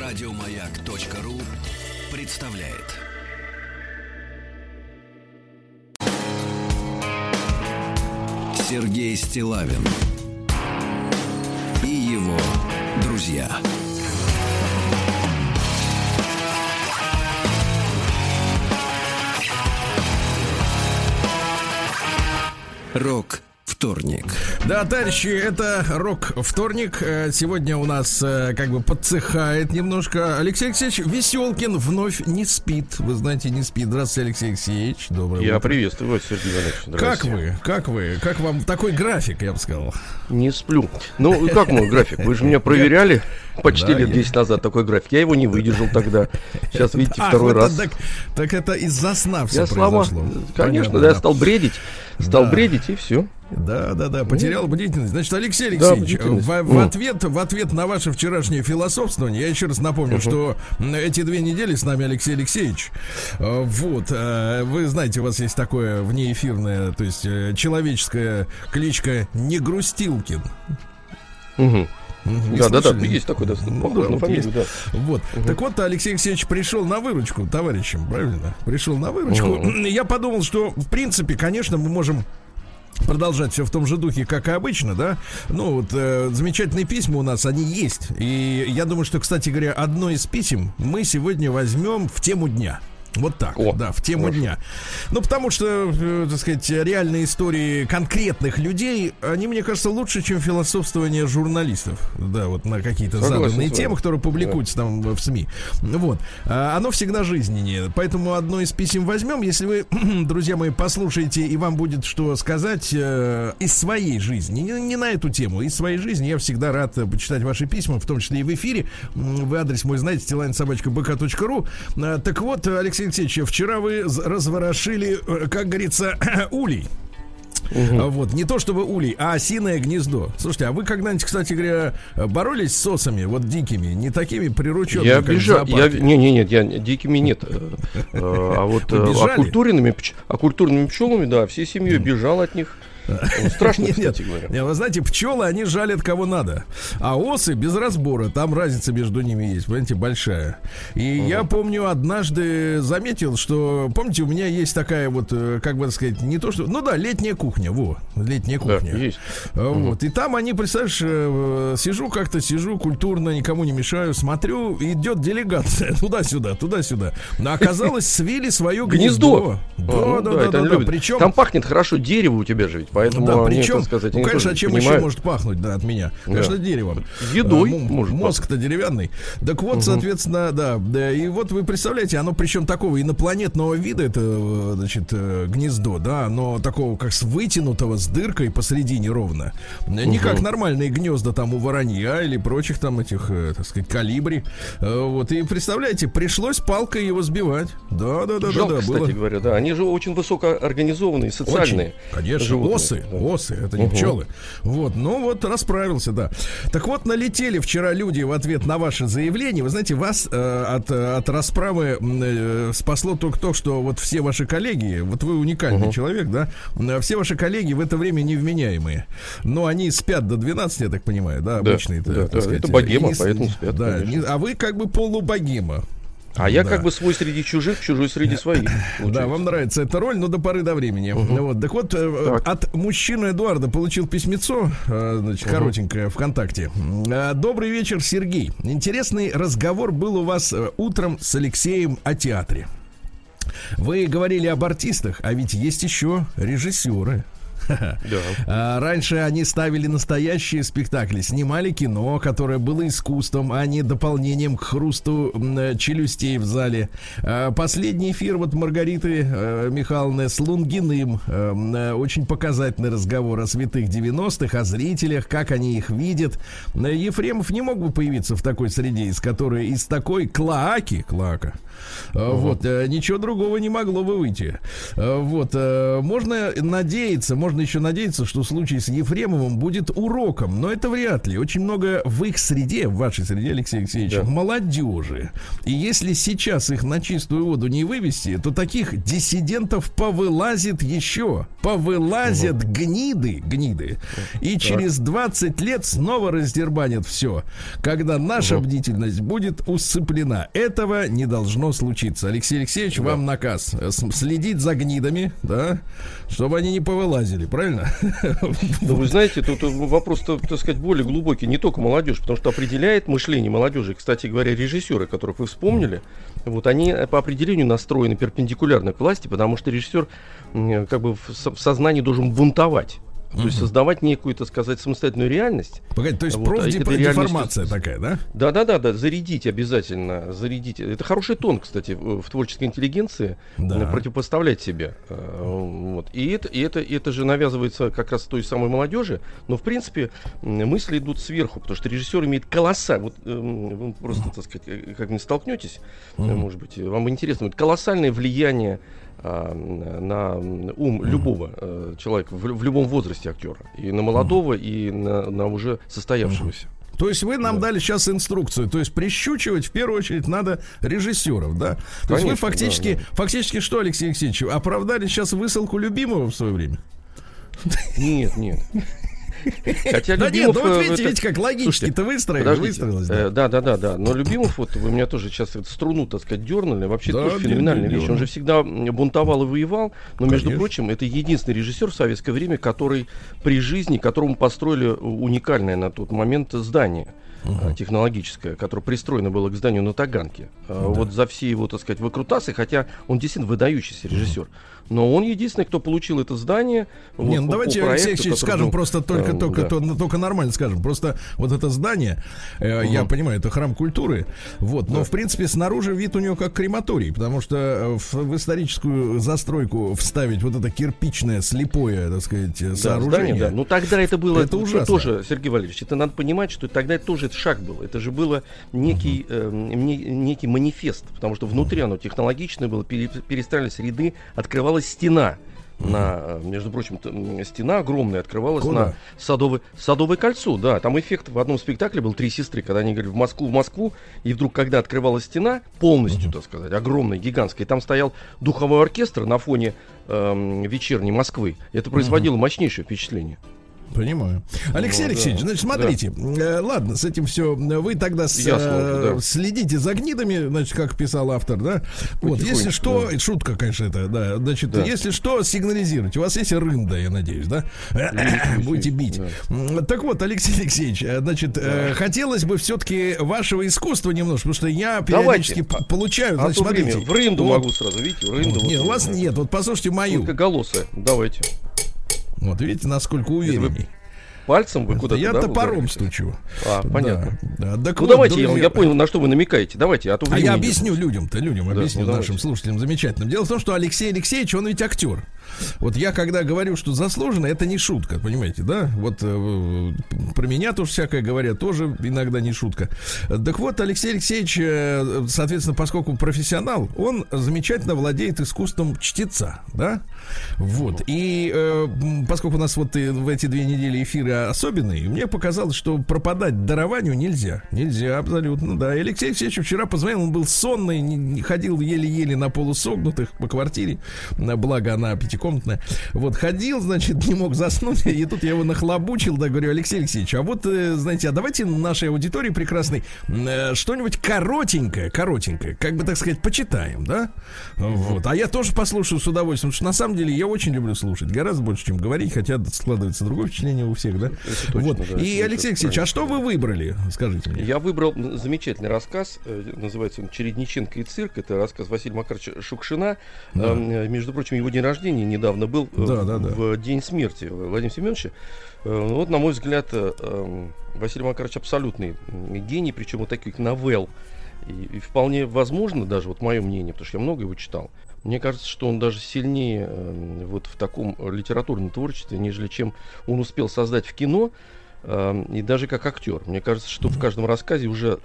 Радиомаяк.ру представляет. Сергей Стиллавин и его друзья. Рок-вторник. Да, товарищи, это рок-вторник. Сегодня у нас как бы подсыхает немножко. Алексей Алексеевич Веселкин вновь не спит. Вы знаете, не спит. Здравствуйте, Алексей Алексеевич. Доброе утро. Я приветствую вас, Сергей Иванович. Как вы? Как вам такой график, я бы сказал? Не сплю. Ну, как мой график? Вы же меня проверяли почти лет 10 назад такой график. Я его не выдержал тогда. Сейчас, видите, второй раз. Так это из-за сна все произошло. Конечно, да, я стал бредить. Бредить, и все. Да, потерял бдительность. Значит, Алексей Алексеевич, в ответ на ваше вчерашнее философствование, я еще раз напомню, что эти 2 недели с нами Алексей Алексеевич. Вот, вы знаете, у вас есть такое внеэфирное, то есть человеческая кличка Негрустилкин. Да, есть такой, да, похож на фамилию, да. Вот. Так вот, Алексей Алексеевич пришел на выручку товарищам, правильно? Пришел на выручку. Я подумал, что, в принципе, конечно, мы можем продолжать все в том же духе, как и обычно, да. Ну, вот замечательные письма у нас, они есть. И я думаю, что, кстати говоря, одно из писем мы сегодня возьмем в тему дня. Вот так, да, в тему дня. Ну, потому что, так сказать, реальные истории конкретных людей, они, мне кажется, лучше, чем философствование журналистов. Да, вот на какие-то заданные темы, которые публикуются там в СМИ. Вот. Оно всегда жизненнее. Поэтому одно из писем возьмем. Если вы, друзья мои, послушаете, и вам будет что сказать из своей жизни, не на эту тему, из своей жизни, я всегда рад почитать ваши письма, в том числе и в эфире. Вы адрес мой знаете, stillane@bk.ru. Так вот, Алексей Алексеевич, вчера вы разворошили, как говорится, улей. Вот, не то чтобы улей, а осиное гнездо. Слушайте, а вы когда-нибудь, кстати говоря, боролись с осами, вот дикими, не такими прирученными, как в зоопарке? Нет, я дикими нет. А вот окультуренными пчелами, да, всей семьей бежал от них. Страшно, кстати говоря. Вы знаете, пчелы, они жалят кого надо. А осы без разбора. Там разница между ними есть, понимаете, большая. И я помню, однажды заметил, что, помните, у меня есть такая вот, как бы сказать, не то что, ну да, летняя кухня. Летняя кухня. Да, есть. Вот. И там они, представляешь, сижу культурно, никому не мешаю, смотрю, идет делегация туда-сюда. Но оказалось, свили свое гнездо. Да. Причем там пахнет хорошо, дерево у тебя же ведь. Поэтому да, они, причем, так сказать, конечно, а чем еще может пахнуть, да, от меня? Конечно, деревом. Едой может. Мозг-то деревянный. Так вот, соответственно, да. И вот вы представляете, оно причем такого инопланетного вида, это, значит, гнездо, да, оно такого, как с вытянутого, с дыркой посередине ровно. Не как нормальные гнезда там у воронья или прочих там этих, так сказать, калибри. Вот, и представляете, пришлось палкой его сбивать. Да. Жалко, кстати говоря, да. Они же очень высокоорганизованные, социальные. Конечно, животные. Осы, это не пчелы. Вот, расправился, да. Так вот, налетели вчера люди в ответ на ваше заявление. Вы знаете, вас от расправы спасло только то, что вот все ваши коллеги, вот вы уникальный человек, да, все ваши коллеги в это время невменяемые. Но они спят до 12, я так понимаю, да, обычные. Да, это богема, поэтому спят. Да, а вы как бы полубогема. А я как бы свой среди чужих, чужой среди своих. Да, вам нравится эта роль, но до поры до времени. Вот. Так вот, от мужчины Эдуарда получил письмецо, значит, коротенькое, ВКонтакте. Добрый вечер, Сергей. Интересный разговор был у вас утром с Алексеем о театре. Вы говорили об артистах, а ведь есть еще режиссеры. Да. Раньше они ставили настоящие спектакли, снимали кино, которое было искусством, а не дополнением к хрусту челюстей в зале. Последний эфир вот Маргариты Михайловны с Лунгиным, очень показательный разговор о святых 90-х, о зрителях, как они их видят. Ефремов не мог бы появиться в такой среде, из такой клоака. Вот, ничего другого не могло бы выйти. Вот, можно надеяться, можно еще надеяться, что случай с Ефремовым будет уроком, но это вряд ли. Очень много в их среде, в вашей среде, Алексей Алексеевич, молодежи. И если сейчас их на чистую воду не вывести, то таких диссидентов повылазит еще. Повылазят гниды. И через 20 лет снова раздербанят все, когда наша бдительность будет усыплена. Этого не должно случиться. Алексей Алексеевич, вам наказ следить за гнидами, да, чтобы они не повылазили, правильно? Да, вы знаете, тут вопрос, так сказать, более глубокий, не только молодежь, потому что определяет мышление молодежи, кстати говоря, режиссеры, которых вы вспомнили, вот они по определению настроены перпендикулярно к власти, потому что режиссер как бы в сознании должен бунтовать. То есть создавать некую, так сказать, самостоятельную реальность. Погоди, то есть вот, профдеформация такая, да? Да, зарядить обязательно, зарядить. Это хороший тон, кстати, в творческой интеллигенции, противопоставлять себя. Вот. И это же навязывается как раз той самой молодежи, но, в принципе, мысли идут сверху, потому что режиссер имеет колоссальное, вот вы просто, так сказать, как не столкнетесь, может быть, вам интересно, будет колоссальное влияние на ум любого человека в любом возрасте актера, и на молодого, и на уже состоявшегося. То есть вы нам дали сейчас инструкцию, то есть прищучивать в первую очередь надо режиссеров, да? То есть вы фактически что, Алексей Алексеевич, оправдали сейчас высылку любимого в свое время? Нет. Хотя да нет, вот видите, как логически-то выстроилось. Да. Но Любимов, вот вы меня тоже сейчас струну, так сказать, дернули. Вообще тоже феноменальная вещь. Он же всегда бунтовал и воевал. Но, между прочим, это единственный режиссер в советское время, который при жизни, которому построили уникальное на тот момент здание. Технологическое, которое пристроено было к зданию на Таганке. Вот за все его, так сказать, выкрутасы, хотя он действительно выдающийся режиссер. Но он единственный, кто получил это здание. Не, ну давайте, Алексей Алексеевич, скажем просто только нормально скажем. Просто вот это здание, я понимаю, это храм культуры, вот, но в принципе снаружи вид у него как крематорий, потому что в историческую застройку вставить вот это кирпичное, слепое, так сказать, сооружение. Здание, ну тогда это было это ужасно. Тоже, Сергей Валерьевич, это надо понимать, что тогда это тоже шаг был. Это же было некий манифест, потому что внутри оно технологичное было, перестраивались ряды, открывалась стена. Между прочим, стена огромная открывалась на Садовое кольцо. Да, там эффект в одном спектакле был «Три сестры», когда они говорили в Москву, и вдруг, когда открывалась стена, полностью, так сказать, огромная, гигантская, и там стоял духовой оркестр на фоне вечерней Москвы. Это производило мощнейшее впечатление. Понимаю. Алексей Алексеевич, значит, смотрите, ладно, с этим все. Вы тогда следите за гнидами, значит, как писал автор, да? Вот, если что, шутка, конечно, это, да. Значит, если что, сигнализируйте. У вас есть рында, я надеюсь, да? Будете бить. Так вот, Алексей Алексеевич, значит, хотелось бы все-таки вашего искусства немножко, потому что я периодически получаю, значит, смотрите. В рынду могу сразу, видите, в рынду. Нет, у вас нет, вот послушайте мою. Только голосы, давайте. Вот видите, насколько уверенней. Пальцем вы куда-то, я топором стучу. Понятно. Да, ну вот, давайте, друзья, я понял, на что вы намекаете. Давайте, а то времени я объясню людям, объясню нашим слушателям замечательным. Дело в том, что Алексей Алексеевич, он ведь актер. Вот я когда говорю, что заслуженно, это не шутка, понимаете, да? Вот про меня тоже всякое говорят, тоже иногда не шутка. Так вот, Алексей Алексеевич, соответственно, поскольку профессионал, он замечательно владеет искусством чтеца, да? Вот. И поскольку у нас вот в эти 2 недели эфиры особенные, мне показалось, что пропадать дарованию нельзя. Нельзя, абсолютно, да. И Алексей Алексеевич вчера позвонил, он был сонный, ходил еле-еле на полусогнутых по квартире, благо она пятикомнатная. Вот, ходил, значит, не мог заснуть, и тут я его нахлобучил, да, говорю: Алексей Алексеевич, а вот, знаете, а давайте нашей аудитории прекрасной что-нибудь коротенькое, как бы, так сказать, почитаем, да? Вот. А я тоже послушаю с удовольствием, потому что на самом деле я очень люблю слушать, гораздо больше, чем говорить, хотя складывается другое впечатление у всех, да? Точно, вот. Да, и, Алексей Алексеевич, а что вы выбрали? Скажите мне. Я выбрал замечательный рассказ, называется он «Чередниченко и цирк». Это рассказ Василия Макаровича Шукшина. Да. Между прочим, его день рождения недавно был, в день смерти Владимира Семеновича. Вот, на мой взгляд, Василий Макарович абсолютный гений, причем вот таких новелл. И вполне возможно, даже вот мое мнение, потому что я много его читал, мне кажется, что он даже сильнее вот в таком литературном творчестве, нежели чем он успел создать в кино. и даже как актер. Мне кажется, что в каждом рассказе уже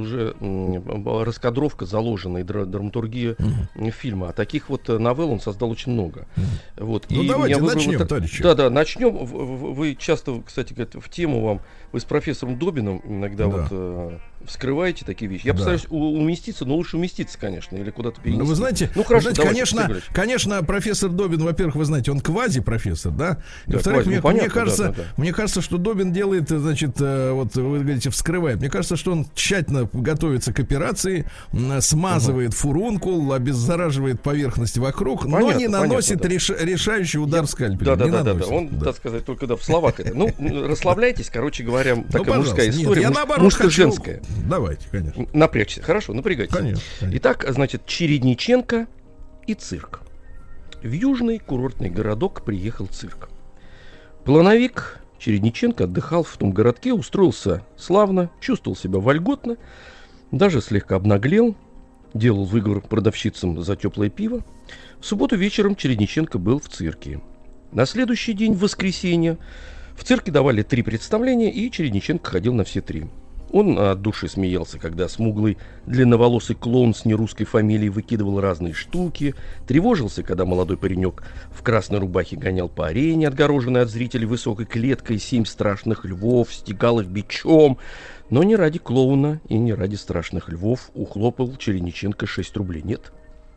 раскадровка заложена и драматургия фильма. А таких вот новелл он создал очень много. Вот. Ну, и давайте начнем, товарищи. Да, начнем. Вы часто, кстати, в тему вам, вы с профессором Добиным иногда вскрываете такие вещи. Я постараюсь уместиться, но лучше уместиться, конечно, или куда-то перенести. Ну, вы знаете, хорошо, конечно, профессор Добин, во-первых, вы знаете, он квази-профессор, да? И во-вторых, мне кажется, что Добин делает, значит, вот вы говорите, вскрывает. Мне кажется, что он тщательно готовится к операции, смазывает фурункул, обеззараживает поверхность вокруг, но не наносит решающий удар скальпелем. Да. Он, так сказать, только в словах это. Ну, расслабляйтесь, короче говоря, такая мужская история, мужско-женская. Давайте, конечно. Напрягся. Хорошо, напрягайтесь. Конечно. Итак, значит, Чередниченко и цирк. В южный курортный городок приехал цирк. Плановик Чередниченко отдыхал в том городке, устроился славно, чувствовал себя вольготно, даже слегка обнаглел, делал выговор продавщицам за теплое пиво. В субботу вечером Чередниченко был в цирке. На следующий день, в воскресенье, в цирке давали 3 представления, и Чередниченко ходил на все 3. Он от души смеялся, когда смуглый длинноволосый клоун с нерусской фамилией выкидывал разные штуки, тревожился, когда молодой паренек в красной рубахе гонял по арене, отгороженной от зрителей высокой клеткой, 7 страшных львов, стегал их бичом. Но не ради клоуна и не ради страшных львов ухлопал Чередниченко 6 рублей. Нет,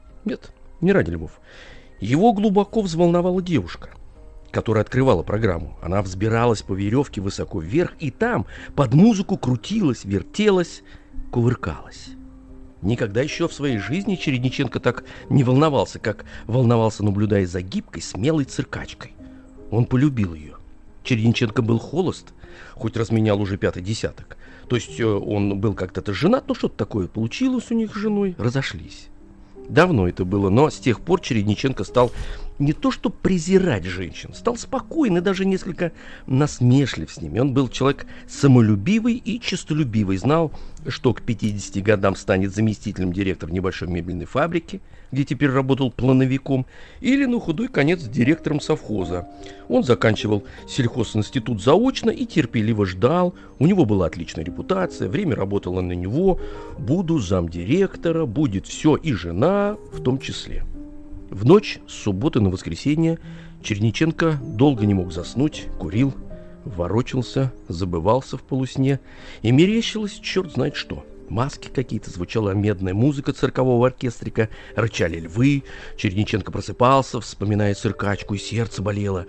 не ради львов. Его глубоко взволновала девушка, которая открывала программу. Она взбиралась по веревке высоко вверх, и там под музыку крутилась, вертелась, кувыркалась. Никогда еще в своей жизни Чередниченко так не волновался, как волновался, наблюдая за гибкой, смелой циркачкой. Он полюбил ее. Чередниченко был холост, хоть разменял уже 5-й десяток. То есть он был как-то женат, но что-то такое получилось у них с женой, разошлись. Давно это было, но с тех пор Чередниченко стал не то что презирать женщин, стал спокойный, даже несколько насмешлив с ними. Он был человек самолюбивый и честолюбивый, знал, что к 50 годам станет заместителем директора небольшой мебельной фабрики, где теперь работал плановиком, или на худой конец директором совхоза. Он заканчивал сельхозинститут заочно и терпеливо ждал. У него была отличная репутация, время работало на него. Буду замдиректора, будет все, и жена в том числе. В ночь с субботы на воскресенье Чередниченко долго не мог заснуть, курил, ворочался, забывался в полусне, и мерещилось черт знает что. Маски какие-то, звучала медная музыка циркового оркестрика, рычали львы. Чередниченко просыпался, вспоминая циркачку, и сердце болело,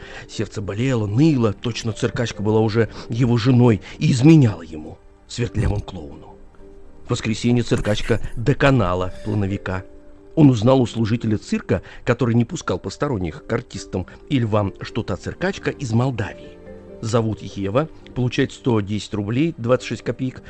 ныло. Точно циркачка была уже его женой и изменяла ему, свертлявому клоуну. В воскресенье циркачка доконала плановика. Он узнал у служителя цирка, который не пускал посторонних к артистам и львам, что та циркачка из Молдавии. Зовут Ева, получает 110 рублей, 26 копеек,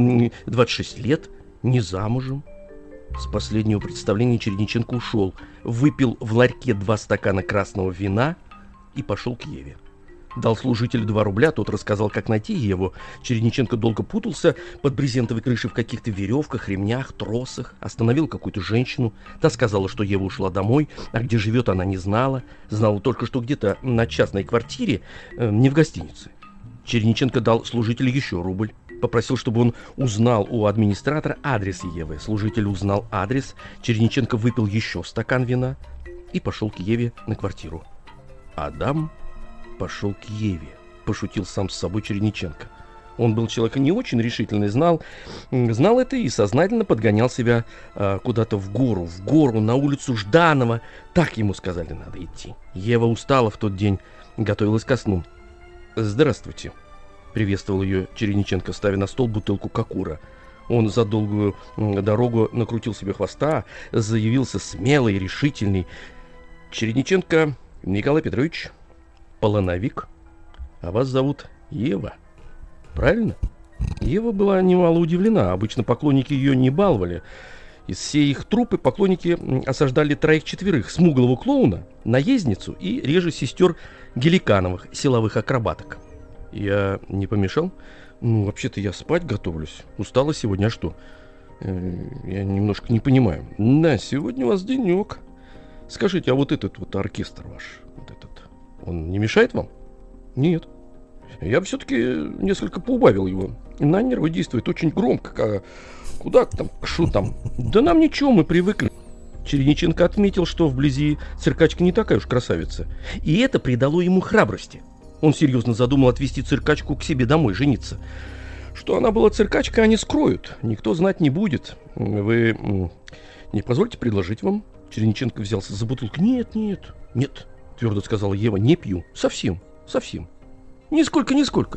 26 лет, не замужем. С последнего представления Чередниченко ушел, выпил в ларьке 2 стакана красного вина и пошел к Еве. Дал служителю 2 рубля, тот рассказал, как найти Еву. Чередниченко долго путался под брезентовой крышей в каких-то веревках, ремнях, тросах. Остановил какую-то женщину. Та сказала, что Ева ушла домой, а где живет, она не знала. Знала только, что где-то на частной квартире, не в гостинице. Чередниченко дал служителю еще рубль. Попросил, чтобы он узнал у администратора адрес Евы. Служитель узнал адрес. Чередниченко выпил еще стакан вина и пошел к Еве на квартиру. Адам пошел к Еве, пошутил сам с собой Чередниченко. Он был человеком не очень решительный, знал это и сознательно подгонял себя куда-то в гору, на улицу Жданова. Так ему сказали, надо идти. Ева устала в тот день, готовилась ко сну. «Здравствуйте», — приветствовал ее Чередниченко, ставя на стол бутылку кокура. Он за долгую дорогу накрутил себе хвоста, заявился смелый, решительный. «Чередниченко Николай Петрович, плановик, а вас зовут Ева, правильно?» Ева была немало удивлена. Обычно поклонники ее не баловали. Из всей их труппы поклонники осаждали 3-4 смуглого клоуна, наездницу и реже сестер Геликановых, силовых акробаток. «Я не помешал?» «Ну, вообще-то я спать готовлюсь. Устала сегодня, а что?» «Я немножко не понимаю». «Да, сегодня у вас денек. Скажите, а вот этот вот оркестр ваш, вот этот, он не мешает вам?» «Нет». Я бы все-таки несколько поубавил его. На нервы действует очень громко. Куда там, что там? Да нам ничего, мы привыкли. Чередниченко отметил, что вблизи циркачка не такая уж красавица. И это придало ему храбрости. Он серьезно задумал отвезти циркачку к себе домой, жениться. Что она была циркачкой, они скроют. Никто знать не будет. Вы не позвольте предложить вам? Чередниченко взялся за бутылку. Нет, твердо сказала Ева, не пью. Совсем. Нисколько.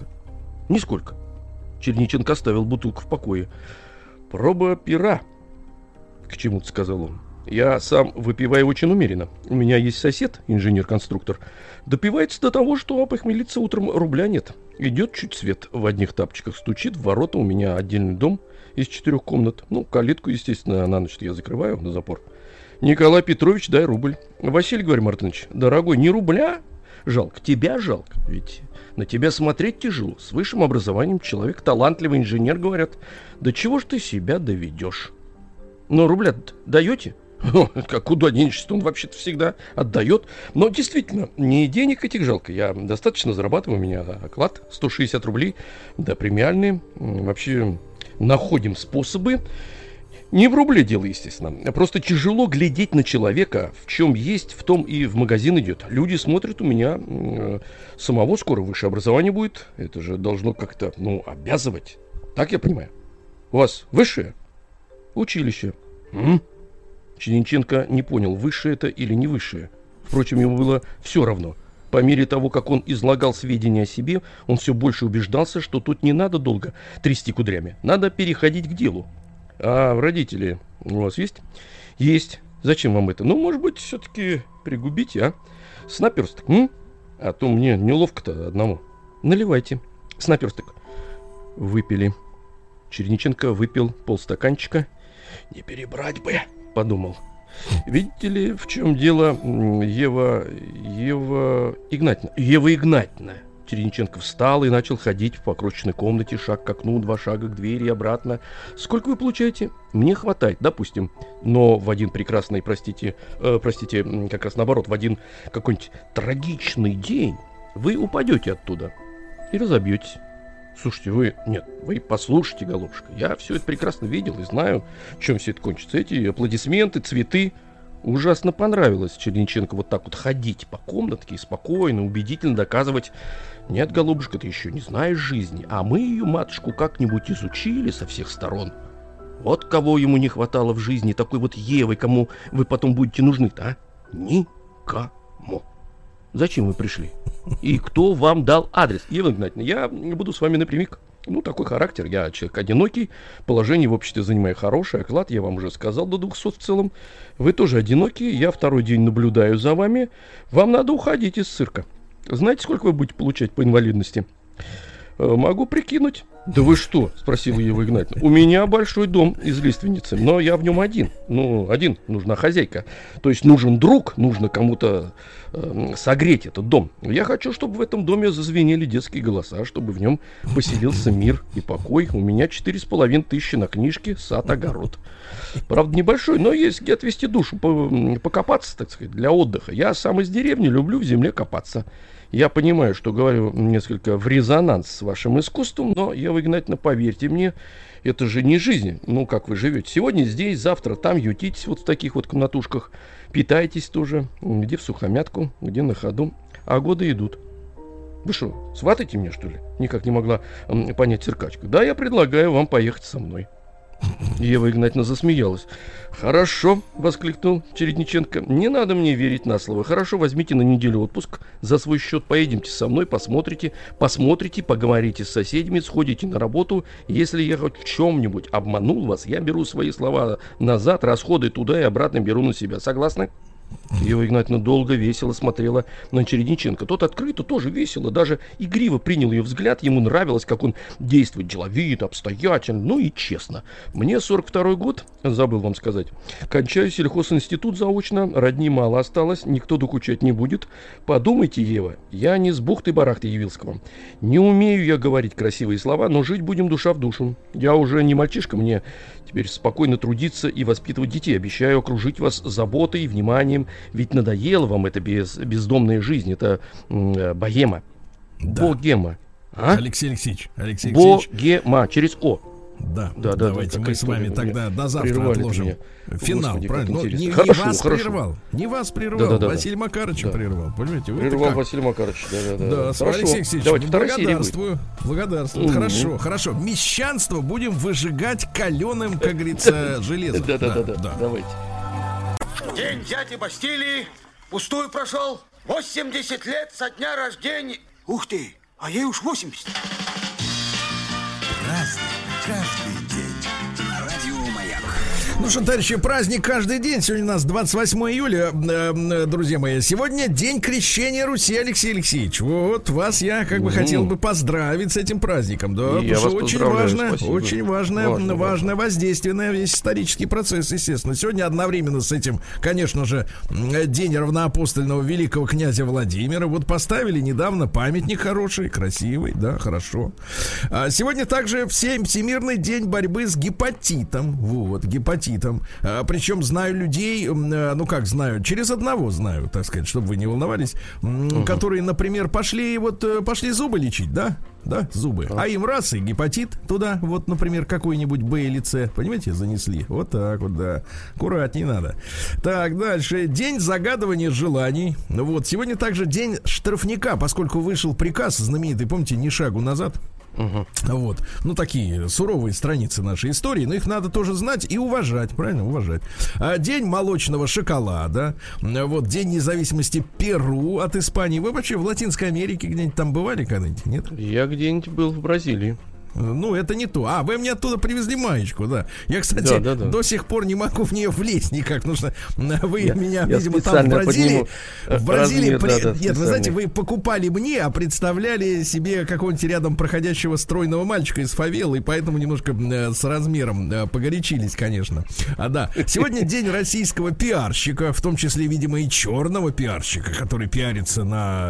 Чередниченко оставил бутылку в покое. Проба пера, к чему-то сказал он. Я сам выпиваю очень умеренно. У меня есть сосед, инженер-конструктор. Допивается до того, что опохмелиться утром рубля нет. Идет чуть свет в одних тапочках, стучит в ворота. У меня отдельный дом из 4 комнат. Калитку, естественно, на ночь я закрываю на запор. Николай Петрович, дай рубль. Василий Григорий Мартынович, дорогой, не рубля жалко, тебя жалко. Ведь на тебя смотреть тяжело. С высшим образованием человек, талантливый инженер, говорят. Да чего ж ты себя доведешь? Но рубля даете? Как куда денешься, он вообще-то всегда отдает. Но действительно, не денег этих жалко. Я достаточно зарабатываю, у меня оклад 160 рублей, да премиальные. Вообще находим способы. Не в рубле дело, естественно. Просто тяжело глядеть на человека. В чем есть, в том и в магазин идет. Люди смотрят, у меня самого скоро высшее образование будет. Это же должно как-то, обязывать. Так я понимаю. У вас высшее? Училище. Чередниченко не понял, высшее это или не высшее. Впрочем, ему было все равно. По мере того, как он излагал сведения о себе, он все больше убеждался, что тут не надо долго трясти кудрями. Надо переходить к делу. А родители у вас есть? Есть. Зачем вам это? Может быть, все-таки пригубите, а? С наперсток, А то мне неловко-то одному. Наливайте. С наперсток. Выпили. Чередниченко выпил полстаканчика. Не перебрать бы, подумал. Видите ли, в чем дело, Ева Игнатьевна. Чередниченко встал и начал ходить в покроченной комнате, шаг к окну, 2 шага к двери и обратно. Сколько вы получаете? Мне хватает, допустим. Но в один прекрасный, простите, как раз наоборот, в один какой-нибудь трагичный день вы упадете оттуда и разобьетесь. Слушайте, вы послушайте, голубушка, я все это прекрасно видел и знаю, чем все это кончится. Эти аплодисменты, цветы. Ужасно понравилось Чередниченко вот так вот ходить по комнатке и спокойно, убедительно доказывать: нет, голубушка, ты еще не знаешь жизни, а мы ее, матушку, как-нибудь изучили со всех сторон. Вот кого ему не хватало в жизни, такой вот Евы, кому вы потом будете нужны-то, а? Никому. Зачем вы пришли? И кто вам дал адрес? Ева Игнатьевна, я буду с вами напрямик. Такой характер. Я человек одинокий, положение в обществе занимаю хорошее, оклад, я вам уже сказал, до 200 в целом. Вы тоже одинокие, я 2-й день наблюдаю за вами. Вам надо уходить из цирка. Знаете, сколько вы будете получать по инвалидности? Могу прикинуть. Да вы что? Спросила Ева Игнатьевна. У меня большой дом из лиственницы, но я в нем один. Нужна хозяйка. То есть нужен друг, нужно кому-то согреть этот дом. Я хочу, чтобы в этом доме зазвенели детские голоса, чтобы в нем поселился мир и покой. У меня 4500 на книжке, сад, огород. Правда, небольшой, но есть где отвести душу, покопаться, так сказать, для отдыха. Я сам из деревни, люблю в земле копаться. Я понимаю, что говорю несколько в резонанс с вашим искусством, но, Ева Игнатьевна, поверьте мне, это же не жизнь. Как вы живете? Сегодня здесь, завтра там, ютитесь вот в таких вот комнатушках, питаетесь тоже, где в сухомятку, где на ходу, а годы идут. Вы что, сватаете меня, что ли? Никак не могла понять циркачка. Да, я предлагаю вам поехать со мной. Ева Игнатьевна засмеялась. «Хорошо», — воскликнул Чередниченко, — «не надо мне верить на слово. Хорошо, возьмите на неделю отпуск за свой счет, поедемте со мной, посмотрите, поговорите с соседями, сходите на работу. Если я хоть в чем-нибудь обманул вас, я беру свои слова назад, расходы туда и обратно беру на себя. Согласны?» Ева Игнатьевна долго, весело смотрела на Чередниченко. Тот открыто, тоже весело, даже игриво принял ее взгляд. Ему нравилось, как он действует деловито, обстоятельно, и честно. Мне 42-й год, забыл вам сказать. Кончаю сельхозинститут заочно, родни мало осталось, никто докучать не будет. Подумайте, Ева, я не с бухты-барахты явился к вам. Не умею я говорить красивые слова, но жить будем душа в душу. Я уже не мальчишка, мне теперь спокойно трудиться и воспитывать детей. Обещаю окружить вас заботой и вниманием. Ведь надоела вам эта бездомная жизнь, это богема. Да. Богема. Алексей Алексеевич. Богема, через О. Да, давайте мы с вами тогда до завтра отложим финал, Господи, правильно? Не вас прервал, Василий Макарович прервал, понимаете? Прервал Василий Макарович, да. Алексей Алексеевич, благодарствую. Хорошо. Мещанство будем выжигать каленым, как говорится, железом. Да, давайте. День дяди Бастилии пустую прошел. 80 лет со дня рождения. Ух ты, а ей уж 80. Каждый день на радио Маяк. Ну что, товарищи, праздник каждый день. Сегодня у нас 28 июля, друзья мои. Сегодня день крещения Руси, Алексей Алексеевич. Вот вас я как бы хотел бы поздравить с этим праздником. Да, потому что очень важное воздействие на весь исторический процесс, естественно. Сегодня одновременно с этим, конечно же, день равноапостольного великого князя Владимира. Вот поставили недавно памятник хороший, красивый, да, хорошо. Сегодня также Всемирный день борьбы с гепатитом. Вот, гепатитом. Причем знаю людей, знаю, через одного знаю, так сказать, чтобы вы не волновались, которые, например, пошли зубы лечить, да, зубы, а им раз и гепатит туда, вот, например, какой-нибудь Б или С, понимаете, занесли, вот так вот, да, аккуратней надо. Так, дальше, день загадывания желаний, вот, сегодня также день штрафника, поскольку вышел приказ знаменитый, помните, «Ни шагу назад». Вот, такие суровые страницы нашей истории, но их надо тоже знать и уважать, правильно, уважать. День молочного шоколада, вот, день независимости Перу от Испании. Вы вообще в Латинской Америке где-нибудь там бывали когда-нибудь, нет? Я где-нибудь был в Бразилии. Ну, это не то. Вы мне оттуда привезли маечку, да. Я, кстати, до сих пор не могу в нее влезть никак, потому что вы меня, видимо, там в Бразилии. Нет, вы знаете, вы покупали мне, а представляли себе какого-нибудь рядом проходящего стройного мальчика из фавелы, и поэтому немножко с размером погорячились, конечно. Да. Сегодня день российского пиарщика, в том числе, видимо, и черного пиарщика, который пиарится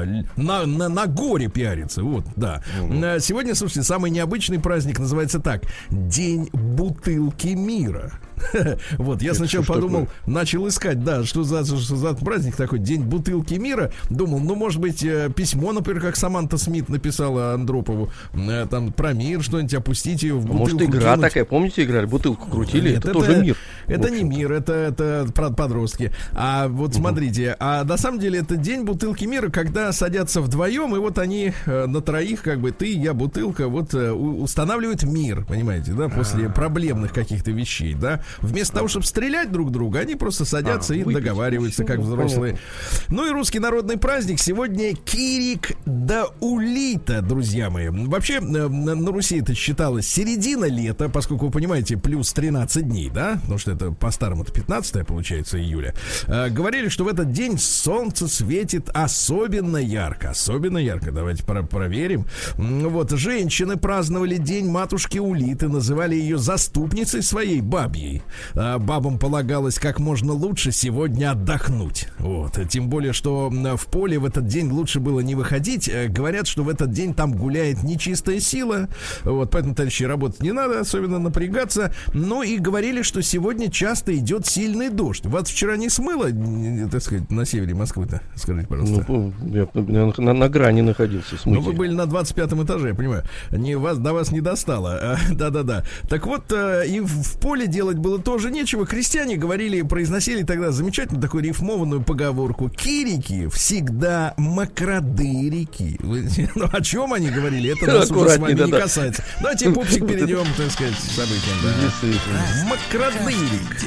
на горе пиарится. Вот, да. Сегодня, слушайте, самый необычный праздник называется так: День бутылки мира. Вот, я сначала подумал, начал искать, что за праздник такой, День бутылки мира. Думал, может быть, письмо, например, как Саманта Смит написала Андропову, там про мир, что-нибудь, опустить ее в бутылку. Может, игра кинуть. Такая, помните, играли, бутылку крутили? Нет, это тоже мир. Это не мир, это подростки. А вот смотрите, на самом деле это День бутылки мира, когда садятся вдвоем, и вот они на троих, как бы ты, я, бутылка, вот устанавливают мир, понимаете, да, после проблемных каких-то вещей, да. Вместо того, чтобы стрелять друг друга, они просто садятся и договариваются, как взрослые. Ну и русский народный праздник сегодня Кирик да Улита, друзья мои. Вообще на Руси это считалось середина лета, поскольку, вы понимаете, плюс 13 дней, да? Потому что это по-старому это 15 получается июля. Говорили, что в этот день солнце светит особенно ярко. Давайте проверим. Вот, женщины праздновали день матушки Улиты, называли ее заступницей своей бабьей. Бабам полагалось как можно лучше сегодня отдохнуть. Вот. Тем более, что в поле в этот день лучше было не выходить. Говорят, что в этот день там гуляет нечистая сила. Вот, поэтому, товарищи, работать не надо, особенно напрягаться. Ну и говорили, что сегодня часто идет сильный дождь. Вас вчера не смыло, так сказать, на севере Москвы-то? Скажите, пожалуйста. Я на грани находился. Ну, вы были на 25-м этаже, я понимаю. До вас не достало. Да-да-да. Так вот, и в поле делать было тоже нечего. Крестьяне произносили тогда замечательно такую рифмованную поговорку: кирики всегда мокродырики. Ну, о чем они говорили, это нас уже с вами не касается. Давайте, пупсик, перейдем, так сказать, к событиям. Мокродырик.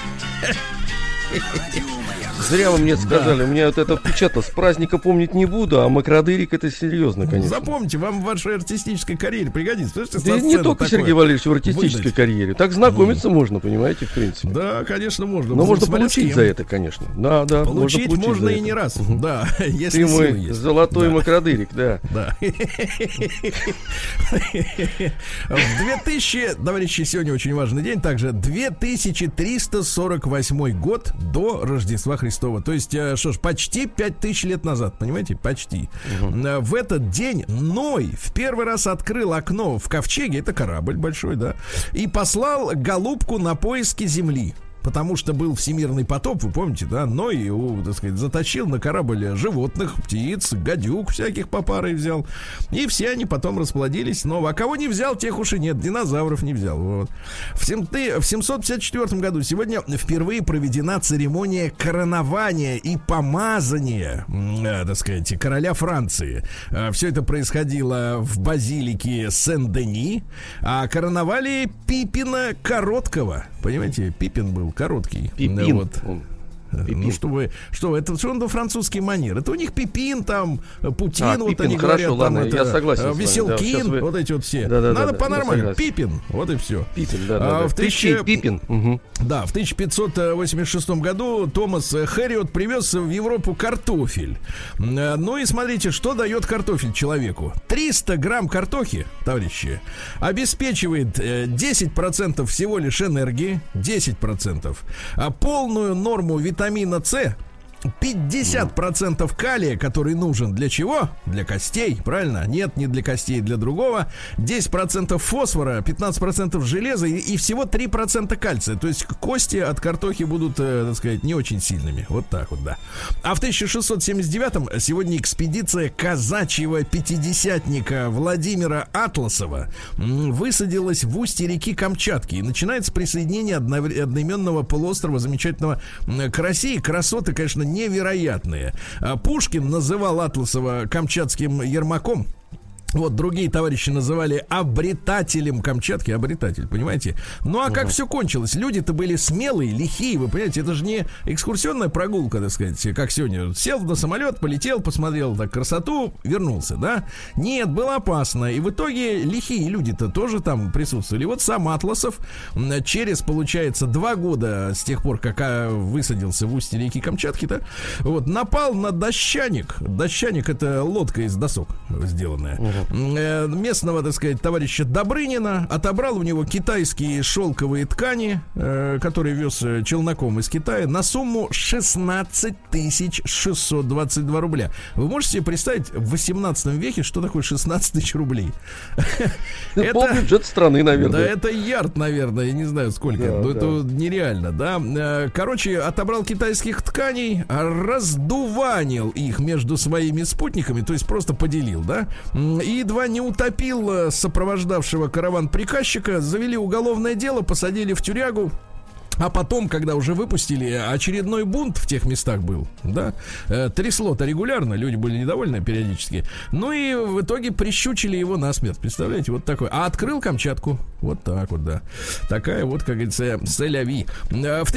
Зря вы мне сказали, у меня вот это впечаталось. С праздника помнить не буду, а мокродырик это серьезно, конечно. Запомните, вам в вашей артистической карьере пригодится. Да не только Сергей Валерьевич в артистической карьере. Так знакомиться можно, понимаете, в принципе. Да, конечно, можно. Но можно получить за это, конечно. Да, получить можно и не раз. Да, если ты мой золотой мокродырик, да. Да. В 2000, товарищи, сегодня очень важный день, также 2348 год до Рождества Христова. То есть, почти 5000 лет назад, понимаете? Почти. В этот день Ной в первый раз открыл окно в ковчеге, это корабль большой, да, и послал голубку на поиски земли. потому что был всемирный потоп, вы помните, да? Ной, так сказать, затащил на корабль животных, птиц, гадюк всяких по паре взял. И все они потом расплодились снова. А кого не взял, тех уж и нет. Динозавров не взял. Вот. В 754 году сегодня впервые проведена церемония коронования и помазания, так сказать, короля Франции. Все это происходило в базилике Сен-Дени. А короновали Пипина Короткого. Понимаете, Пипин был короткий. Пипин. Вот. Пипин. Ну, это что он до французский манер. Это у них Пипин, там, Путин, вот Пипин, они хорошо, говорят, ладно, там, я согласен Веселкин, да, вот эти вот все. Да, надо по-нормальному. Пипин, вот и все. Пипин, да. Пипин. Угу. Да, в 1586 году Томас Хэриот привез в Европу картофель. Ну и смотрите, что дает картофель человеку. 300 грамм картохи, товарищи, обеспечивает 10% всего лишь энергии, 10%, а полную норму витамина С, 50% калия, который нужен для чего? Для костей, правильно? Нет, не для костей, для другого. 10% фосфора, 15% железа и всего 3% кальция. То есть кости от картохи будут, так сказать, не очень сильными. Вот так вот, да. А в 1679-м сегодня экспедиция казачьего пятидесятника Владимира Атласова высадилась в устье реки Камчатки. И начинается присоединение одноименного полуострова замечательного к России. Красоты, конечно, невероятные. Пушкин называл Атласова камчатским Ермаком. Вот другие товарищи называли обретателем Камчатки. Обретатель, понимаете? Ну а как все кончилось? Люди-то были смелые, лихие, вы понимаете? Это же не экскурсионная прогулка, так сказать, как сегодня. Сел на самолет, полетел, посмотрел так красоту, вернулся, да? Нет, было опасно. И в итоге лихие люди-то тоже там присутствовали. Вот сам Атласов через, получается, 2 года с тех пор, как высадился в устье реки Камчатки-то, вот, напал на дощаник. Дощаник — это лодка из досок сделанная. Местного, так сказать, товарища Добрынина, отобрал у него китайские шелковые ткани, которые вез челноком из Китая, на сумму 16 622 рубля. Вы можете себе представить в 18 веке, что такое 16 тысяч рублей? Это полбюджета страны, наверное. Да, это ярд, наверное, я не знаю сколько, но это нереально, да. Короче, отобрал китайских тканей, раздуванил их между своими спутниками, то есть просто поделил, да, и едва не утопил сопровождавшего караван приказчика, завели уголовное дело, посадили в тюрягу. А потом, когда уже выпустили, очередной бунт в тех местах был, да, трясло-то регулярно, люди были недовольны периодически. Ну и в итоге прищучили его насмерть, представляете, вот такой. А открыл Камчатку, вот так вот, да. Такая вот, как говорится, селяви. В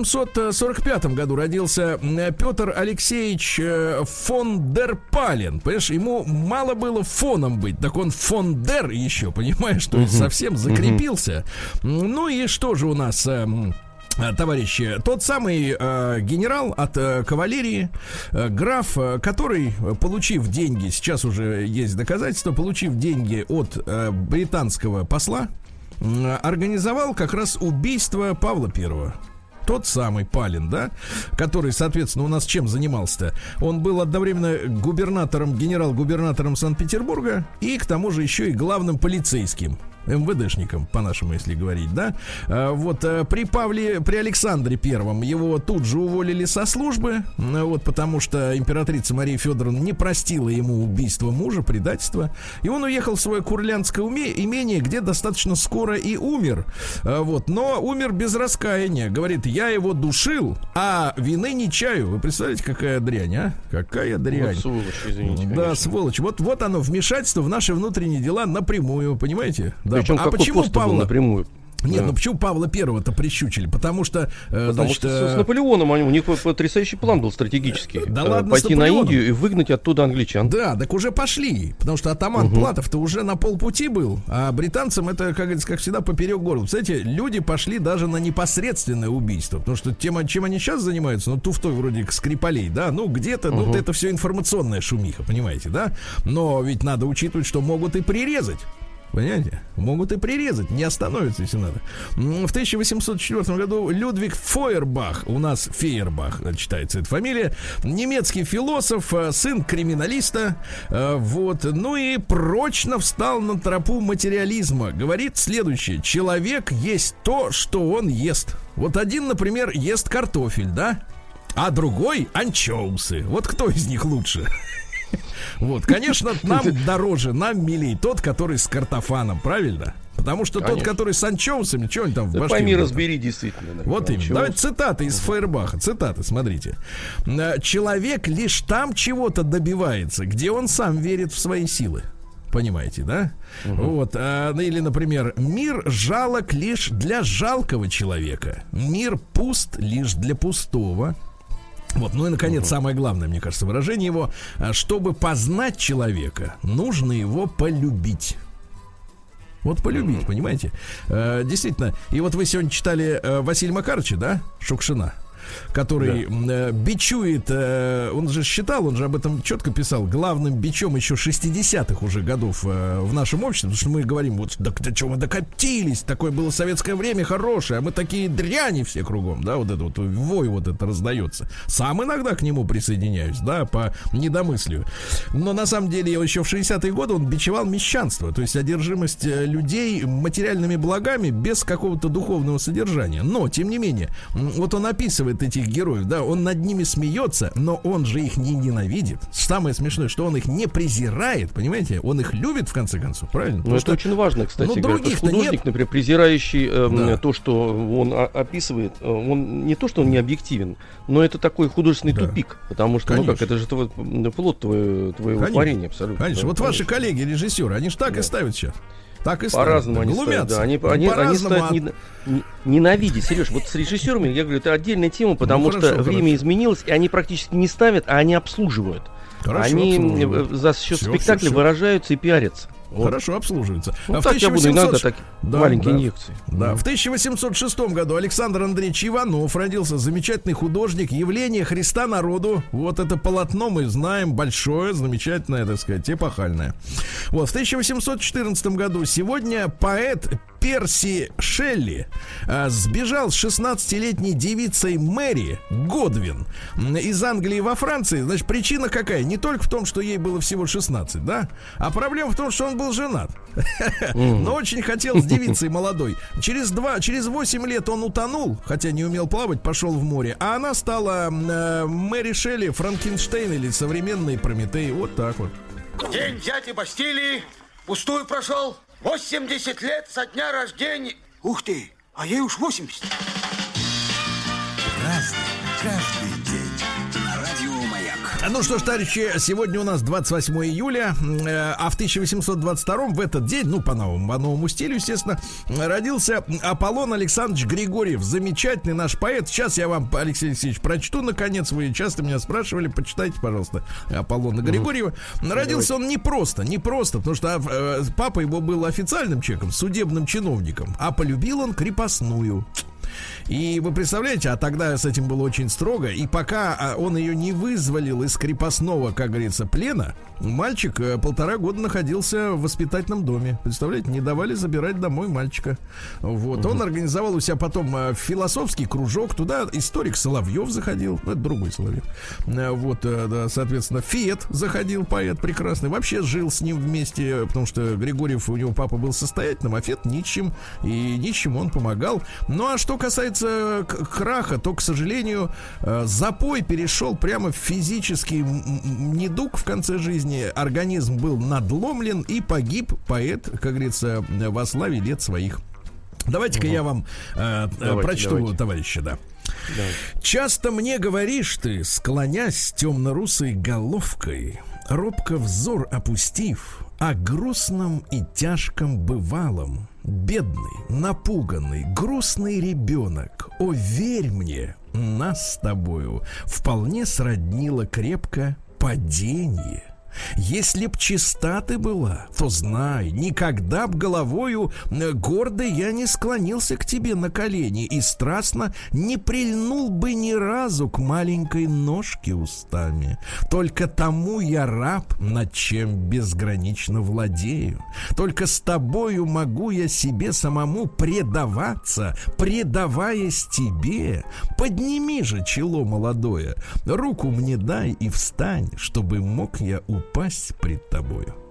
1745 году родился Петр Алексеевич фон дер Пален. Понимаешь, ему мало было фоном быть, так он фон дер еще, понимаешь, то есть совсем закрепился. Ну и что же у нас... Товарищи, тот самый генерал от кавалерии, граф, который, получив деньги, сейчас уже есть доказательства, получив деньги от британского посла, организовал как раз убийство Павла I. Тот самый Палин, да, который, соответственно, у нас чем занимался-то? Он был одновременно губернатором, генерал-губернатором Санкт-Петербурга и, к тому же, еще и главным полицейским. МВДшником, по-нашему, если говорить, да. Вот при Александре Первом его тут же уволили со службы, вот, потому что императрица Мария Федоровна не простила ему убийство мужа, предательство, и он уехал в свое курлянское имение, где достаточно скоро и умер, вот, но умер без раскаяния, говорит, я его душил, а вины не чаю. Вы представляете, какая дрянь, а? Какая дрянь. Вот сволочь, извините, да, конечно. сволочь. Вот оно, вмешательство в наши внутренние дела напрямую, понимаете? Да. Причем А почему Павла напрямую? Нет, ну почему Павла Первого-то прищучили? Потому что с Наполеоном у них потрясающий план был стратегический. Да ладно, пойти на Индию и выгнать оттуда англичан. Да, так уже пошли. Потому что атаман Платов-то уже на полпути был. А британцам это, как говорится, как всегда, поперек горла. Кстати, люди пошли даже на непосредственное убийство. Потому что чем они сейчас занимаются, ну, туфтой вроде Скрипалей, да, ну, где-то, ну, это все информационная шумиха, понимаете, да? Но ведь надо учитывать, что могут и прирезать. Понимаете? Могут и прирезать, не остановятся, если надо. В 1804 году Людвиг Фойербах, у нас Фейербах читается эта фамилия, немецкий философ, сын криминалиста, вот, ну и прочно встал на тропу материализма. Говорит следующее: человек есть то, что он ест. Вот один, например, ест картофель, да? А другой анчоусы. Вот кто из них лучше? Вот, конечно, нам дороже, нам милей тот, который с картофаном, правильно? Потому что тот, который с анчоусами, что он там в башке? Пойми, разбери, действительно. Да, вот именно. Давайте цитаты из Фейербаха. Цитаты, смотрите. Человек лишь там чего-то добивается, где он сам верит в свои силы. Понимаете, да? Вот. Или, например, мир жалок лишь для жалкого человека. Мир пуст лишь для пустого. Вот, ну и, наконец, самое главное, мне кажется, выражение его: чтобы познать человека, нужно его полюбить. Вот полюбить, понимаете? Действительно. И вот вы сегодня читали Василия Макарыча, да? Шукшина, который бичует, он же считал, он же об этом четко писал, главным бичом еще 60-х уже годов в нашем обществе, потому что мы говорим, вот, да что мы докатились, такое было советское время хорошее, а мы такие дряни все кругом, да, вот это вот вой вот это раздается. Сам иногда к нему присоединяюсь, да, по недомыслию. Но на самом деле еще в 60-е годы он бичевал мещанство, то есть одержимость людей материальными благами без какого-то духовного содержания. Но, тем не менее, вот он описывает этих героев, да, он над ними смеется, но он же их не ненавидит. Самое смешное, что он их не презирает, понимаете? Он их любит, в конце концов, правильно? Ну, это очень важно, кстати. Других художник, нет. Например, презирающий то, что он описывает, он не то, что он не объективен, но это такой художественный тупик, потому что, ну как, это же плод твоего творения абсолютно. Конечно, вот ваши коллеги, режиссеры, они же так и ставят сейчас. Так и по-разному они ставят, да. Они ставят ненавидеть. Сереж, вот с режиссерами, я говорю, это отдельная тема, потому что время изменилось, и они практически не ставят, а они обслуживают. Они за счет спектакля выражаются и пиарятся. Вот. Хорошо обслуживаются. Ну, так 1800... я буду иногда так маленькие инъекции. Да. В 1806 году Александр Андреевич Иванов родился, замечательный художник. Явление Христа народу. Вот это полотно мы знаем, большое, замечательное, так сказать, эпохальное. Вот, в 1814 году сегодня поэт Перси Шелли сбежал с 16-летней девицей Мэри Годвин из Англии во Франции. Значит, причина какая? Не только в том, что ей было всего 16, да? А проблема в том, что он был женат. Но очень хотел с девицей молодой. Через 8 лет он утонул, хотя не умел плавать, пошел в море. А она стала Мэри Шелли, Франкенштейн или современный Прометей. Вот так вот. День взятия Бастилии пустую прошел. 80 лет со дня рождения. Ух ты, а ей уж 80. Разный, каждый день. На радио Маяк. Ну что ж, товарищи, сегодня у нас 28 июля, а в 1822 в этот день, ну, по новому стилю, естественно, родился Аполлон Александрович Григорьев, замечательный наш поэт. Сейчас я вам, Алексей Алексеевич, прочту, наконец. Вы часто меня спрашивали, почитайте, пожалуйста, Аполлона Григорьева. Родился он не просто, потому что папа его был официальным человеком, судебным чиновником, а полюбил он крепостную. И вы представляете, а тогда с этим было очень строго. И пока он ее не вызволил из крепостного, как говорится, плена, мальчик 1,5 года находился в воспитательном доме. Представляете, не давали забирать домой мальчика. Вот. Он организовал у себя потом философский кружок. Туда историк Соловьев заходил. Ну, это другой Соловьев. Вот, да, соответственно, Фет заходил, поэт прекрасный. Вообще жил с ним вместе, потому что Григорьев, у него папа был состоятельным, а Фет нищим. И нищим он помогал. Ну, а что касается краха, то, к сожалению, запой перешел прямо в физический недуг в конце жизни. Организм был надломлен, и погиб поэт, как говорится, во славе лет своих. Давайте-ка я вам прочту, товарищи, да. Часто мне говоришь ты, склонясь темно-русой головкой, робко взор опустив, о грустном и тяжком бывалом. Бедный, напуганный, грустный ребенок, о, верь мне, нас с тобою вполне сроднило крепко падение. Если б чиста ты была, то знай, никогда б головою гордо я не склонился к тебе на колени и страстно не прильнул бы ни разу к маленькой ножке устами. Только тому я раб, над чем безгранично владею. Только с тобою могу я себе самому предаваться, предаваясь тебе. Подними же чело молодое, руку мне дай и встань, чтобы мог я упасть пред тобою, а?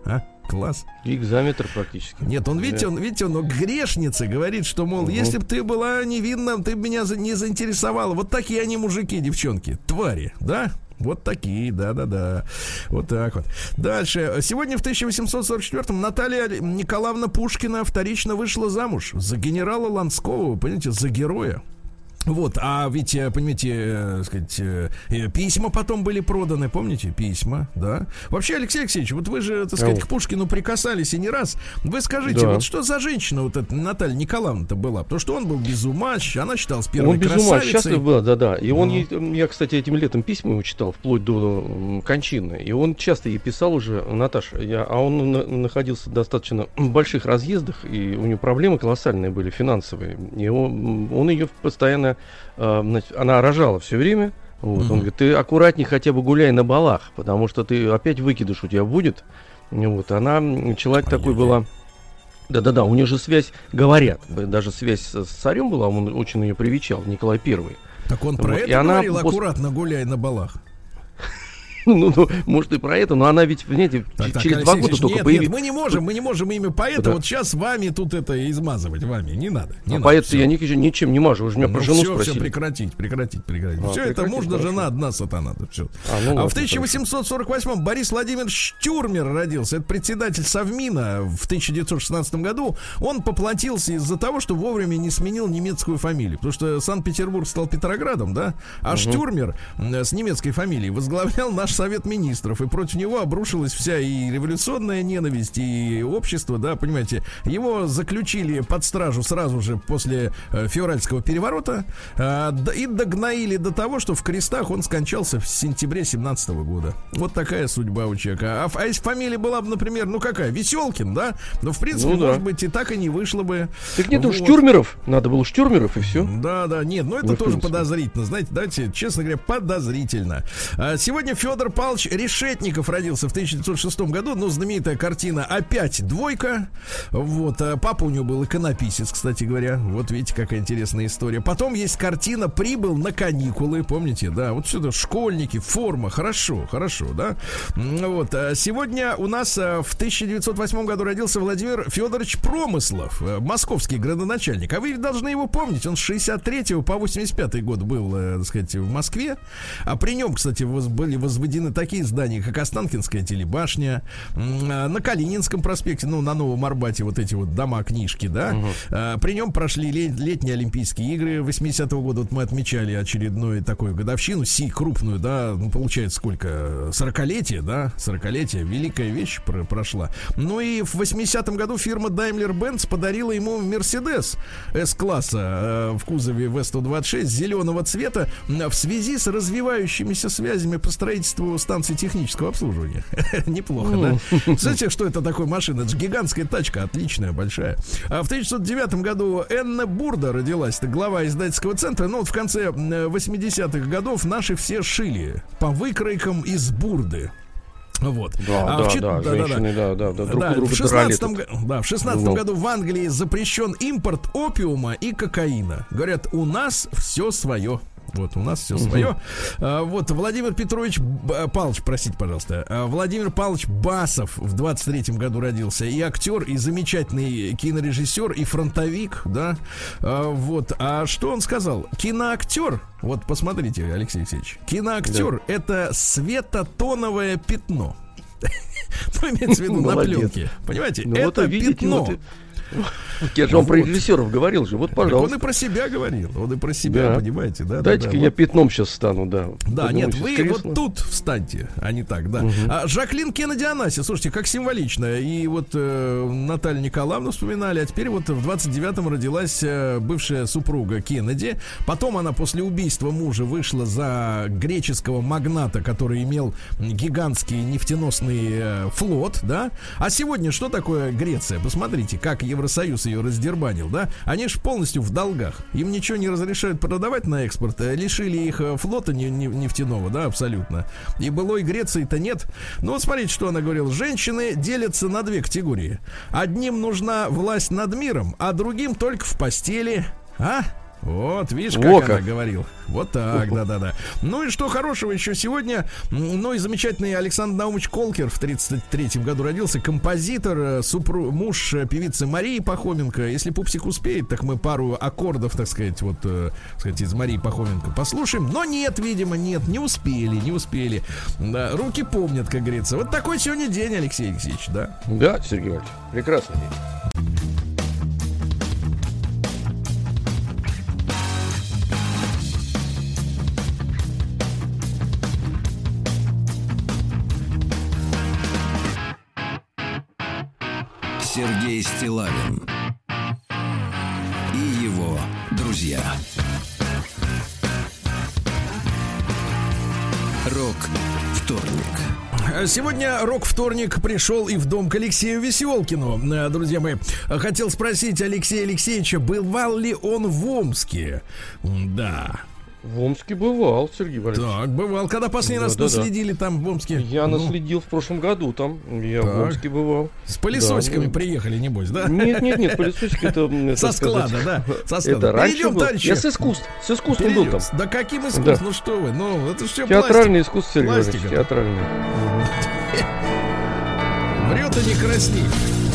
Класс. Экзаметр практически. Нет, он, видите, он грешница, говорит, что, мол, если бы ты была невинна, ты бы меня не заинтересовала. Вот такие они мужики, девчонки, твари, да? Вот такие, да-да-да. Вот так вот. Дальше. Сегодня в 1844-м Наталья Николаевна Пушкина вторично вышла замуж за генерала Ланского, понимаете, за героя. Вот, а ведь, понимаете, сказать, письма потом были проданы, помните, письма, да? Вообще, Алексей Алексеевич, вот вы же, так сказать, к Пушкину прикасались и не раз. Вы скажите, вот что за женщина вот эта Наталья Николаевна-то была? Потому что он был без ума, она считалась первой красавицей. Он без ума, счастлив был, да-да. И он, я, кстати, этим летом письма ему читал, вплоть до кончины. И он часто ей писал уже, Наташа, а он находился в достаточно больших разъездах, и у него проблемы колоссальные были, финансовые. И он ее постоянно, значит, она рожала все время. Вот, он говорит, ты аккуратней хотя бы гуляй на балах, потому что ты опять выкидыш у тебя будет. Вот, она человек такой была. Да-да-да, у нее же связь, говорят, даже связь с царем была, он очень ее привечал, Николай Первый. Так он про это говорил, аккуратно гуляй на балах. Ну, может и про это, но она ведь, знаете, через 2 года только появилась. Нет, мы не можем имя поэта вот сейчас вами тут это измазывать, вами, не надо. Поэта я ничем не мажу, вы же меня про жену спросили. Все, прекратить. Все это мужа, жена, одна сатана. А в 1848-м Борис Владимирович Штюрмер родился, это председатель Совмина в 1916 году. Он поплатился из-за того, что вовремя не сменил немецкую фамилию, потому что Санкт-Петербург стал Петроградом, да, а Штюрмер с немецкой фамилией возглавлял наш Совет Министров, и против него обрушилась вся и революционная ненависть, и общество, да, понимаете. Его заключили под стражу сразу же после февральского переворота, и догноили до того, что в крестах он скончался в сентябре 17 года. Вот такая судьба у человека. А если фамилия была бы, например, ну какая, Веселкин, да? Но в принципе, может быть, и так и не вышло бы. Так нет, вот. Штюрмеров, надо было Штюрмеров, и все. Да, нет, но это тоже подозрительно, знаете, давайте, честно говоря, подозрительно. Сегодня Федор Павлович Решетников родился в 1906 году. Ну, знаменитая картина «Опять двойка». Вот, папа у него был иконописец, кстати говоря. Вот видите, какая интересная история. Потом есть картина «Прибыл на каникулы». Помните, да? Вот сюда школьники, форма. Хорошо, да? Вот, сегодня у нас в 1908 году родился Владимир Федорович Промыслов, московский градоначальник. А вы должны его помнить. Он с 63 по 85 год был, так сказать, в Москве. А при нем, кстати, были возведены такие здания, как Останкинская телебашня, на Калининском проспекте, ну, на Новом Арбате вот эти вот дома-книжки, да. При нем прошли летние Олимпийские игры 80-го года. Вот мы отмечали очередную такую годовщину, крупную, да, ну, получается сколько? 40-летие, да? 40-летие. Великая вещь прошла. Ну и в 80-м году фирма Daimler-Benz подарила ему Mercedes S-класса в кузове V126 зеленого цвета в связи с развивающимися связями по строительству станции технического обслуживания. Неплохо, да? Знаете, что это такое машина? Это же гигантская тачка, отличная, большая. А в 1909 году Энна Бурда родилась, это глава издательского центра. Ну вот в конце 80-х годов наши все шили по выкройкам из бурды. Вот. Женщины, в 16 году в Англии запрещен импорт опиума и кокаина. Говорят, у нас все свое. Вот, у нас все свое. Вот, Владимир Павлович, простите, пожалуйста. Владимир Павлович Басов в 23-м году родился. И актер, и замечательный кинорежиссер, и фронтовик, да. Вот, а что он сказал? Киноактер, вот посмотрите, Алексей Алексеевич. Киноактер — это светотоновое пятно. Ну, имеется в виду на пленке. Понимаете? Это пятно. Я же вам про режиссеров говорил же, вот, пожалуйста. Он и про себя говорил, понимаете, да? Дайте-ка я пятном сейчас стану, да. Да, нет, вы вот тут встаньте, а не так, да. Жаклин Кеннеди Онасия, слушайте, как символично. И вот Наталью Николаевну вспоминали, а теперь вот в 29-м родилась бывшая супруга Кеннеди. Потом она после убийства мужа вышла за греческого магната, который имел гигантский нефтеносный флот, да. А сегодня что такое Греция? Посмотрите, как Евросоюз ее раздербанил, да? Они же полностью в долгах. Им ничего не разрешают продавать на экспорт. Лишили их флота нефтяного, да, абсолютно. И былой Греции-то нет. Ну вот смотрите, что она говорила. Женщины делятся на две категории. Одним нужна власть над миром, а другим только в постели. Вот, видишь, как она говорила. Вот так, да-да-да. Ну и что хорошего еще сегодня? Ну и замечательный Александр Наумович Колкер в 1933 году родился. Композитор, муж певицы Марии Пахоменко. Если пупсик успеет, так мы пару аккордов, так сказать, вот, сказать, из Марии Пахоменко послушаем. Но нет, видимо, нет, не успели. Да, руки помнят, как говорится. Вот такой сегодня день, Алексей Алексеевич, да? Да, Сергей Валерьевич, прекрасный день. Сергей Стиллавин и его друзья. Рок-вторник. Сегодня рок-вторник пришел и в дом к Алексею Веселкину. Друзья мои, хотел спросить Алексея Алексеевича, бывал ли он в Омске? Да. В Омске бывал, Сергей Валерьевич. Так, бывал. Когда последний раз наследили там в Омске? Я наследил в прошлом году там. Я в Омске бывал. С пылесосиками приехали, небось, да? Нет, пылесосики это... Со склада, да. Со склада. Это раньше был. Я с искусством был там. Да каким искусством? Ну что вы? Ну, это же все театральное искусство, Сергей Валерьевич. Театральное. Врет и не краснеет.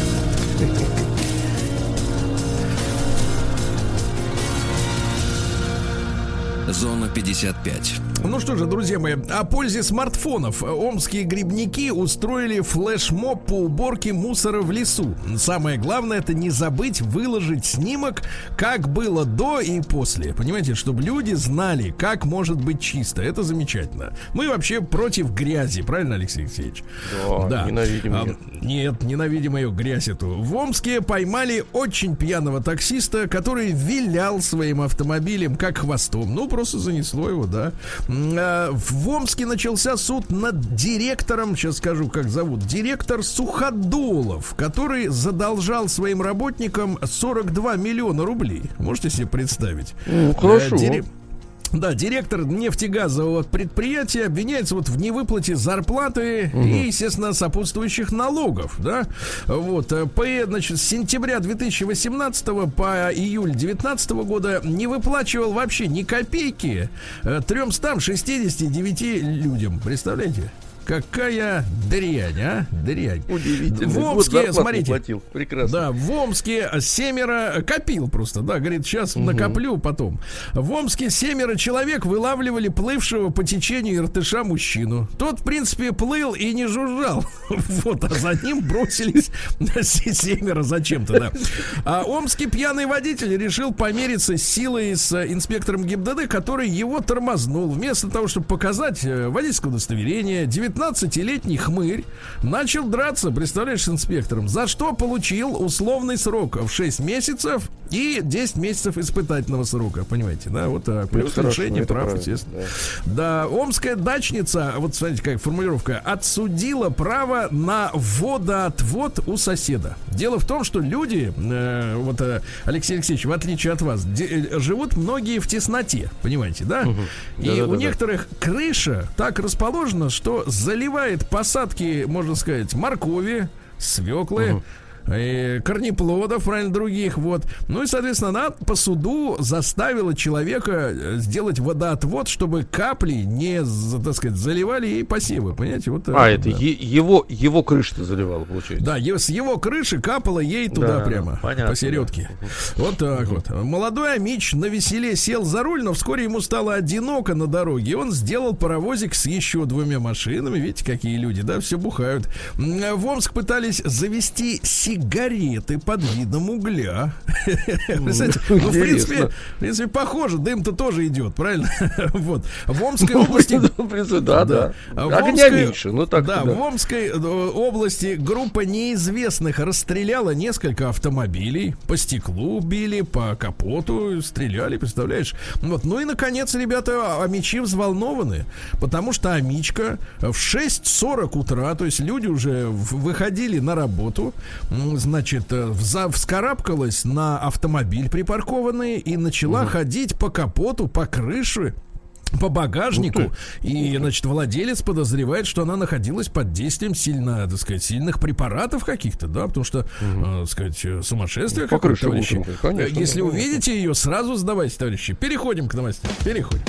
Зона 55. Ну что же, друзья мои, о пользе смартфонов. Омские грибники устроили флешмоб по уборке мусора в лесу. Самое главное — это не забыть выложить снимок, как было до и после. Понимаете, чтобы люди знали, как может быть чисто. Это замечательно. Мы вообще против грязи, правильно, Алексей Алексеевич? Да. Ненавидим ее. Нет, ненавидим ее, грязь эту. В Омске поймали очень пьяного таксиста, который вилял своим автомобилем как хвостом. Ну, просто занесло его, да. В Омске начался суд над директором, сейчас скажу, как зовут, директор Суходолов, который задолжал своим работникам 42 миллиона рублей. Можете себе представить? Хорошо. Да, директор нефтегазового предприятия обвиняется вот в невыплате зарплаты и, естественно, сопутствующих налогов, да. Вот, значит, с сентября 2018 по июль 2019 года не выплачивал вообще ни копейки 369 людям, представляете? Какая дрянь, а? Дрянь. Удивительно. В Омске, смотрите. Платил. Прекрасно. Да, в Омске 7 копил просто, да, говорит, сейчас накоплю потом. В Омске 7 человек вылавливали плывшего по течению Иртыша мужчину. Тот, в принципе, плыл и не жужжал. Вот, а за ним бросились 7 зачем-то, да. А омский пьяный водитель решил помериться силой с инспектором ГИБДД, который его тормознул. Вместо того, чтобы показать водительское удостоверение, 19-летний хмырь начал драться, представляешь, с инспектором, за что получил условный срок в 6 месяцев и 10 месяцев испытательного срока, понимаете, да, вот так, плюс нарушение прав, естественно. Да, омская дачница, вот смотрите, как формулировка, отсудила право на водоотвод у соседа. Дело в том, что люди, вот, Алексей Алексеевич, в отличие от вас, живут многие в тесноте, понимаете, да? И у некоторых крыша так расположена, что заливает посадки, можно сказать, моркови, свеклы, корнеплодов, правильно, других, вот. Ну и, соответственно, она по суду заставила человека сделать водоотвод, чтобы капли не, так сказать, заливали ей посевы, понимаете? Вот, это да. его крыша-то заливала, получается. Да, с его крыши капало ей туда, да, прямо, посередке. Да. Вот так вот. Молодой амич навеселе сел за руль, но вскоре ему стало одиноко на дороге, и он сделал паровозик с еще 2 машинами. Видите, какие люди, да, все бухают. В Омск пытались завести сигареты под видом угля. Представляете, ну, в принципе, похоже, дым-то тоже идет, правильно? Вот. В Омской области... Да. Огня меньше, ну так. Да, в Омской области группа неизвестных расстреляла несколько автомобилей, по стеклу били, по капоту стреляли, представляешь? Вот. Ну и, наконец, ребята, амичи взволнованы, потому что амичка в 6:40 утра, то есть люди уже выходили на работу, значит, вскарабкалась на автомобиль припаркованный и начала ходить по капоту, по крыше по багажнику, и, значит, владелец подозревает, что она находилась под действием сильных препаратов каких-то, да, потому что, так сказать, сумасшествие какое-то, товарищи. Конечно, если увидите ее, сразу сдавайте, товарищи. Переходим к новостям. Переходим.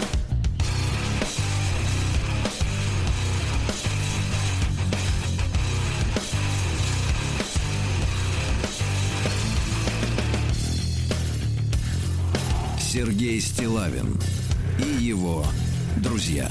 Сергей Стиллавин и его друзья.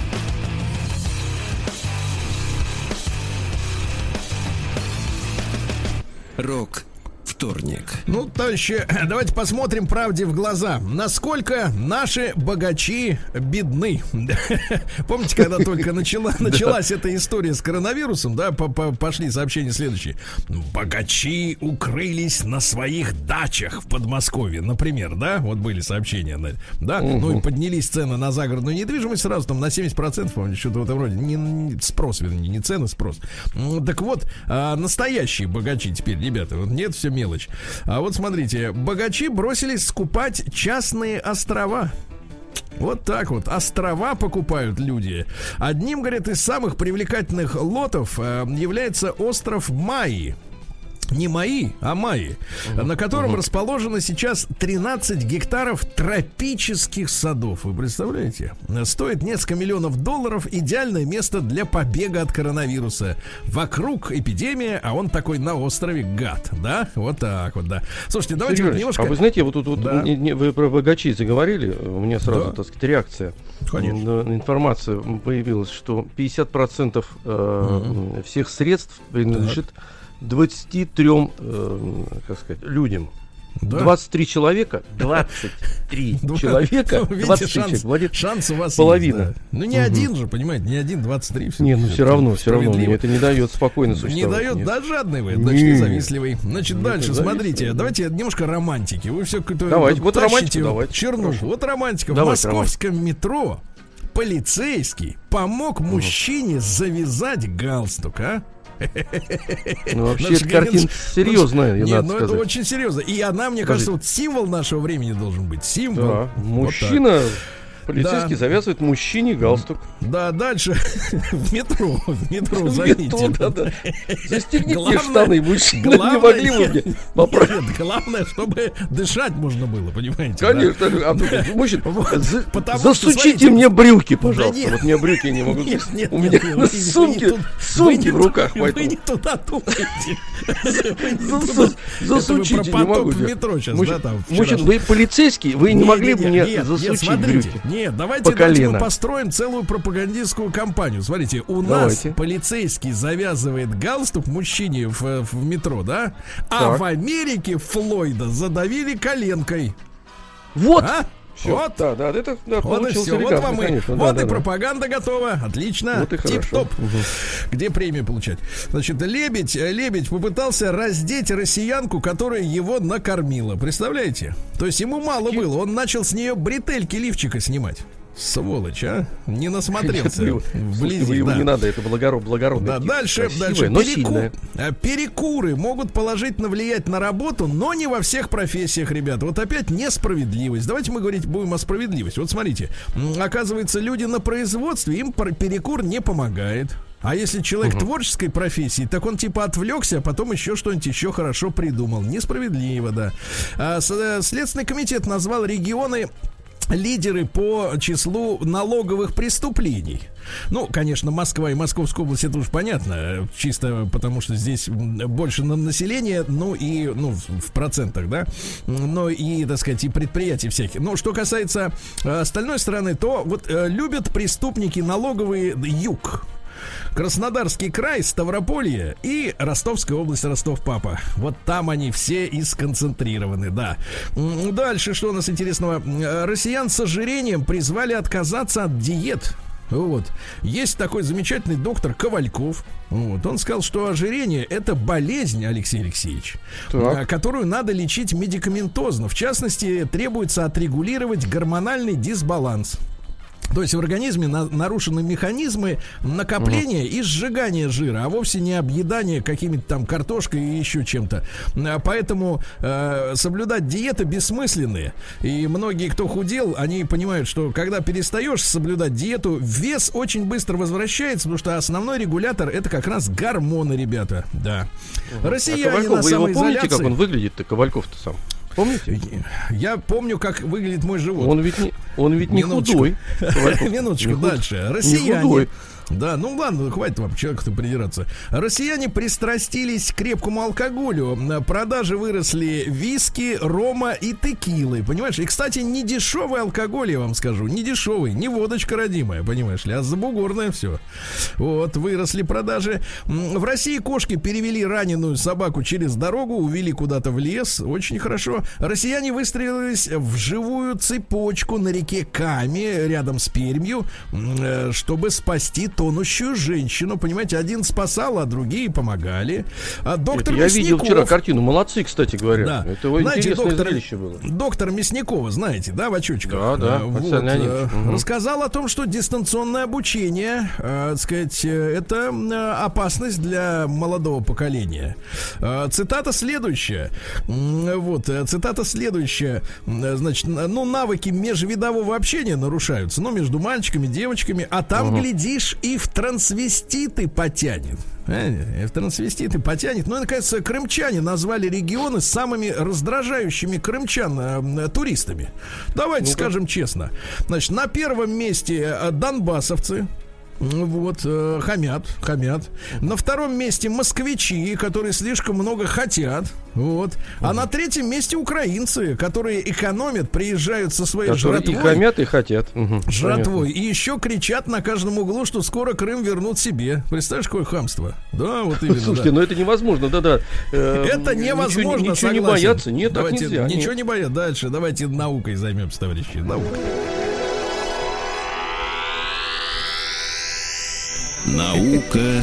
Рок-вторник. Ну, товарищи, давайте посмотрим правде в глаза. Насколько наши богачи бедны. Помните, когда только началась эта история с коронавирусом, да, пошли сообщения следующие. Богачи укрылись на своих дачах в Подмосковье, например, да, вот были сообщения, да, ну и поднялись цены на загородную недвижимость сразу там на 70%, помните, что-то в этом роде. Не спрос, вернее, не цены, спрос. Так вот, настоящие богачи теперь, ребята, вот нет, все мелочь. А вот смотрите, богачи бросились скупать частные острова. Вот так вот, острова покупают люди. Одним, говорят, из самых привлекательных лотов является остров Майи. Не Майи, а Майи, на котором расположено сейчас 13 гектаров тропических садов. Вы представляете? Стоит несколько миллионов долларов. Идеальное место для побега от коронавируса. Вокруг эпидемия, а он такой на острове гад. Да? Вот так вот, да. Слушайте, давайте вот немножко... А вы знаете, вот тут да. Вы про богачей заговорили, у меня сразу, так сказать, реакция. Конечно. Информация появилась, что 50% всех средств принадлежит 23, как сказать, людям. Да? 23 человека, 23 человека, 20 человек, шанс у вас половина. Есть, да. Ну не один же, понимаете, не один, 23. Не, ну все равно мне это не дает спокойно существовать. Не дает, да, жадный вы, значит, независтливый. Значит, дальше, смотрите, давайте немножко романтики. Вы все какое-то давайте, вот романтику, давайте. Чернушу. Вот романтика. В московском метро полицейский помог мужчине завязать галстук, а? Ну, вообще, эта картина серьезная, нет, ну это очень серьезно. И она, мне кажется, вот символ нашего времени должен быть. Символ. Да. Мужчина, полицейский, завязывает мужчине галстук. Да, дальше в метро, заметьте. Да. Застегните штаны, мужчина, не могли бы поправить. Главное, чтобы дышать можно было, понимаете? Конечно. Мужчина, засучите мне брюки, пожалуйста. Вот мне брюки не могут. У меня сумки в руках. Вы не туда думаете. Засучите, не могу. В метро сейчас, да, там. Мужчина, вы полицейский, вы не могли бы мне засучить брюки? Нет, давайте мы построим целую пропагандистскую кампанию. Смотрите, у нас полицейский завязывает галстук мужчине в метро, да? А в Америке Флойда задавили коленкой. Вот! Все. Вот, да, это вот и все. Вот вам вот и пропаганда готова. Отлично. Вот и тип-топ. Где премию получать? Значит, Лебедь попытался раздеть россиянку, которая его накормила. Представляете? То есть ему мало было. Он начал с нее бретельки лифчика снимать. Сволочь, а? Не насмотрелся вблизи. Его не надо, это благородно. Да, дальше. Перекуры могут положительно влиять на работу, но не во всех профессиях, ребята. Вот опять несправедливость. Давайте мы говорить будем о справедливости. Вот смотрите, оказывается, люди на производстве, им перекур не помогает. А если человек творческой профессии, так он типа отвлекся, а потом еще что-нибудь еще хорошо придумал. Несправедливо, да. Следственный комитет назвал регионы лидеры по числу налоговых преступлений. Ну, конечно, Москва и Московская область, это уж понятно, чисто потому что здесь больше населения, в процентах, да, но и, так сказать, и предприятий всяких. Но что касается остальной стороны, то вот любят преступники налоговые юг. Краснодарский край, Ставрополье и Ростовская область, Ростов-Папа. Вот там они все и сконцентрированы, да. Дальше, что у нас интересного? Россиян с ожирением призвали отказаться от диет. Вот. Есть такой замечательный доктор Ковальков. Вот. Он сказал, что ожирение — это болезнь, Алексей Алексеевич, которую надо лечить медикаментозно. В частности, требуется отрегулировать гормональный дисбаланс. То есть в организме нарушены механизмы накопления и сжигания жира, а вовсе не объедания какими-то там картошкой и еще чем-то. Поэтому соблюдать диеты бессмысленные. И многие, кто худел, они понимают, что когда перестаешь соблюдать диету, вес очень быстро возвращается, потому что основной регулятор — это как раз гормоны, ребята. Да. Россияне на самоизоляции. Вы его помните, как он выглядит-то, Ковальков-то сам? Помните? Я помню, как выглядит мой живот. Он ведь не худой. Минуточку дальше. Россияне. Да, ну ладно, хватит вам человеку-то придираться. Россияне пристрастились к крепкому алкоголю. Продажи выросли виски, рома и текилы. Понимаешь? И, кстати, не дешевый алкоголь, я вам скажу. Не дешевый, не водочка родимая, понимаешь ли, а забугорное все. Вот, выросли продажи. В России кошки перевели раненую собаку через дорогу, увели куда-то в лес. Очень хорошо. Россияне выстроились в живую цепочку на реке Каме, рядом с Пермью, чтобы спасти тонущую женщину, понимаете, один спасал, а другие помогали. Доктор я видел вчера картину, молодцы, кстати говоря. Да. Это знаете, интересное зрелище было. Доктор Мясникова, знаете, да, в очочках? Да, вот, рассказал о том, что дистанционное обучение, так сказать, это опасность для молодого поколения. Цитата следующая. Вот, цитата следующая. Значит, ну, навыки межвидового общения нарушаются, ну, между мальчиками, девочками, а там, глядишь, и в трансвеститы потянет. В трансвеститы потянет. Ну и, наконец, крымчане назвали регионы самыми раздражающими крымчан туристами. Давайте скажем честно. Значит, на первом месте донбассовцы. Вот, хамят. На втором месте москвичи, которые слишком много хотят. Вот. А на третьем месте украинцы, которые экономят, приезжают со своей жратвой. И хамят, и хотят. Жратвой. И еще кричат на каждом углу, что скоро Крым вернут себе. Представляешь, какое хамство? Да, вот именно. Слушайте, но это невозможно, да-да. Это невозможно, ничего не бояться. Нет, давайте, так нельзя. Ничего не бояться. Дальше давайте наукой займемся, товарищи. Наукой. Наука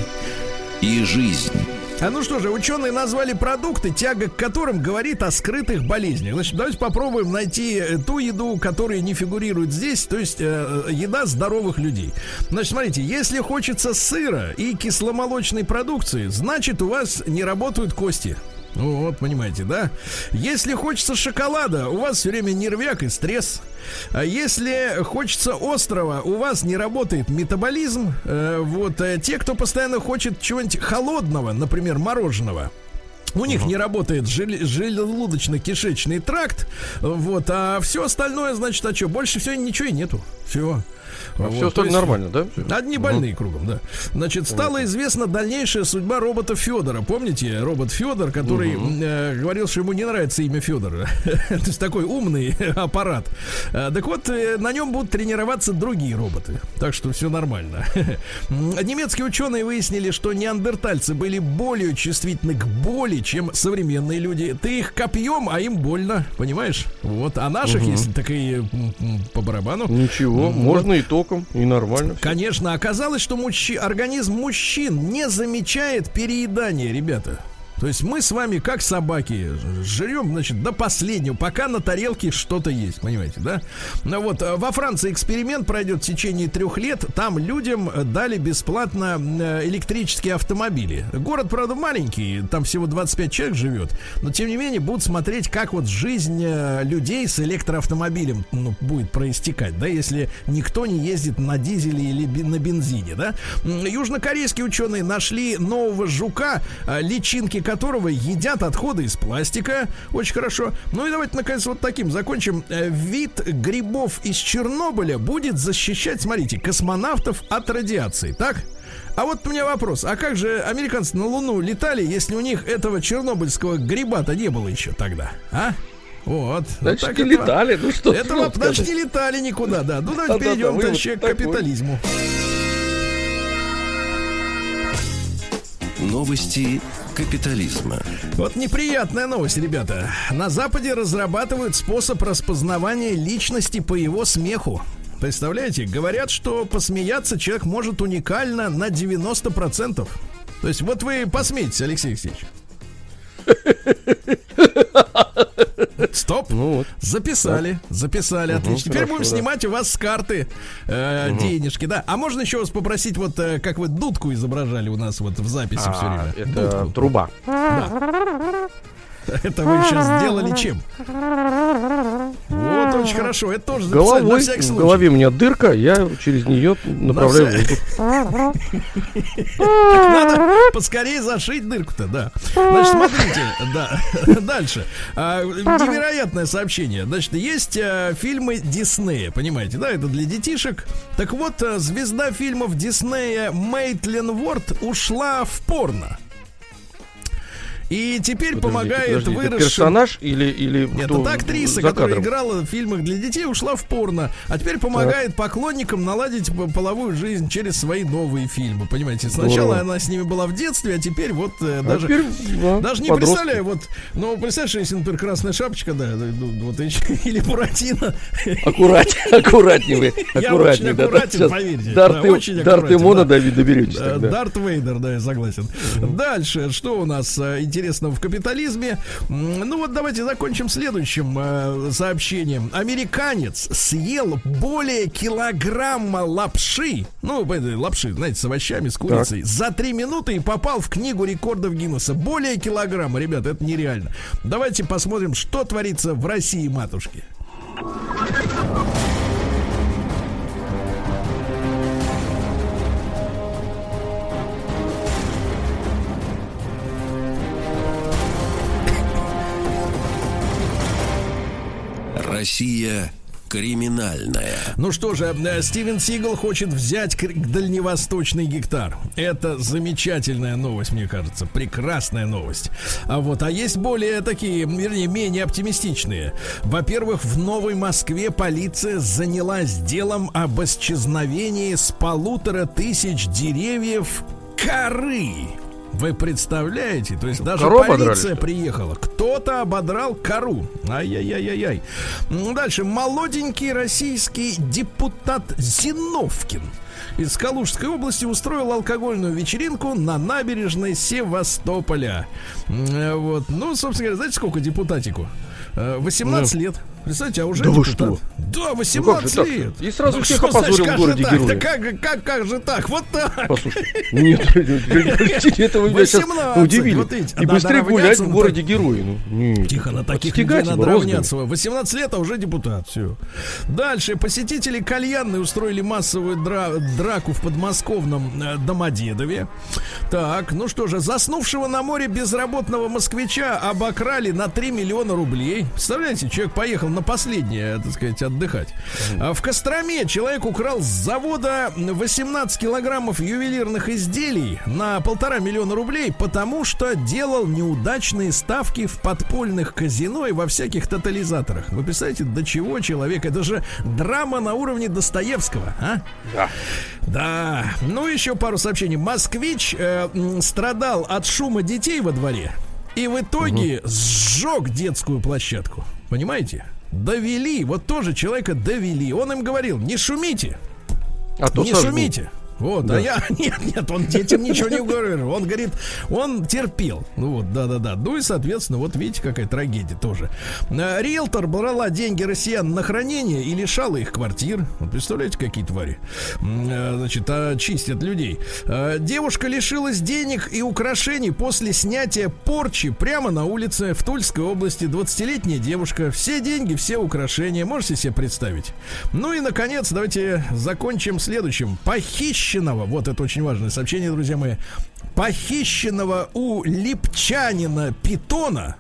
и жизнь. Ну что же, ученые назвали продукты, тяга к которым говорит о скрытых болезнях. Значит, давайте попробуем найти ту еду, которая не фигурирует здесь, то есть еда здоровых людей. Значит, смотрите, если хочется сыра и кисломолочной продукции, значит, у вас не работают кости. Ну, вот, понимаете, да? Если хочется шоколада, у вас все время нервяк и стресс. А если хочется острого, у вас не работает метаболизм. Вот, те, кто постоянно хочет чего-нибудь холодного, например, мороженого, у них не работает желудочно-кишечный тракт. Вот, а все остальное, значит, а что? Больше всего ничего и нету. Все. Все остальное нормально, да? Одни больные кругом, да. Значит, стала известна дальнейшая судьба робота Федора. Помните, робот Федор, который говорил, что ему не нравится имя Федора. То есть такой умный аппарат. Так вот, на нем будут тренироваться другие роботы. Так что все нормально. Немецкие ученые выяснили, что неандертальцы были более чувствительны к боли, чем современные люди. Ты их копьем, а им больно, понимаешь? Вот, а наших, если так и по барабану. Ничего, можно и током, и нормально. Конечно, оказалось, что организм мужчин не замечает переедания, ребята. То есть мы с вами, как собаки, жрем, значит, до последнего, пока на тарелке что-то есть, понимаете, да? Ну вот, во Франции эксперимент пройдет в течение 3 лет. Там людям дали бесплатно электрические автомобили. Город, правда, маленький, там всего 25 человек живет, но, тем не менее, будут смотреть, как вот жизнь людей с электроавтомобилем будет проистекать, да, если никто не ездит на дизеле или на бензине, да? Южнокорейские ученые нашли нового жука, личинки которого едят отходы из пластика. Очень хорошо. Ну и давайте, наконец, вот таким закончим. Вид грибов из Чернобыля будет защищать, смотрите, космонавтов от радиации. Так? А вот у меня вопрос. А как же американцы на Луну летали, если у них этого чернобыльского гриба-то не было еще тогда? А? Вот. Значит, вот не летали. Ну что? Этого, значит, не летали никуда, да. Ну давайте перейдем дальше к капитализму. Новости капитализма. Вот неприятная новость, ребята. На Западе разрабатывают способ распознавания личности по его смеху. Представляете? Говорят, что посмеяться человек может уникально на 90%. То есть вот вы посмейтесь, Алексей Алексеевич. Стоп. Ну, вот. Записали. Отлично. Теперь будем снимать у вас с карты денежки, да. А можно еще вас попросить, вот как вы дудку изображали у нас вот в записи все время? Это дудку. Труба. Да. Это вы сейчас сделали чем? Вот, очень хорошо. Это тоже записали на всякий случай. В голове у меня дырка, я через нее направляю воздух. Надо поскорее зашить дырку-то, да. Значит, смотрите, да. Дальше. Невероятное сообщение. Значит, есть фильмы Диснея, понимаете, да, это для детишек. Так вот, звезда фильмов Диснея Мейтлин Уорд ушла в порно. И теперь помогает выросшим... Это персонаж или нет, это актриса, которая играла в фильмах для детей, ушла в порно. А теперь помогает поклонникам наладить половую жизнь через свои новые фильмы. Понимаете, сначала она с ними была в детстве, а теперь вот даже не представляю, вот, ну, представляешь, если, например, Красная Шапочка, да, вот или Буратино. Аккуратнее вы. Я очень аккуратен, поверьте. Дарт Эмона доберетесь. Дарт Вейдер, да, я согласен. Дальше, что у нас интересного в капитализме? Ну вот давайте закончим следующим сообщением. Американец съел более килограмма лапши, ну, лапши, знаете, с овощами, с курицей, за 3 минуты и попал в книгу рекордов Гиннесса. Более килограмма, ребята, это нереально. Давайте посмотрим, что творится в России, матушки. Россия криминальная. Ну что же, Стивен Сигал хочет взять дальневосточный гектар. Это замечательная новость, мне кажется. Прекрасная новость. А есть более такие, вернее, менее оптимистичные. Во-первых, в Новой Москве полиция занялась делом об исчезновении с 1500 деревьев коры. Вы представляете? То есть даже кору полиция приехала. Кто-то ободрал кору. Ай-яй-яй-яй-яй. Дальше. Молоденький российский депутат Зиновкин из Калужской области устроил алкогольную вечеринку на набережной Севастополя. Вот. Ну, собственно говоря, знаете, сколько депутатику? 18 лет. Представляете, а уже да депутат. Вы что? Да, 18 лет. И сразу всех опозорил в городе героя. Да как же так? Вот так. Послушайте, нет, это вы меня сейчас удивили. Вот и быстрее гулять в городе героя. Тихо, на таких людей надо равняться. 18 лет, а уже депутат. Все. Дальше. Посетители кальянной устроили массовую драку в подмосковном Домодедове. Так, ну что же, заснувшего на море безработного москвича обокрали на 3 миллиона рублей. Представляете, человек поехал на последнее, так сказать, отдыхать. В Костроме человек украл с завода 18 килограммов ювелирных изделий на 1,5 миллиона рублей, потому что делал неудачные ставки в подпольных казино и во всяких тотализаторах. Вы представляете, до чего человек? Это же драма на уровне Достоевского, а? Да. Да. Ну, еще пару сообщений. Москвич страдал от шума детей во дворе и в итоге сжег детскую площадку. Понимаете? Довели. Вот тоже человека довели. Он им говорил: не шумите. Не шумите. Вот, да. Нет, он детям ничего не говорил. Он говорит, он терпел. Ну вот, да. Ну и, соответственно, вот видите, какая трагедия тоже. Риэлтор брала деньги россиян на хранение и лишала их квартир. Вот представляете, какие твари. Значит, чистят людей. Девушка лишилась денег и украшений после снятия порчи прямо на улице в Тульской области. 20-летняя девушка. Все деньги, все украшения. Можете себе представить? Ну и, наконец, давайте закончим следующим. Похищенного, вот это очень важное сообщение, друзья мои, похищенного у липчанина питона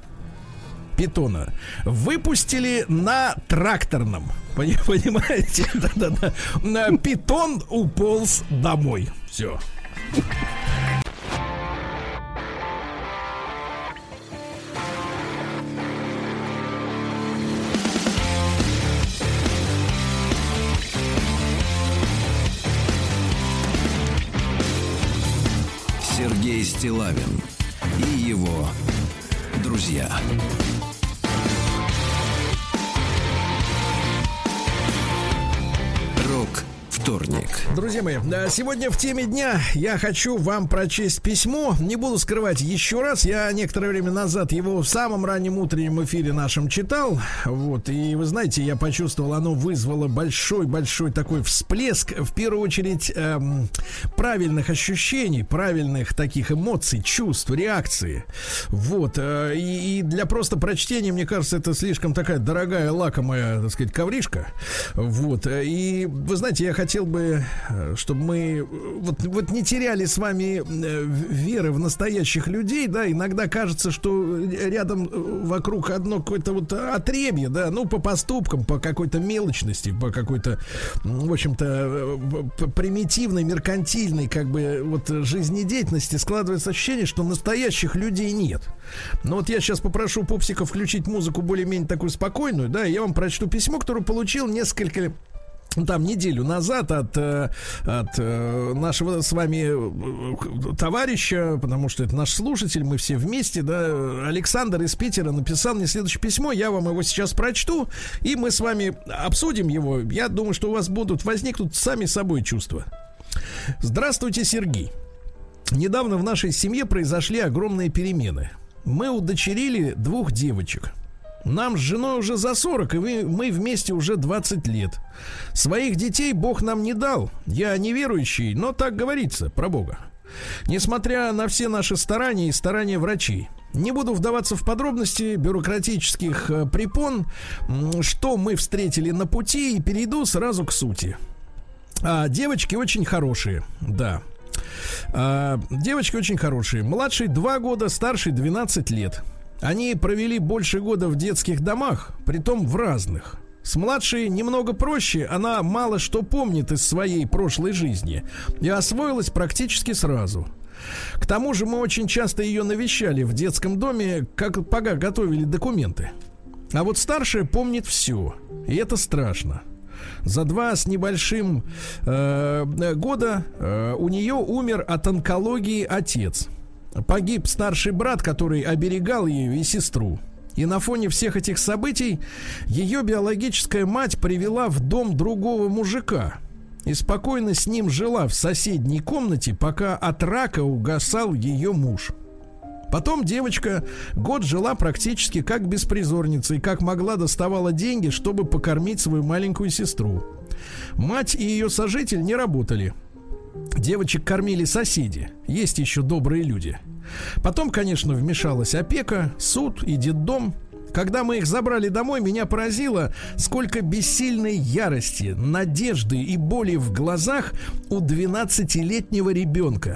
выпустили на тракторном. Понимаете? Да. Питон уполз домой. Все. Сергей Стиллавин и его друзья. Рок в Вторник. Друзья мои, сегодня в теме дня я хочу вам прочесть письмо. Не буду скрывать еще раз. Я некоторое время назад его в самом раннем утреннем эфире нашем читал. Вот, и вы знаете, я почувствовал, оно вызвало большой такой всплеск. В первую очередь правильных ощущений, правильных таких эмоций, чувств, реакции. Вот, и для просто прочтения, мне кажется, это слишком такая дорогая, лакомая, так сказать, ковришка. Вот, и вы знаете, я хотел бы, чтобы мы вот не теряли с вами веры в настоящих людей, да, иногда кажется, что рядом вокруг одно какое-то вот отребье, да, ну, по поступкам, по какой-то мелочности, по какой-то, в общем-то, примитивной, меркантильной, как бы, вот жизнедеятельности складывается ощущение, что настоящих людей нет. Но вот я сейчас попрошу пупсиков включить музыку более-менее такую спокойную, да, я вам прочту письмо, которое получил несколько неделю назад от нашего с вами товарища, потому что это наш слушатель, мы все вместе, да, Александр из Питера написал мне следующее письмо, я вам его сейчас прочту, и мы с вами обсудим его. Я думаю, что у вас возникнут сами собой чувства. Здравствуйте, Сергей. Недавно в нашей семье произошли огромные перемены. Мы удочерили 2 девочек. Нам с женой уже за 40, и мы вместе уже 20 лет. Своих детей Бог нам не дал. Я неверующий, но так говорится про Бога. Несмотря на все наши старания и старания врачей. Не буду вдаваться в подробности бюрократических препон, что мы встретили на пути, и перейду сразу к сути. Девочки очень хорошие, да. Девочки очень хорошие. Младший 2 года, старший 12 лет. Они провели больше года в детских домах, притом в разных. С младшей немного проще, она мало что помнит из своей прошлой жизни и освоилась практически сразу. К тому же мы очень часто ее навещали в детском доме, пока готовили документы. А вот старшая помнит все, и это страшно. За 2 с небольшим года у нее умер от онкологии отец. Погиб старший брат, который оберегал ее и сестру. И на фоне всех этих событий ее биологическая мать привела в дом другого мужика и спокойно с ним жила в соседней комнате, пока от рака угасал ее муж. Потом девочка год жила практически как беспризорница и как могла доставала деньги, чтобы покормить свою маленькую сестру. Мать и ее сожитель не работали. Девочек кормили соседи. Есть еще добрые люди. Потом, конечно, вмешалась опека, суд и детдом. Когда мы их забрали домой, меня поразило, сколько бессильной ярости, надежды и боли в глазах у 12-летнего ребенка.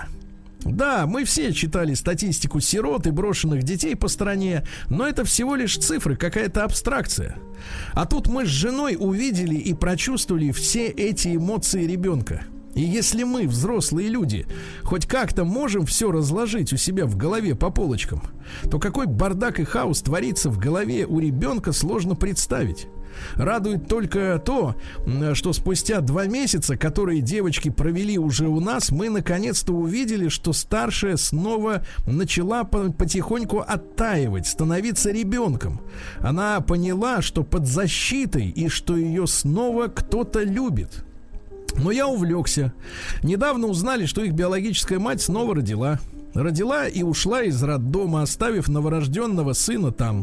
Да, мы все читали статистику сирот и брошенных детей по стране, но это всего лишь цифры, какая-то абстракция. А тут мы с женой увидели и прочувствовали все эти эмоции ребенка. И если мы, взрослые люди, хоть как-то можем все разложить у себя в голове по полочкам, то какой бардак и хаос творится в голове у ребенка, сложно представить. Радует только то, что спустя 2 месяца, которые девочки провели уже у нас, мы наконец-то увидели, что старшая снова начала потихоньку оттаивать, становиться ребенком. Она поняла, что под защитой и что ее снова кто-то любит. Но я увлекся. Недавно узнали, что их биологическая мать снова родила. Родила и ушла из роддома, оставив новорожденного сына там.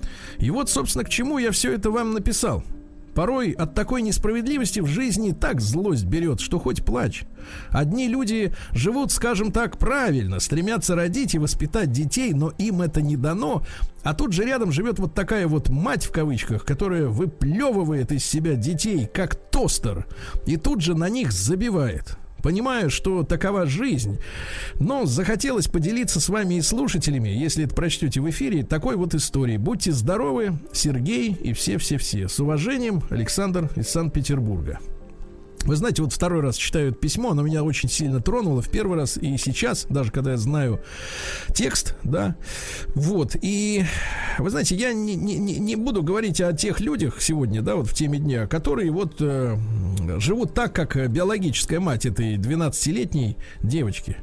И вот, собственно, к чему я все это вам написал. Порой от такой несправедливости в жизни так злость берет, что хоть плачь. Одни люди живут, скажем так, правильно, стремятся родить и воспитать детей, но им это не дано. А тут же рядом живет вот такая вот мать, в кавычках, которая выплевывает из себя детей, как тостер, и тут же на них забивает. Понимаю, что такова жизнь, но захотелось поделиться с вами и слушателями, если это прочтете в эфире, такой вот историей. Будьте здоровы, Сергей и все-все-все. С уважением, Александр из Санкт-Петербурга. Вы знаете, вот 2-й раз читаю это письмо, оно меня очень сильно тронуло в 1-й раз и сейчас, даже когда я знаю текст, да, вот, и вы знаете, я не буду говорить о тех людях сегодня, да, вот в теме дня, которые вот живут так, как биологическая мать этой 12-летней девочки.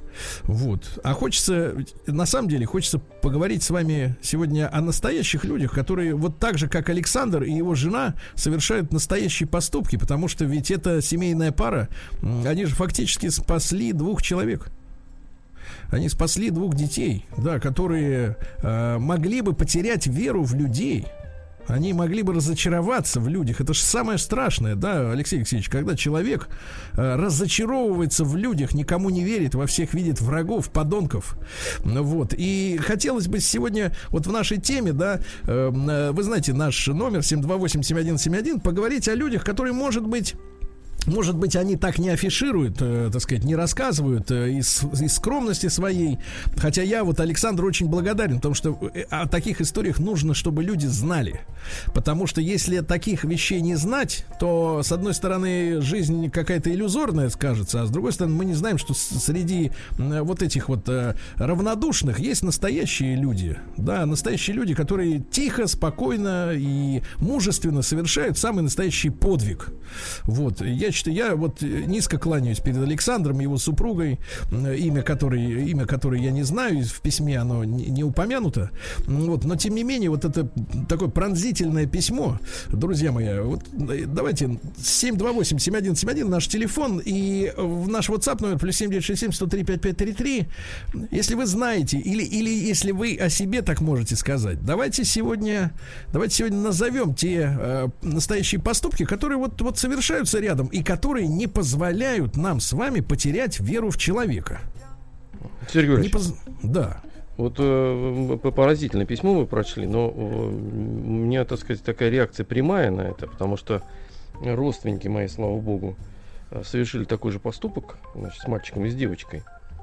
Вот. А хочется, на самом деле, хочется поговорить с вами сегодня о настоящих людях, которые вот так же, как Александр и его жена, совершают настоящие поступки, потому что ведь эта семейная пара, они же фактически спасли 2 человек. Они спасли 2 детей, да, которые могли бы потерять веру в людей. Они могли бы разочароваться в людях. Это же самое страшное, да, Алексей Алексеевич, когда человек разочаровывается в людях, никому не верит, во всех видит врагов, подонков. Вот. И хотелось бы сегодня вот в нашей теме, да, вы знаете, наш номер 728-7171, поговорить о людях, которые, может быть, они так не афишируют, так сказать, не рассказывают из скромности своей. Хотя я вот Александру очень благодарен, потому что о таких историях нужно, чтобы люди знали. Потому что если таких вещей не знать, то, с одной стороны, жизнь какая-то иллюзорная скажется, а с другой стороны, мы не знаем, что среди вот этих вот равнодушных есть настоящие люди. Да, настоящие люди, которые тихо, спокойно и мужественно совершают самый настоящий подвиг. Вот, я вот низко кланяюсь перед Александром, его супругой, имя которой я не знаю, в письме оно не упомянуто. Вот, но тем не менее, вот это такое пронзительное письмо, друзья мои, вот давайте 728-7171 наш телефон и в наш WhatsApp номер +7 967 103 5533. Если вы знаете, или если вы о себе так можете сказать, давайте сегодня назовем те настоящие поступки, которые вот совершаются рядом и которые не позволяют нам с вами потерять веру в человека. Сергей Ильич, да. Вот поразительное письмо вы прочли, но у меня, так сказать, такая реакция прямая на это, потому что родственники мои, слава богу, совершили такой же поступок, значит, с мальчиком и с девочкой.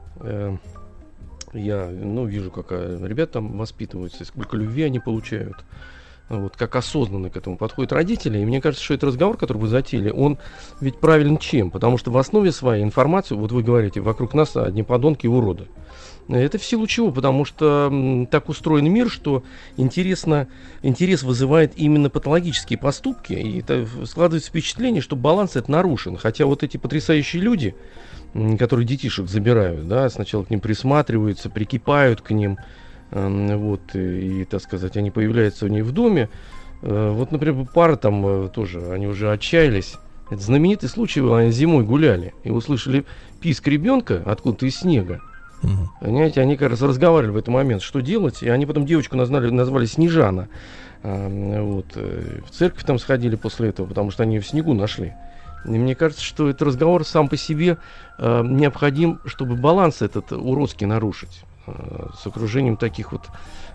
Я, вижу, как ребята там воспитываются, сколько любви они получают. Вот, как осознанно к этому подходят родители. И мне кажется, что этот разговор, который вы затеяли, он ведь правилен чем? Потому что в основе своей информации, вот вы говорите, вокруг нас одни подонки и уроды. Это в силу чего? Потому что так устроен мир, что интерес вызывает именно патологические поступки. И это складывается впечатление, что баланс этот нарушен. Хотя вот эти потрясающие люди, которые детишек забирают, да, сначала к ним присматриваются, прикипают к ним, вот, и, так сказать, они появляются у них в доме. Вот, например, пара там тоже, они уже отчаялись. Это знаменитый случай, они зимой гуляли и услышали писк ребенка откуда-то из снега. Понимаете, они как раз разговаривали в этот момент, что делать, и они потом девочку назвали Снежана. Вот, в церковь там сходили после этого, потому что они ее в снегу нашли. И мне кажется, что этот разговор сам по себе необходим, чтобы баланс этот уродский нарушить. С окружением таких вот,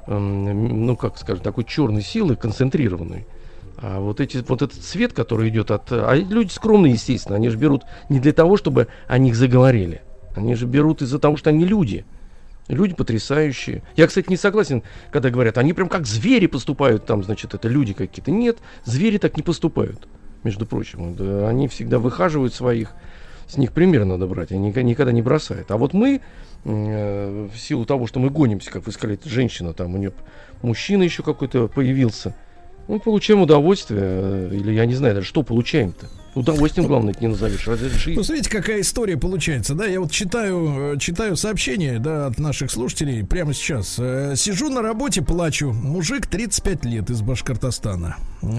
такой черной силы, концентрированной. А вот этот свет, который идет а люди скромные, естественно, они же берут не для того, чтобы о них заговорили. Они же берут из-за того, что они люди. Люди потрясающие. Я, кстати, не согласен, когда говорят, они прям как звери поступают, там, значит, это люди какие-то. Нет, звери так не поступают, между прочим. Да, они всегда выхаживают своих, с них пример надо брать, они никогда не бросают. А вот мы, в силу того, что мы гонимся, как вы сказали, женщина, там у нее мужчина еще какой-то появился, мы получаем удовольствие, или я не знаю даже, что получаем-то. Удовольствием, главное, это не назовешь. Ну, смотрите, какая история получается, да? Я вот читаю сообщение, да, от наших слушателей прямо сейчас. Сижу на работе, плачу. Мужик 35 лет из Башкортостана.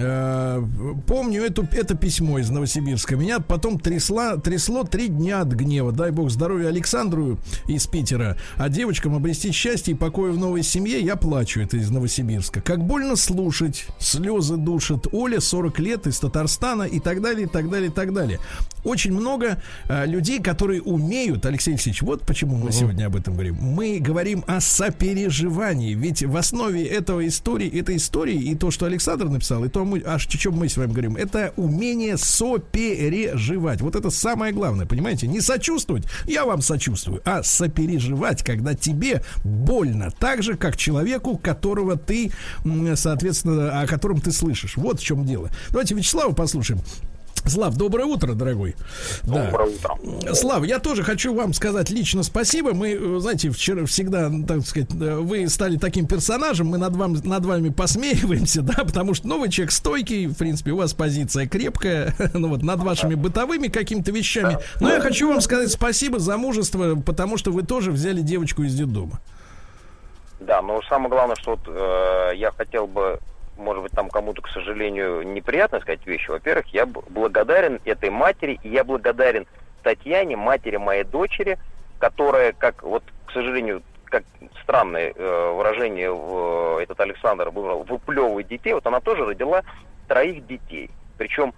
Помню это письмо из Новосибирска. Меня потом трясло 3 дня от гнева. Дай бог здоровья Александру из Питера. А девочкам обрести счастье и покой в новой семье. Я плачу. Это из Новосибирска. Как больно слушать. Слезы душат. Оля, 40 лет, из Татарстана и так далее, и так далее, и так далее. Очень много людей, которые умеют, Алексей Алексеевич, вот почему мы сегодня об этом говорим. Мы говорим о сопереживании. Ведь в основе этой истории и то, что Александр написал, и то, о чем мы с вами говорим, это умение сопереживать. Вот это самое главное, понимаете? Не сочувствовать, я вам сочувствую, а сопереживать, когда тебе больно, так же, как человеку, которого ты, соответственно, о котором ты слышишь. Вот в чем дело. Давайте Вячеслава послушаем. Слав, доброе утро, дорогой. Доброе утро. Слав, я тоже хочу вам сказать лично спасибо. Мы, знаете, вчера всегда, так сказать, вы стали таким персонажем, мы над вами посмеиваемся, да, потому что, вы человек стойкий, в принципе, у вас позиция крепкая, над вашими бытовыми какими-то вещами. Но я хочу вам сказать спасибо за мужество, потому что вы тоже взяли девочку из детдома. Да, но самое главное, что я хотел бы, может быть, там кому-то, к сожалению, неприятно сказать вещи. Во-первых, я благодарен этой матери, и я благодарен Татьяне, матери моей дочери, которая, к сожалению, как странное выражение этот Александр выбрал, выплевывает детей. Вот она тоже родила 3 детей. Причем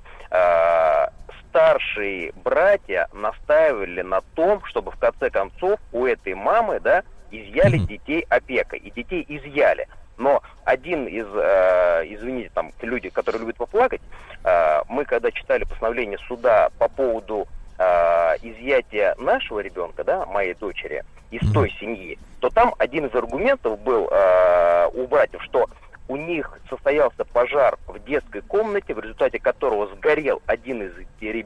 старшие братья настаивали на том, чтобы в конце концов у этой мамы, да, изъяли детей опекой. И детей изъяли. Но один из, извините, там, люди, которые любят поплакать, мы когда читали постановление суда по поводу изъятия нашего ребенка, да, моей дочери, из той семьи, то там один из аргументов был у братьев, что у них состоялся пожар в детской комнате, в результате которого сгорел один из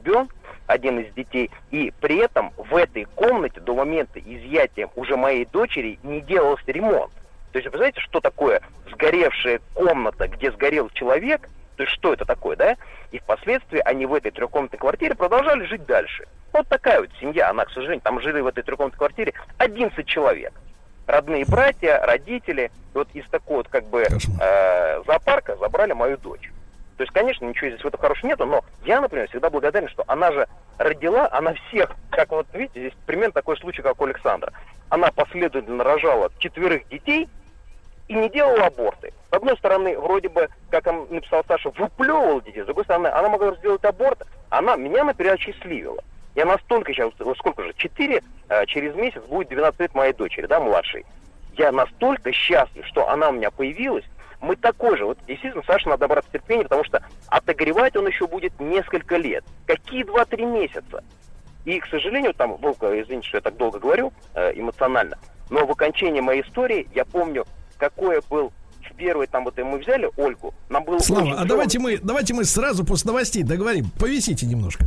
детей, и при этом в этой комнате до момента изъятия уже моей дочери не делался ремонт. То есть, вы знаете, что такое сгоревшая комната, где сгорел человек? То есть, что это такое, да? И впоследствии они в этой 3-комнатной квартире продолжали жить дальше. Вот такая вот семья, она, к сожалению, там жили в этой 3-комнатной квартире 11 человек. Родные братья, родители. И вот из такого зоопарка забрали мою дочь. То есть, конечно, ничего здесь в этом хорошего нету, но я, например, всегда благодарен, что она же родила, она всех, как вот видите, здесь примерно такой случай, как у Александра. Она последовательно рожала 4 детей, и не делала аборты. С одной стороны, вроде бы, как он написал Саша, выплевывала детей. С другой стороны, она могла сделать аборт. Она меня, например, осчастливила. Я настолько сейчас, сколько же, 4, через месяц будет 12 лет моей дочери, да, младшей. Я настолько счастлив, что она у меня появилась. Мы такой же. Вот действительно, Саше надо набраться терпения, потому что отогревать он еще будет несколько лет. Какие 2-3 месяца? И, к сожалению, там, извините, что я так долго говорю, эмоционально, но в окончании моей истории я помню, какое был в первой, там вот мы взяли Ольгу, нам было... Слава, а давайте мы сразу после новостей договорим, повисите немножко.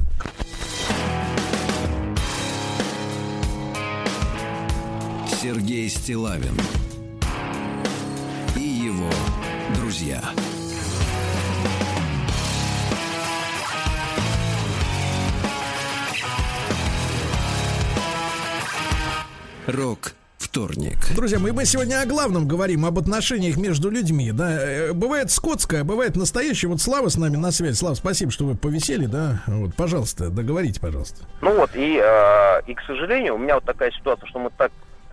Сергей Стиллавин и его друзья. Рок-вторник. Друзья, мы сегодня о главном говорим, об отношениях между людьми, да. Бывает скотское, бывает настоящее. Вот Слава с нами на связи. Слава, спасибо, что вы повесели, да. Вот, пожалуйста, договорите, пожалуйста. Ну вот, и, к сожалению, у меня вот такая ситуация, что мы так,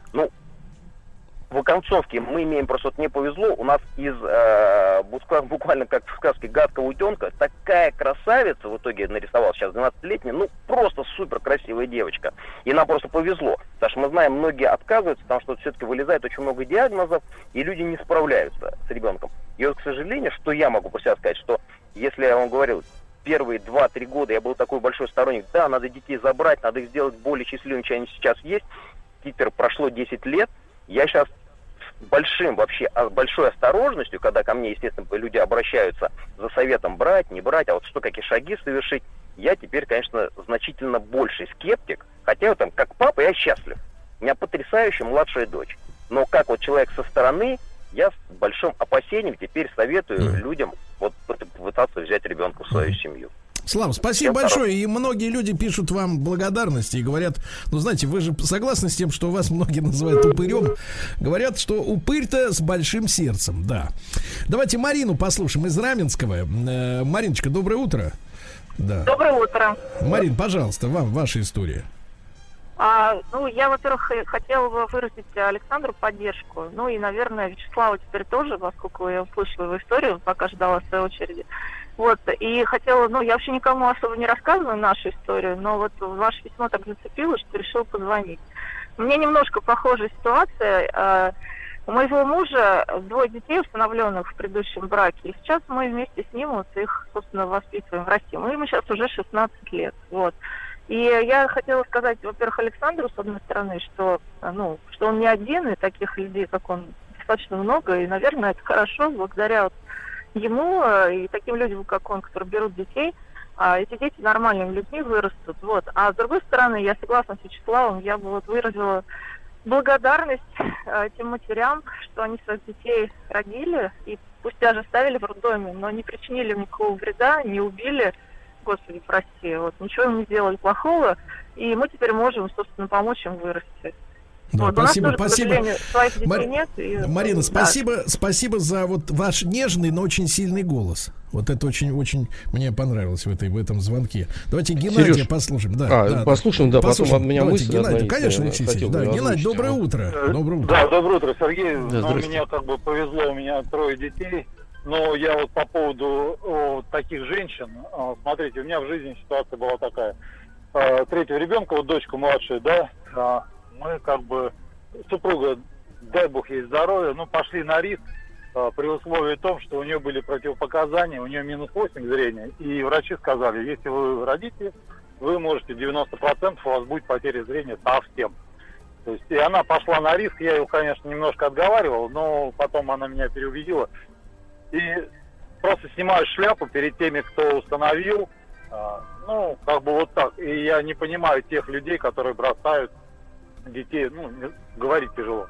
в оконцовке мы имеем просто, вот мне повезло, у нас из, буквально как в сказке «Гадкого утенка», такая красавица в итоге нарисовалась сейчас, 12-летняя, просто супер красивая девочка. И нам просто повезло, потому что мы знаем, многие отказываются, потому что все-таки вылезает очень много диагнозов, и люди не справляются с ребенком. И вот, к сожалению, что я могу про себя сказать, что если я вам говорил, первые 2-3 года я был такой большой сторонник, да, надо детей забрать, надо их сделать более счастливыми, чем они сейчас есть. Теперь прошло 10 лет, я сейчас большой осторожностью, когда ко мне, естественно, люди обращаются за советом брать, не брать, а вот что, какие шаги совершить, я теперь, конечно, значительно больший скептик, хотя там, как папа, я счастлив. У меня потрясающая младшая дочь. Но как вот человек со стороны, я с большим опасением теперь советую людям вот пытаться взять ребенка в свою семью. Слава, спасибо большое. И многие люди пишут вам благодарности и говорят, знаете, вы же согласны с тем, что вас многие называют упырем. Говорят, что упырь-то с большим сердцем, да. Давайте Марину послушаем из Раменского. Мариночка, доброе утро. Да. Доброе утро. Марин, пожалуйста, ваша история. Я, во-первых, хотела бы выразить Александру поддержку. И, наверное, Вячеславу теперь тоже, поскольку я услышала его историю, пока ждала своей очереди. И хотела, я вообще никому особо не рассказываю нашу историю, но вот ваше письмо так зацепило, что решила позвонить. У меня немножко похожая ситуация. У моего мужа 2 детей, установленных в предыдущем браке, и сейчас мы вместе с ним их, собственно, воспитываем в России. Ему сейчас уже 16 лет, И я хотела сказать, во-первых, Александру, с одной стороны, что он не один, и таких людей, как он, достаточно много, и, наверное, это хорошо, благодаря ему и таким людям, как он, которые берут детей, эти дети нормальными людьми вырастут. Вот. А с другой стороны, я согласна с Вячеславом, я бы вот выразила благодарность тем матерям, что они своих детей родили, и пусть даже оставили в роддоме, но не причинили им никакого вреда, не убили, Господи, прости, вот, ничего им не сделали плохого, и мы теперь можем, собственно, помочь им вырасти. Да, вот, спасибо, спасибо. Марина, спасибо за вот ваш нежный, но очень сильный голос. Вот это очень мне понравилось в этом звонке. Давайте Геннадия Сереж, послушаем. Послушаем, потом у меня мысль. Геннадий, конечно, Алексей Алексеевич. Да, Геннадий, доброе утро. Да, доброе утро, Сергей. У меня как бы повезло, у меня 3 детей. Но я вот по поводу таких женщин, смотрите, у меня в жизни ситуация была такая. 3-го ребенка, вот дочка младшая, да, мы как бы, супруга, дай бог ей здоровья, пошли на риск при условии том, что у нее были противопоказания, у нее -8 зрения, и врачи сказали, если вы родите, вы можете 90% у вас будет потеря зрения совсем. То есть, и она пошла на риск, я ее, конечно, немножко отговаривал, но потом она меня переубедила. И просто снимаю шляпу перед теми, кто установил, как бы вот так. И я не понимаю тех людей, которые бросают детей, говорить тяжело.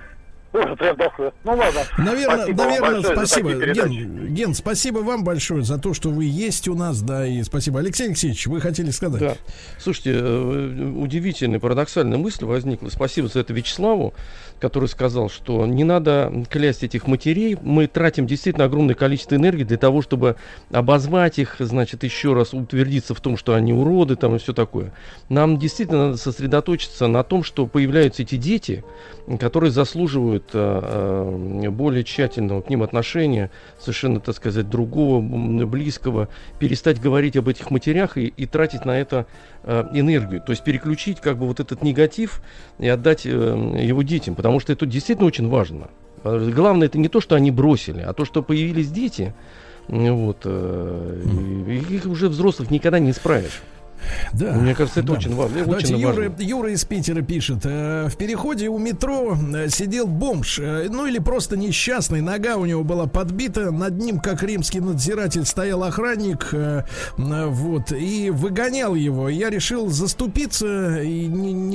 Ладно. Наверное, спасибо. Ген, спасибо вам большое за то, что вы есть у нас, да, и спасибо. Алексей Алексеевич, вы хотели сказать? Да. Слушайте, удивительная, парадоксальная мысль возникла. Спасибо за это Вячеславу, который сказал, что не надо клясть этих матерей. Мы тратим действительно огромное количество энергии для того, чтобы обозвать их, значит, еще раз утвердиться в том, что они уроды, там и все такое. Нам действительно надо сосредоточиться на том, что появляются эти дети, которые заслуживают более тщательного к ним отношения, совершенно, так сказать, другого, близкого, перестать говорить об этих матерях и тратить на это энергию, то есть переключить как бы вот этот негатив и отдать его детям, потому что это действительно очень важно. Главное, это не то, что они бросили, а то, что появились дети, вот, их уже взрослых никогда не исправишь. Да, мне кажется, это очень важно. Юра из Питера пишет: в переходе у метро сидел бомж, или просто несчастный, нога у него была подбита, над ним, как римский надзиратель, стоял охранник, и выгонял его. Я решил заступиться и не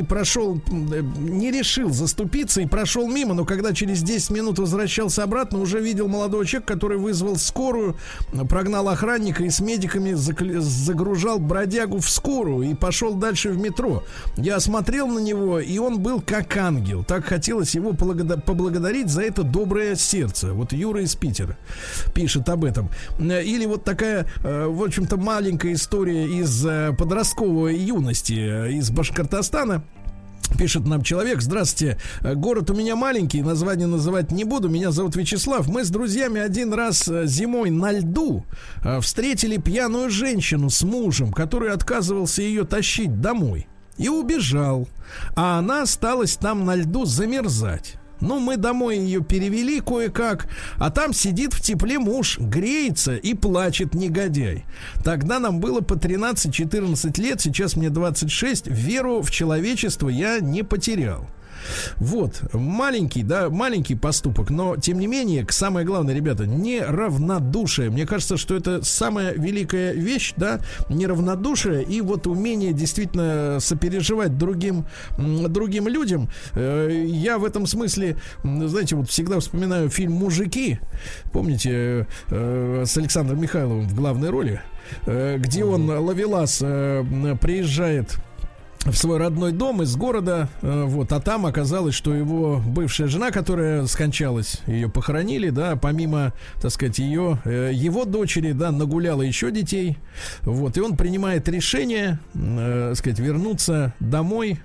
решил заступиться и прошел мимо, но когда через 10 минут возвращался обратно, уже видел молодого человека, который вызвал скорую, прогнал охранника и с медиками загружал бродягу в скорую и пошел дальше в метро. Я смотрел на него, и он был как ангел. Так хотелось его поблагодарить за это доброе сердце. Вот Юра из Питера пишет об этом. Или вот такая, в общем-то, маленькая история из подростковой юности, из Башкортостана. Пишет нам человек: здравствуйте, город у меня маленький, название называть не буду, меня зовут Вячеслав. Мы с друзьями один раз зимой на льду встретили пьяную женщину с мужем, который отказывался ее тащить домой и убежал, а она осталась там на льду замерзать. Мы домой ее перевели кое-как, а там сидит в тепле муж, греется и плачет, негодяй. Тогда нам было по 13-14 лет, сейчас мне 26. Веру в человечество я не потерял. Вот, маленький поступок, но, тем не менее, самое главное, ребята, неравнодушие. Мне кажется, что это самая великая вещь, да, неравнодушие и вот умение действительно сопереживать другим людям. Я в этом смысле, знаете, вот всегда вспоминаю фильм «Мужики», помните, с Александром Михайловым в главной роли, где он, ловелас, приезжает в свой родной дом из города, а там оказалось, что его бывшая жена, которая скончалась, ее похоронили, да, помимо, так сказать, его дочери, да, нагуляла еще детей, и он принимает решение, сказать, вернуться домой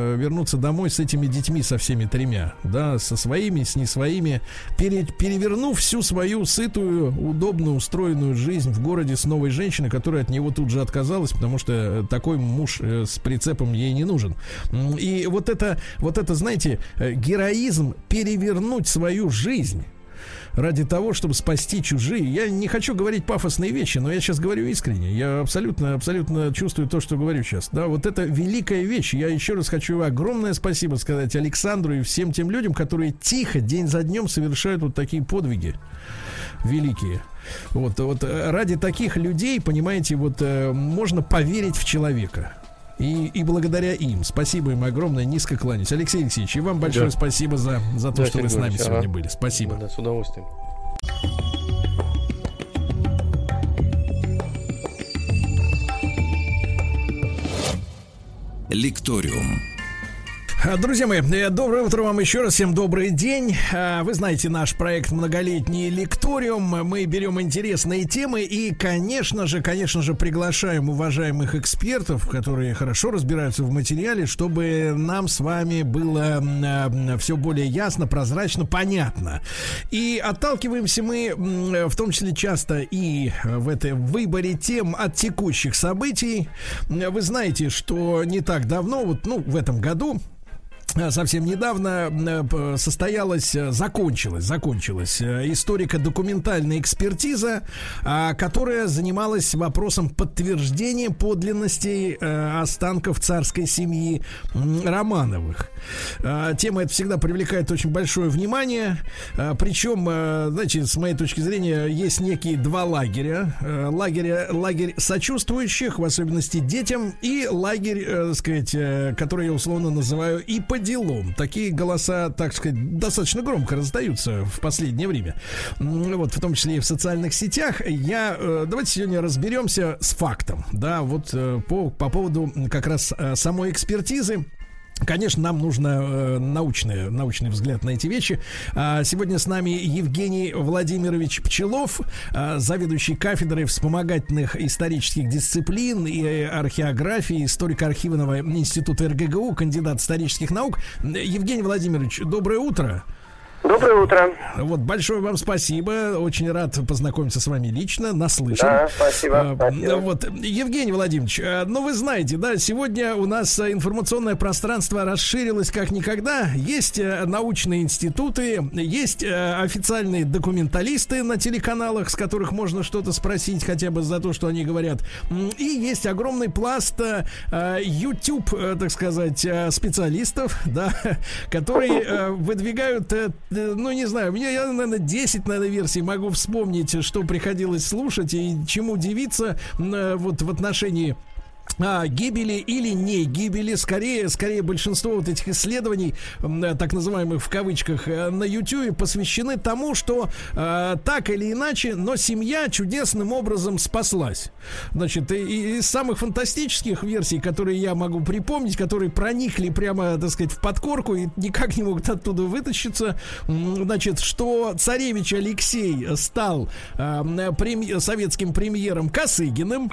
с этими детьми, со всеми 3, да, со своими, с не своими, перевернув всю свою сытую, удобную, устроенную жизнь в городе с новой женщиной, которая от него тут же отказалась, потому что такой муж с прицепом ей не нужен. И вот это, знаете, героизм перевернуть свою жизнь ради того, чтобы спасти чужие. Я не хочу говорить пафосные вещи, но я сейчас говорю искренне. Я абсолютно чувствую то, что говорю сейчас. Да, вот это великая вещь. Я еще раз хочу огромное спасибо сказать Александру и всем тем людям, которые тихо, день за днем совершают вот такие подвиги великие. Вот ради таких людей, понимаете, вот можно поверить в человека. И благодаря им. Спасибо им огромное, низко кланяюсь. Алексей Алексеевич, и вам большое спасибо за то, что вы с нами сегодня были. Спасибо. Да, с удовольствием. Лекториум. Друзья мои, доброе утро вам еще раз, всем добрый день. Вы знаете наш проект «Многолетний лекториум». Мы берем интересные темы и, конечно же, приглашаем уважаемых экспертов, которые хорошо разбираются в материале, чтобы нам с вами было все более ясно, прозрачно, понятно. И отталкиваемся мы, в том числе часто и в этом выборе тем от текущих событий. Вы знаете, что не так давно, в этом году, совсем недавно закончилась историко-документальная экспертиза, которая занималась вопросом подтверждения подлинности останков царской семьи Романовых. Тема эта всегда привлекает очень большое внимание. Причем, знаете, с моей точки зрения, есть некие два лагеря. Лагерь сочувствующих, в особенности детям, и лагерь, который я условно называю и по делам. Такие голоса, так сказать, достаточно громко раздаются в последнее время. Вот, в том числе и в социальных сетях. Давайте сегодня разберемся с фактом. Да, вот по поводу как раз самой экспертизы. Конечно, нам нужно научный взгляд на эти вещи. Сегодня с нами Евгений Владимирович Пчелов, заведующий кафедрой вспомогательных исторических дисциплин и археографии, историк архивного института РГГУ, кандидат исторических наук. Евгений Владимирович, доброе утро. Доброе утро. Вот, большое вам спасибо. Очень рад познакомиться с вами лично, наслышан. Да, спасибо. Вот, Евгений Владимирович, вы знаете, да, сегодня у нас информационное пространство расширилось как никогда. Есть научные институты, есть официальные документалисты на телеканалах, с которых можно что-то спросить хотя бы за то, что они говорят. И есть огромный пласт YouTube, так сказать, специалистов, да, которые выдвигают... не знаю, я, наверное, 10, версий могу вспомнить, что приходилось слушать и чему удивиться вот в отношении гибели или не гибели. Скорее большинство вот этих исследований, так называемых в кавычках, на YouTube посвящены тому, что так или иначе, но семья чудесным образом спаслась. Значит, и из самых фантастических версий, которые я могу припомнить, которые проникли прямо, так сказать, в подкорку и никак не могут оттуда вытащиться, значит, что царевич Алексей стал советским премьером Косыгиным.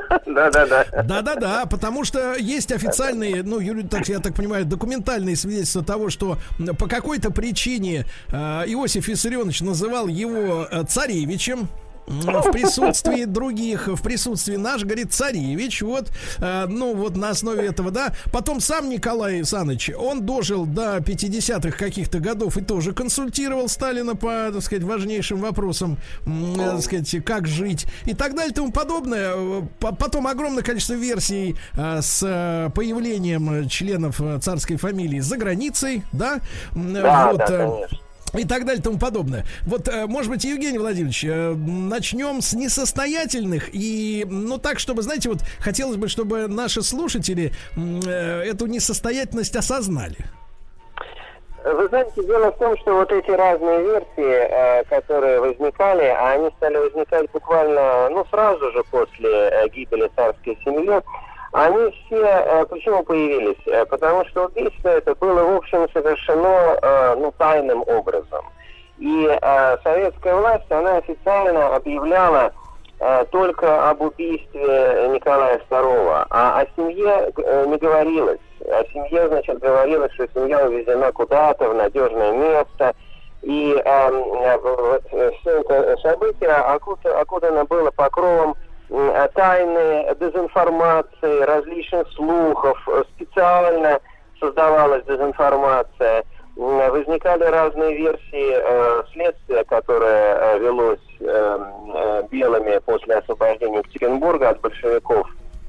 Да, потому что есть официальные, я так понимаю, документальные свидетельства того, что по какой-то причине Иосиф Виссарионович называл его царевичем. В присутствии других, в присутствии наш, говорит, царевич, на основе этого, да. Потом сам Николай Саныч, он дожил до 50-х каких-то годов и тоже консультировал Сталина по, так сказать, важнейшим вопросам, так сказать, как жить и так далее и тому подобное. Потом огромное количество версий с появлением членов царской фамилии за границей, да. Конечно. И так далее и тому подобное. Вот, может быть, Евгений Владимирович, начнем с несостоятельных и, так, чтобы, знаете, вот хотелось бы, чтобы наши слушатели эту несостоятельность осознали. Вы знаете, дело в том, что вот эти разные версии, которые возникали, они стали возникать буквально, сразу же после гибели царской семьи. Они все почему появились? Потому что убийство это было, в общем, совершено тайным образом. И советская власть, она официально объявляла только об убийстве Николая II, а о семье не говорилось. О семье, значит, говорилось, что семья увезена куда-то в надежное место. И все это событие окутано было покровом тайны, дезинформации, различных слухов, специально создавалась дезинформация, возникали разные версии следствия, которое велось белыми после освобождения Екатеринбурга от большевиков.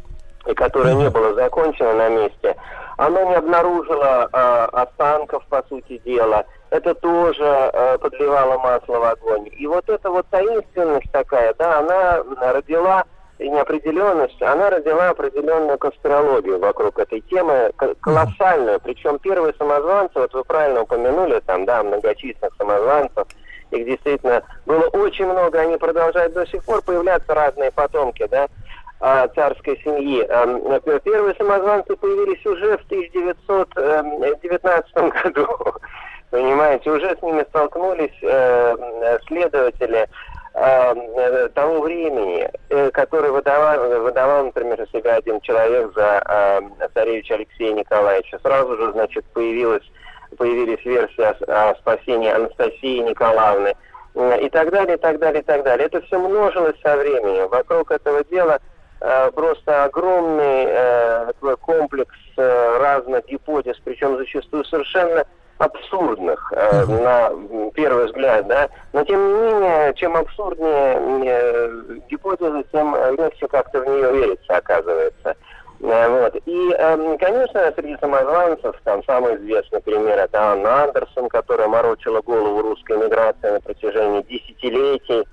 и которое не было закончено на месте, оно не обнаружило останков, по сути дела. Это тоже подливало масло в огонь. И вот эта вот таинственность такая, да, она родила, и неопределенность, она родила определенную конспирологию вокруг этой темы, колоссальную. Причем первые самозванцы, вот вы правильно упомянули, там, да, многочисленных самозванцев, их действительно было очень много, они продолжают до сих пор появляться, разные потомки, да, царской семьи. Первые самозванцы появились уже в 1919 году. Понимаете, уже с ними столкнулись следователи того времени, который выдавал, например, себя один человек за царевича Алексея Николаевича. Сразу же, значит, появились версии о спасении Анастасии Николаевны и так далее, и так далее, и так далее. Это все множилось со временем. Вокруг этого дела просто огромный такой комплекс разных гипотез, причем зачастую совершенно абсурдных на первый взгляд, да, но тем не менее, чем абсурднее гипотеза, тем легче как-то в нее верится, оказывается. Вот. И, конечно, среди самозванцев, там самый известный пример — это Анна Андерсон, которая морочила голову русской миграции на протяжении десятилетий.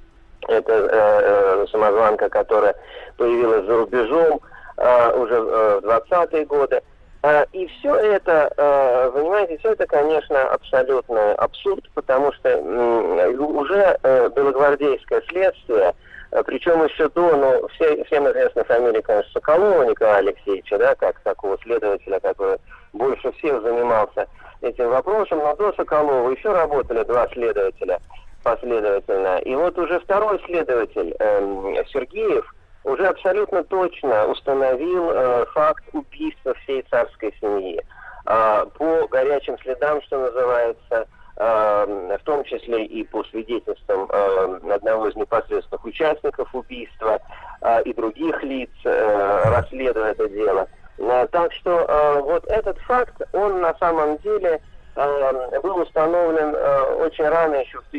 Это самозванка, которая появилась за рубежом уже в 20-е годы. И все это, понимаете, все это, конечно, абсолютно абсурд, потому что уже белогвардейское следствие, причем еще до, ну, всем известна фамилия, конечно, Соколова Николая Алексеевича, да, как такого следователя, который больше всех занимался этим вопросом, но до Соколова еще работали два следователя последовательно. И вот уже второй следователь, Сергеев, уже абсолютно точно установил факт убийства всей царской семьи. По горячим следам, что называется, в том числе и по свидетельствам одного из непосредственных участников убийства и других лиц, расследуя это дело. Так что вот этот факт, он на самом деле был установлен очень рано, еще в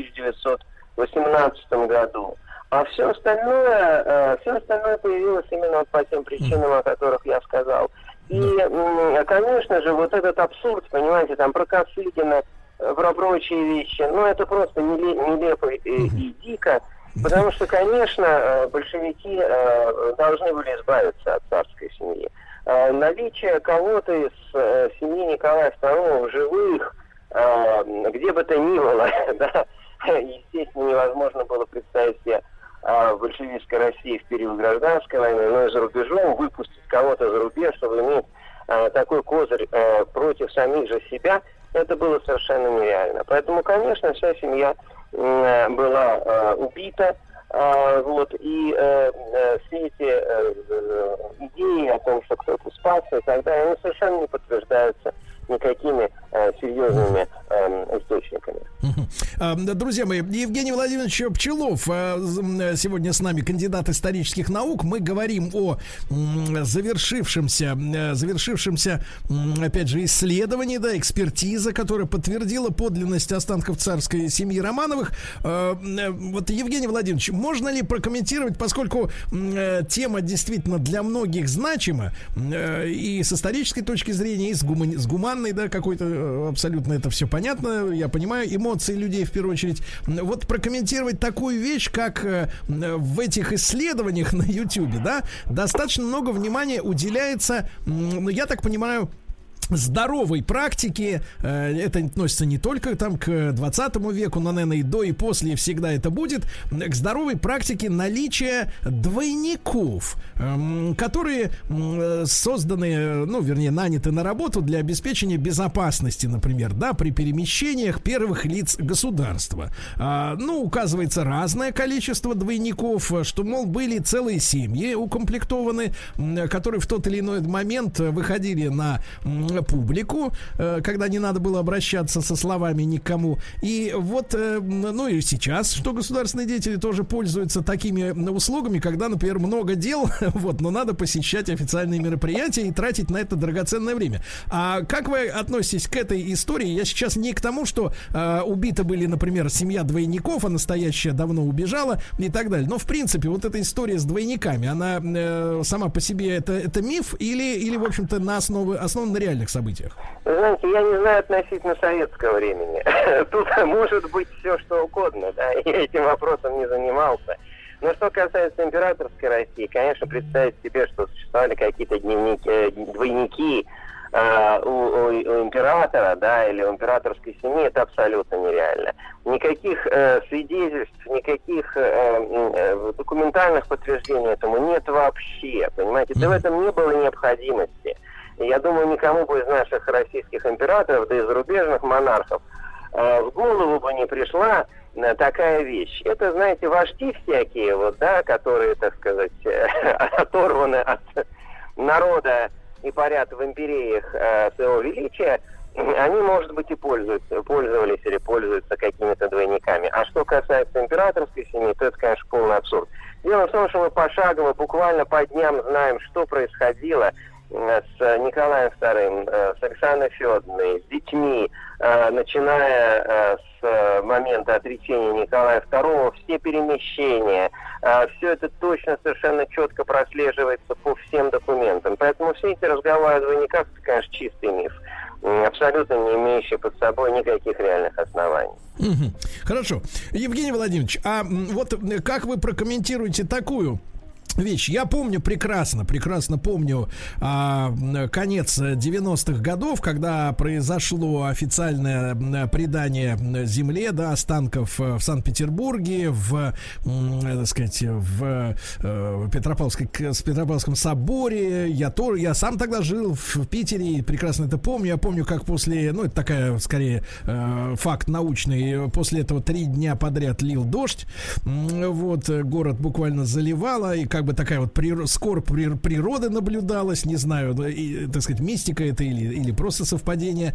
1918 году. А все остальное появилось именно вот по тем причинам, о которых я сказал. И, конечно же, вот этот абсурд, понимаете, там про Косыгина, про прочие вещи, ну, это просто нелепо и дико, потому что, конечно, большевики должны были избавиться от царской семьи. Наличие кого-то из семьи Николая II в живых, где бы то ни было, да, естественно, невозможно было представить себе в большевистской России в период гражданской войны, но и за рубежом выпустить кого-то за рубеж, чтобы иметь такой козырь против самих же себя, это было совершенно нереально. Поэтому, конечно, вся семья была убита, вот, и все эти идеи о том, что кто-то спасся и так далее, они совершенно не подтверждаются никакими серьезными источниками. Друзья мои, Евгений Владимирович Пчелов сегодня с нами, кандидат исторических наук. Мы говорим о завершившемся, опять же, исследовании, да, экспертиза, которая подтвердила подлинность останков царской семьи Романовых. Вот, Евгений Владимирович, можно ли прокомментировать, поскольку тема действительно для многих значима, и с исторической точки зрения, и с гуманной, да, какой-то, абсолютно это все понятно, я понимаю, эмоции людей в первую очередь. Вот прокомментировать такую вещь, как в этих исследованиях на YouTube, да, достаточно много внимания уделяется, ну, я так понимаю, здоровой практики. Это относится не только там к 20 веку, но, наверное, и до, и после, и всегда это будет. К здоровой практике наличия двойников, которые созданы, ну, вернее, наняты на работу для обеспечения безопасности, например, да, при перемещениях первых лиц государства. Ну, указывается разное количество двойников, что, мол, были целые семьи укомплектованы, которые в тот или иной момент выходили на публику, когда не надо было обращаться со словами никому. И вот, ну и сейчас, что государственные деятели тоже пользуются такими услугами, когда, например, много дел, вот, но надо посещать официальные мероприятия и тратить на это драгоценное время. А как вы относитесь к этой истории? Я сейчас не к тому, что убиты были, например, семья двойников, а настоящая давно убежала и так далее. Но, в принципе, вот эта история с двойниками, она сама по себе это миф или в общем-то, основан на реальных событиях? Вы знаете, я не знаю относительно советского времени. Тут может быть все, что угодно, да, я этим вопросом не занимался. Но что касается императорской России, конечно, представить себе, что существовали какие-то двойники у императора, да, или у императорской семьи, это абсолютно нереально. Никаких свидетельств, никаких документальных подтверждений этому нет вообще, понимаете? Да в этом не было необходимости. И я думаю, никому бы из наших российских императоров, да и зарубежных монархов, в голову бы не пришла такая вещь. Это, знаете, вожди всякие, вот, да, которые, так сказать, оторваны от народа и парят в империях своего величия, они, может быть, и пользовались или пользуются какими-то двойниками. А что касается императорской семьи, то это, конечно, полный абсурд. Дело в том, что мы пошагово, буквально по дням знаем, что происходило с Николаем II, с Александрой Федоровной, с детьми, начиная с момента отречения Николая II, все перемещения, все это точно, совершенно четко прослеживается по всем документам. Поэтому все эти разговоры о двойниках, это, конечно, чистый миф, абсолютно не имеющий под собой никаких реальных оснований. Хорошо. Евгений Владимирович, а вот как вы прокомментируете такую вещь? Я помню прекрасно помню конец 90-х годов, когда произошло официальное предание земле, да, останков в Санкт-Петербурге, так сказать, в Петропавловском соборе. Я сам тогда жил в Питере и прекрасно это помню. Я помню, как после, ну, это такая, скорее, факт научный, после этого 3 дня подряд лил дождь. Вот, город буквально заливало, и как бы такая вот скорбь природы наблюдалась, не знаю, так сказать, мистика это или просто совпадение.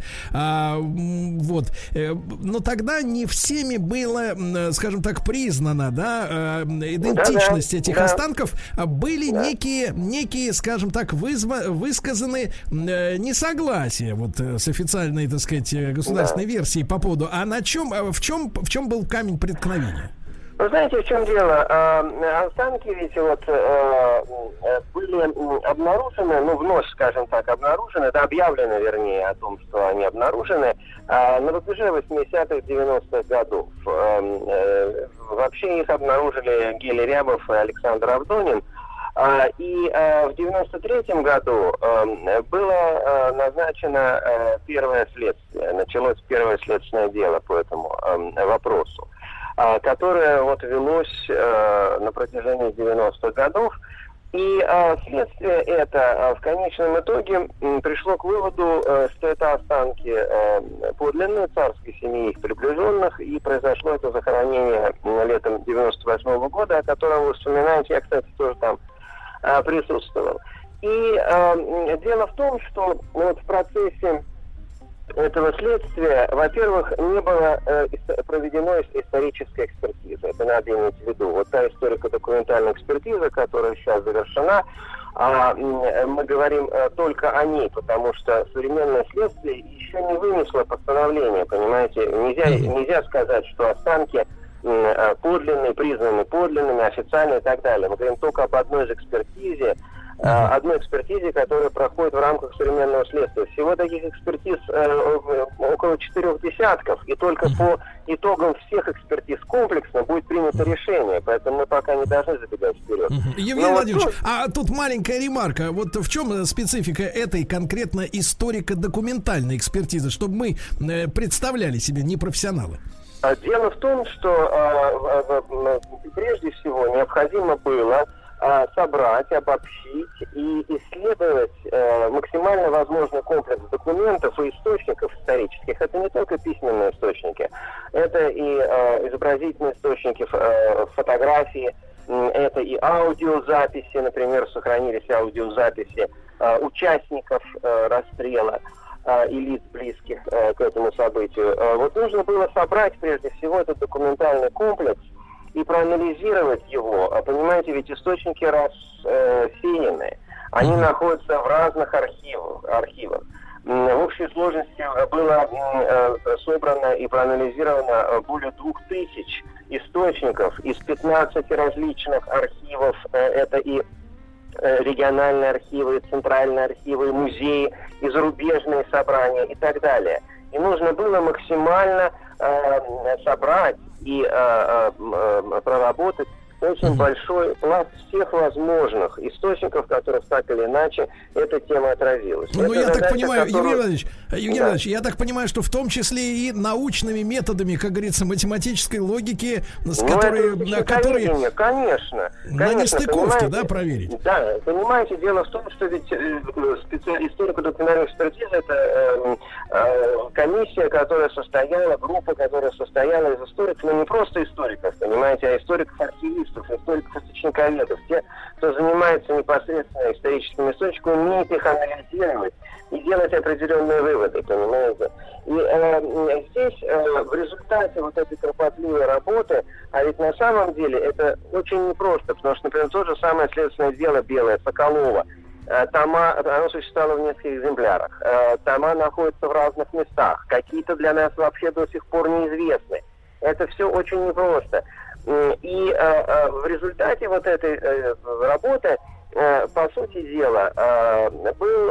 Вот. Но тогда не всеми было, скажем так, признано, да, идентичность этих останков. Были некие, скажем так, высказаны несогласия вот с официальной, так сказать, государственной версией по поводу. А в чем был камень преткновения? Вы знаете, в чем дело? Останки ведь вот были обнаружены, ну, вновь, скажем так, обнаружены, да, объявлено, вернее, о том, что они обнаружены на рубеже 80-х, 90-х годов. Вообще их обнаружили Гелий Рябов и Александр Авдонин. И в 93-м году было назначено первое следствие, началось первое следственное дело по этому вопросу, которое вот велось на протяжении 90-х годов. И следствие это в конечном итоге пришло к выводу, что это останки подлинные царской семьи, их приближенных, и произошло это захоронение летом 98-го года, о котором вы вспоминаете, я, кстати, тоже там присутствовал. И дело в том, что вот в процессе этого следствия, во-первых, не было проведено исторической экспертизы. Это надо иметь в виду. Вот та историко-документальная экспертиза, которая сейчас завершена, мы говорим только о ней, потому что современное следствие еще не вынесло постановление, понимаете? Нельзя сказать, что останки подлинные, признаны подлинными, официально и так далее. Мы говорим только об одной экспертизе, которая проходит в рамках современного следствия. Всего таких экспертиз около 4 десятков, и только по итогам всех экспертиз комплексно будет принято решение, поэтому мы пока не должны забегать вперед. Евгений Владимирович, а тут маленькая ремарка. Вот в чем специфика этой конкретно историко-документальной экспертизы, чтобы мы представляли себе непрофессионалы? Дело в том, что прежде всего необходимо было собрать, обобщить и исследовать максимально возможный комплекс документов и источников исторических. Это не только письменные источники, это и изобразительные источники, фотографии, это и аудиозаписи, например, сохранились аудиозаписи участников расстрела. и лиц, близких к этому событию. Вот нужно было собрать прежде всего этот документальный комплекс и проанализировать его. Понимаете, ведь источники рассеяны. Они находятся в разных архивах. В общей сложности было собрано и проанализировано более 2000 источников из 15 различных архивов. Это и региональные архивы, и центральные архивы, и музеи, и зарубежные собрания и так далее. И нужно было максимально собрать и проработать очень большой пласт всех возможных источников, в которых так или иначе эта тема отразилась. Ну, я так понимаю, Евгений Владимирович, я так понимаю, что в том числе и научными методами, как говорится, математической логики, с которые конечно, на нестыковке, да, проверить? Да, понимаете, дело в том, что ведь историко-документальная экспертиза — это комиссия, которая состояла, группа, которая состояла из историков, но не просто историков, понимаете, а историков-архивистов, историков-источниковедов, те, кто занимается непосредственно историческими источниками, умеет их анализировать и делать определенные выводы, понимаете. И здесь в результате вот этой кропотливой работы, а ведь на самом деле это очень непросто, потому что, например, то же самое следственное дело «Белое» Соколова, тома, оно существовало в нескольких экземплярах, тома находятся в разных местах, какие-то для нас вообще до сих пор неизвестны. Это все очень непросто. И в результате вот этой работы, по сути дела, был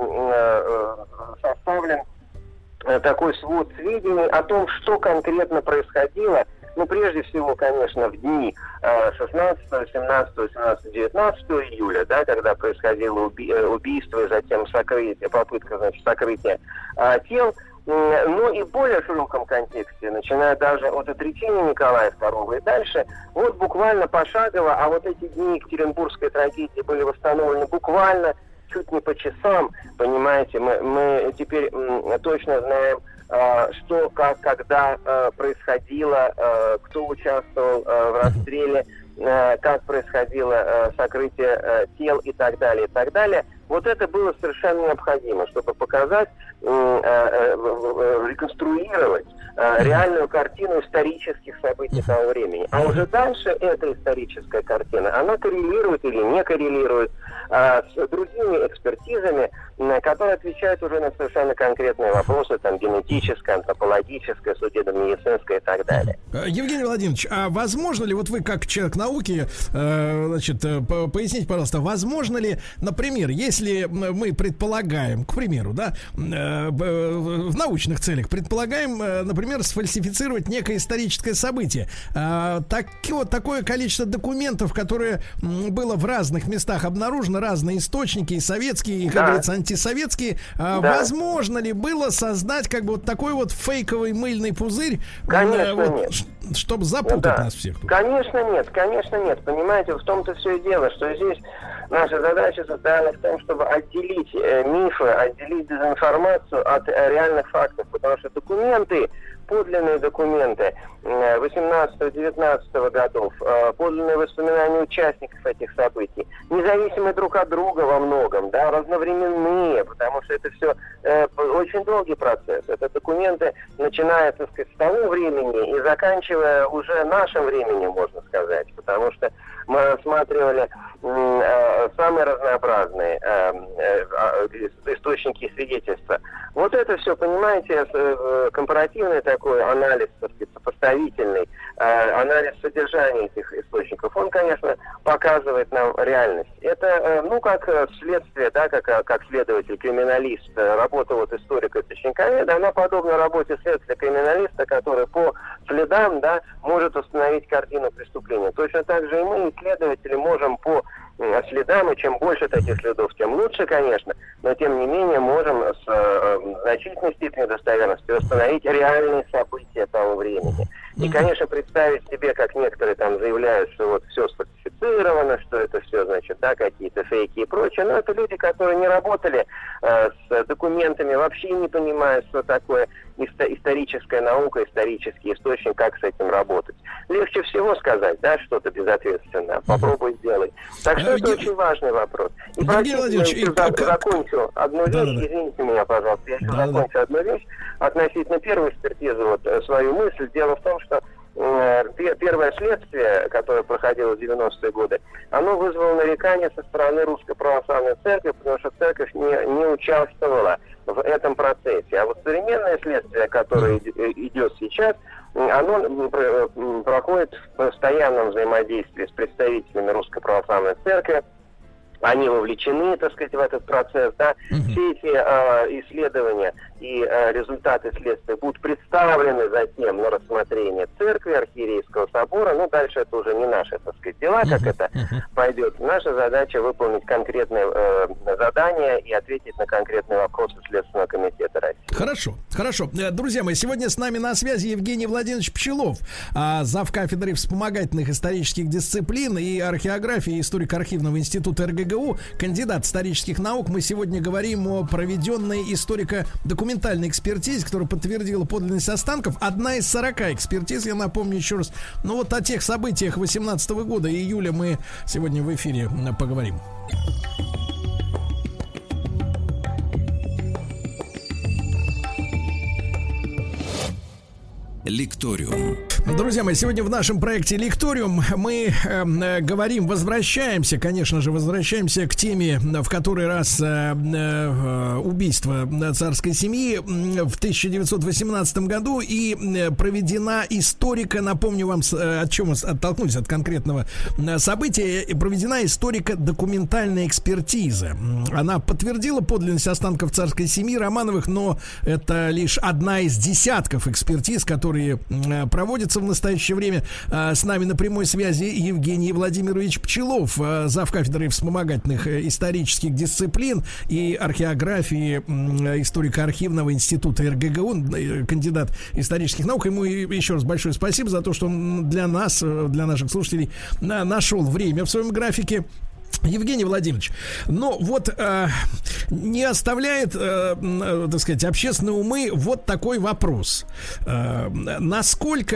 составлен такой свод сведений о том, что конкретно происходило, ну, прежде всего, конечно, в дни 16, 17, 18, 19 июля, да, когда происходило убийство и затем попытка, значит, сокрытия тел. Но и в более широком контексте, начиная даже от отречения Николая II и дальше, вот буквально пошагово, а вот эти дни Екатеринбургской трагедии были восстановлены буквально чуть не по часам, понимаете, мы теперь точно знаем, что, как, когда происходило, кто участвовал в расстреле, как происходило сокрытие тел и так далее, и так далее. Вот это было совершенно необходимо, чтобы показать, реконструировать реальную картину исторических событий того времени. А уже дальше эта историческая картина, она коррелирует или не коррелирует с другими экспертизами, которые отвечают уже на совершенно конкретные вопросы, там, генетическое, антропологическое, судебно-медицинское и так далее. Евгений Владимирович, а возможно ли, вот вы как человек науки, значит, поясните, пожалуйста, возможно ли, например, если мы предполагаем, к примеру, да, в научных целях предполагаем, например, сфальсифицировать некое историческое событие, такое количество документов, которое было в разных местах обнаружено, разные источники, и советские, и, как говорится, антисоветские, возможно ли было создать как бы вот такой вот фейковый мыльный пузырь, чтобы запутать нас всех? Конечно нет, понимаете, в том-то все и дело, что здесь наша задача состояла в том, чтобы отделить мифы, отделить дезинформацию от реальных фактов, потому что документы, подлинные документы 18-19 годов, подлинные воспоминания участников этих событий, независимы друг от друга во многом, да, разновременные, потому что это все очень долгий процесс. Это документы, начиная, так сказать, с того времени и заканчивая уже нашим временем, можно сказать, потому что мы рассматривали самые разнообразные источники и свидетельства. Вот это все, понимаете, компаративный такой анализ, так сказать, сопоставительный анализ содержания этих источников, он, конечно, показывает нам реальность. Это, ну, как следствие, да, как следователь, криминалист, работа вот историка-источниковеда, она подобна работе следователя-криминалиста, который по следам, да, может установить картину преступления. Точно так же и мы, исследователи, можем по следам, и чем больше таких следов, тем лучше, конечно, но тем не менее можем с значительной степенью достоверности установить реальные события того времени. И, конечно, представить себе, как некоторые там заявляют, что вот все сфальсифицировано, сфальсифицировано, что это все, значит, да, какие-то фейки и прочее. Но это люди, которые не работали с документами, вообще не понимают, что такое историческая наука, исторический источник, как с этим работать. Легче всего сказать, да, что-то безответственно. Попробуй сделай. Так что это очень важный вопрос. И простите, я закончу одну вещь, извините меня, пожалуйста, я еще закончу одну вещь относительно первой экспертизы, вот свою мысль. Дело в том, что первое следствие, которое проходило в 90-е годы, оно вызвало нарекания со стороны Русской Православной Церкви, потому что церковь не участвовала в этом процессе. А вот современное следствие, которое идет сейчас, оно проходит в постоянном взаимодействии с представителями Русской Православной Церкви. Они вовлечены, так сказать, в этот процесс, да. Все эти исследования и результаты следствия будут представлены затем на рассмотрение церкви, архиерейского собора. Ну, дальше это уже не наши, так сказать, дела, как это пойдет. Наша задача выполнить конкретное задание и ответить на конкретные вопросы Следственного комитета России. Хорошо, хорошо. Друзья мои, сегодня с нами на связи Евгений Владимирович Пчелов, завкафедры вспомогательных исторических дисциплин и археографии, историк архивного института РГГУ, кандидат исторических наук. Мы сегодня говорим о проведенной историко-документальной экспертизе, которая подтвердила подлинность останков. Одна из 40 экспертиз, я напомню еще раз. Ну вот о тех событиях 18 года, июля, мы сегодня в эфире поговорим. Лекториум. Друзья мои, сегодня в нашем проекте «Лекториум» мы говорим, возвращаемся к теме, в который раз убийство царской семьи в 1918 году, и проведена напомню вам, от чего мы оттолкнулись от конкретного события, проведена историко-документальная экспертиза. Она подтвердила подлинность останков царской семьи Романовых, но это лишь одна из десятков экспертиз, которые проводятся в настоящее время. С нами на прямой связи Евгений Владимирович Пчелов, завкафедрой вспомогательных исторических дисциплин и археографии историко-архивного института РГГУ, кандидат исторических наук. Ему еще раз большое спасибо за то, что он для нас, для наших слушателей, нашел время в своем графике. Евгений Владимирович, ну вот не оставляет, так сказать, общественные умы вот такой вопрос. Насколько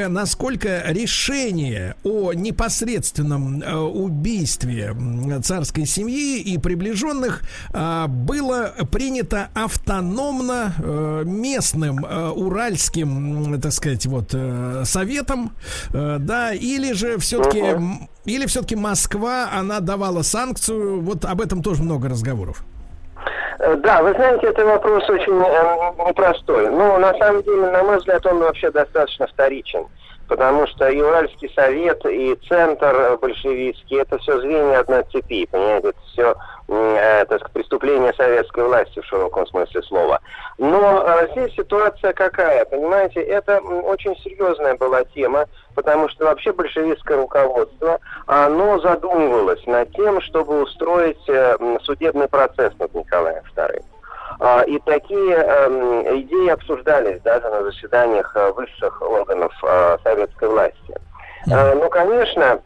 решение о непосредственном убийстве царской семьи и приближенных было принято автономно местным уральским, так сказать, вот советом, да, или все-таки Москва, она давала санкцию? Вот об этом тоже много разговоров. Да, вы знаете, это вопрос очень непростой. Но на самом деле, на мой взгляд, он вообще достаточно вторичен. Потому что и Уральский совет, и центр большевистский, это все звенья одной цепи, понимаете, это все, так сказать, преступление советской власти в широком смысле слова. Но здесь ситуация какая, понимаете, это очень серьезная была тема, потому что вообще большевистское руководство, оно задумывалось над тем, чтобы устроить судебный процесс над Николаем II. И такие идеи обсуждались даже на заседаниях высших органов советской власти. Ну, конечно,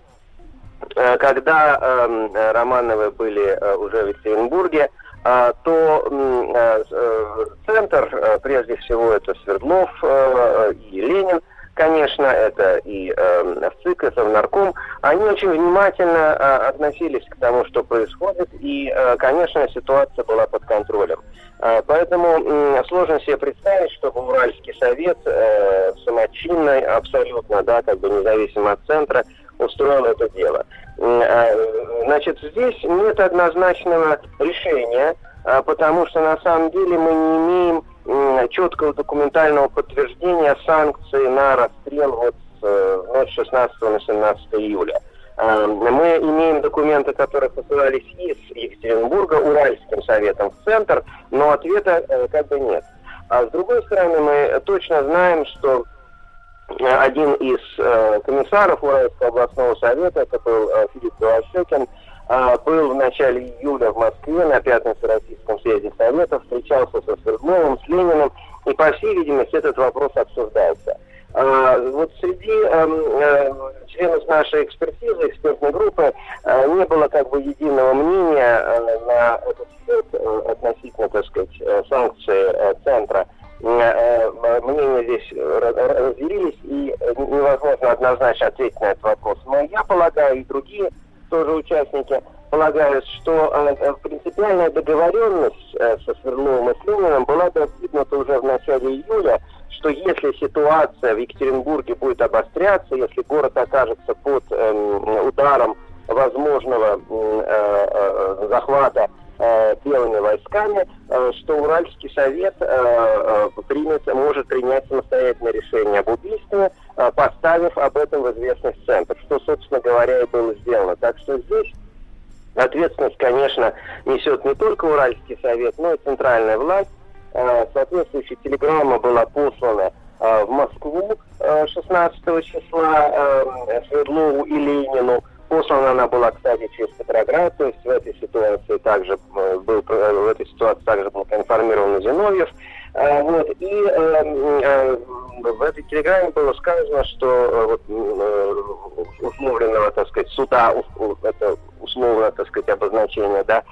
когда Романовы были уже в Екатеринбурге, то центр, прежде всего, это Свердлов и Ленин, конечно, это и ВЦИК, это Нарком, они очень внимательно относились к тому, что происходит, и, конечно, ситуация была под контролем. Поэтому сложно себе представить, чтобы Уральский совет самочинно, абсолютно, да, как бы независимо от центра, устроил это дело. Значит, здесь нет однозначного решения, потому что на самом деле мы не имеем четкого документального подтверждения санкций на расстрел вот с ночи 16 на 17 июля. Мы имеем документы, которые посылались из Екатеринбурга Уральским советом в центр, но ответа как бы нет. А с другой стороны, мы точно знаем, что один из комиссаров Уральского областного совета, это был Филипп Голощекин, был в начале июля в Москве на пятом Всероссийском съезде Советов, встречался со Свердловым, с Лениным, и, по всей видимости, этот вопрос обсуждался. Вот среди членов нашей экспертизы, экспертной группы, не было как бы единого мнения на этот счет относительно, так сказать, санкций центра. Мнения здесь разделились, и невозможно однозначно ответить на этот вопрос. Но я полагаю, и другие тоже участники полагают, что принципиальная договоренность со Свердловым и Слюниным была достигнута уже в начале июля, что если ситуация в Екатеринбурге будет обостряться, если город окажется под ударом возможного захвата белыми войсками, что Уральский совет может принять самостоятельное решение об убийстве, поставив об этом в известность центр, что, собственно говоря, и было сделано. Так что здесь ответственность, конечно, несет не только Уральский совет, но и центральная власть. Соответствующая телеграмма была послана в Москву 16 числа Свердлову и Ленину. Послана она была, кстати, через Петроград, то есть в этой ситуации также был проинформирован Зиновьев. И в этой телеграмме было сказано, что условленного, так сказать, суда, это условное, так сказать, обозначение, да,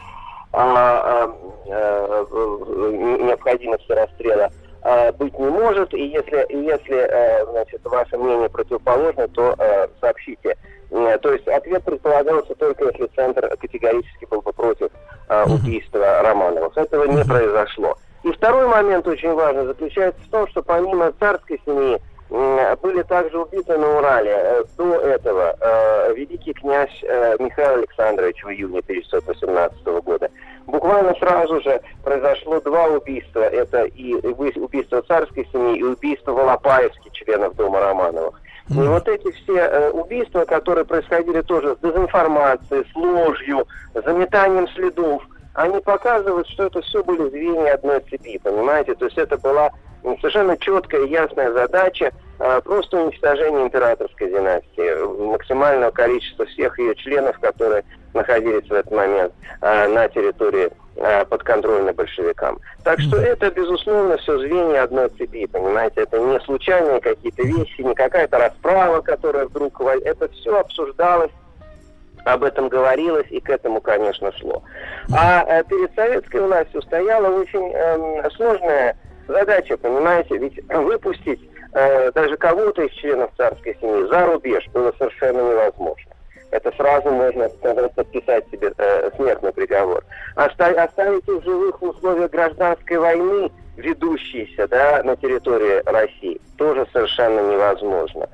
необходимости расстрела быть не может, и если значит, ваше мнение противоположно, то сообщите. То есть ответ предполагался только если Центр категорически был бы против убийства Романовых. Этого не произошло. И второй момент очень важный заключается в том, что помимо царской семьи были также убиты на Урале до этого великий князь Михаил Александрович в июне 1918 года. Буквально сразу же произошло два убийства. Это и убийство царской семьи, и убийство Волопаевских, членов дома Романовых. И вот эти все убийства, которые происходили тоже с дезинформацией, с ложью, заметанием следов, они показывают, что это все были звенья одной цепи, понимаете? То есть это была совершенно четкая и ясная задача просто уничтожения императорской династии, максимального количества всех ее членов, которые находились в этот момент на территории подконтрольной большевикам. Так что это, безусловно, все звенья одной цепи, понимаете? Это не случайные какие-то вещи, не какая-то расправа, которая вдруг... Это все обсуждалось, об этом говорилось, и к этому, конечно, шло. А перед советской властью стояла очень сложная задача, понимаете? Ведь выпустить даже кого-то из членов царской семьи за рубеж было совершенно невозможно. Это сразу можно подписать себе смертный приговор. Оставить их живых в условиях гражданской войны, ведущейся, да, на территории России, тоже совершенно невозможно.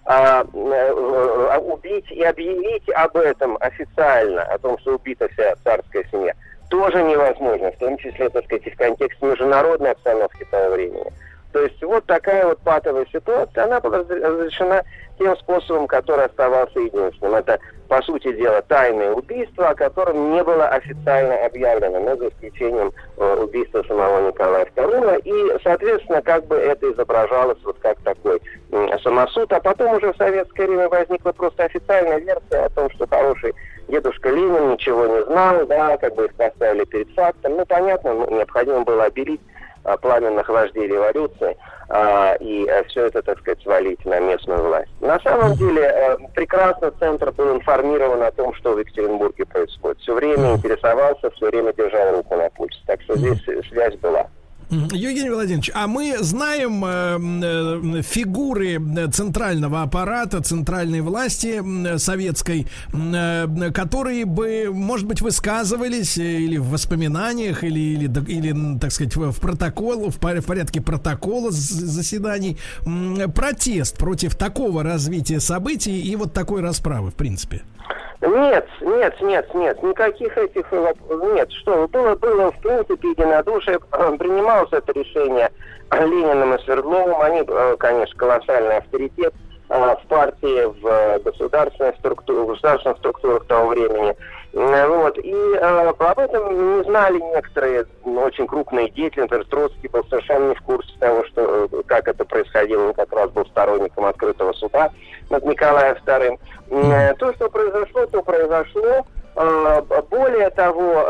Убить и объявить об этом официально, о том, что убита вся царская семья, тоже невозможно, в том числе, так сказать, и в контексте международной обстановки того времени. То есть вот такая вот патовая ситуация, она была разрешена тем способом, который оставался единственным. Это, по сути дела, тайное убийство, о котором не было официально объявлено, но за исключением убийства самого Николая II. И, соответственно, как бы это изображалось вот как такой самосуд. А потом уже в советское время возникла просто официальная версия о том, что хороший дедушка Ленин ничего не знал, да, как бы их поставили перед фактом. Ну, понятно, необходимо было обелить пламенных вождей революции и все это, так сказать, свалить на местную власть. На самом деле, прекрасно Центр был информирован о том, что в Екатеринбурге происходит. Все время интересовался, все время держал руку на пульсе. Так что здесь связь была. Евгений Владимирович, а мы знаем фигуры центрального аппарата, центральной власти советской, которые бы, может быть, высказывались или в воспоминаниях, или так сказать, в порядке протокола заседаний протест против такого развития событий и вот такой расправы, в принципе? Нет, никаких этих, нет, что, было в принципе единодушие, принималось это решение Лениным и Свердловым, они, конечно, колоссальный авторитет в партии, в государственных структурах того времени, вот, и об этом не знали некоторые очень крупные деятели, например, Троцкий был совершенно не в курсе того, что, как это происходило, он как раз был сторонником открытого суда над Николаем II. То, что произошло, то произошло. Более того,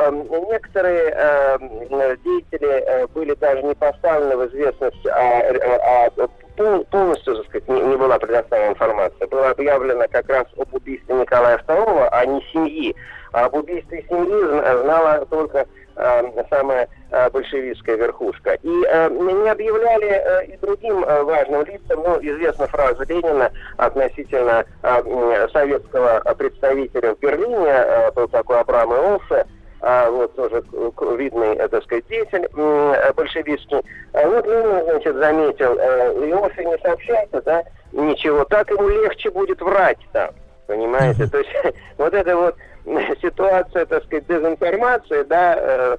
некоторые деятели были даже не поставлены в известность о полностью, так сказать, не была предоставлена информация. Было объявлено как раз об убийстве Николая II, а не семьи. А об убийстве семьи знала только самая большевистская верхушка. И не объявляли и другим важным лицам, известна фраза Ленина относительно советского представителя в Берлине, был такой Абрам Иоссе, вот тоже видный, так сказать, деятель большевистский. Вот Ленин, значит, заметил, Иосиф не сообщается, да, ничего, так ему легче будет врать там, понимаете? То есть вот это вот ситуация, так сказать, дезинформации, да,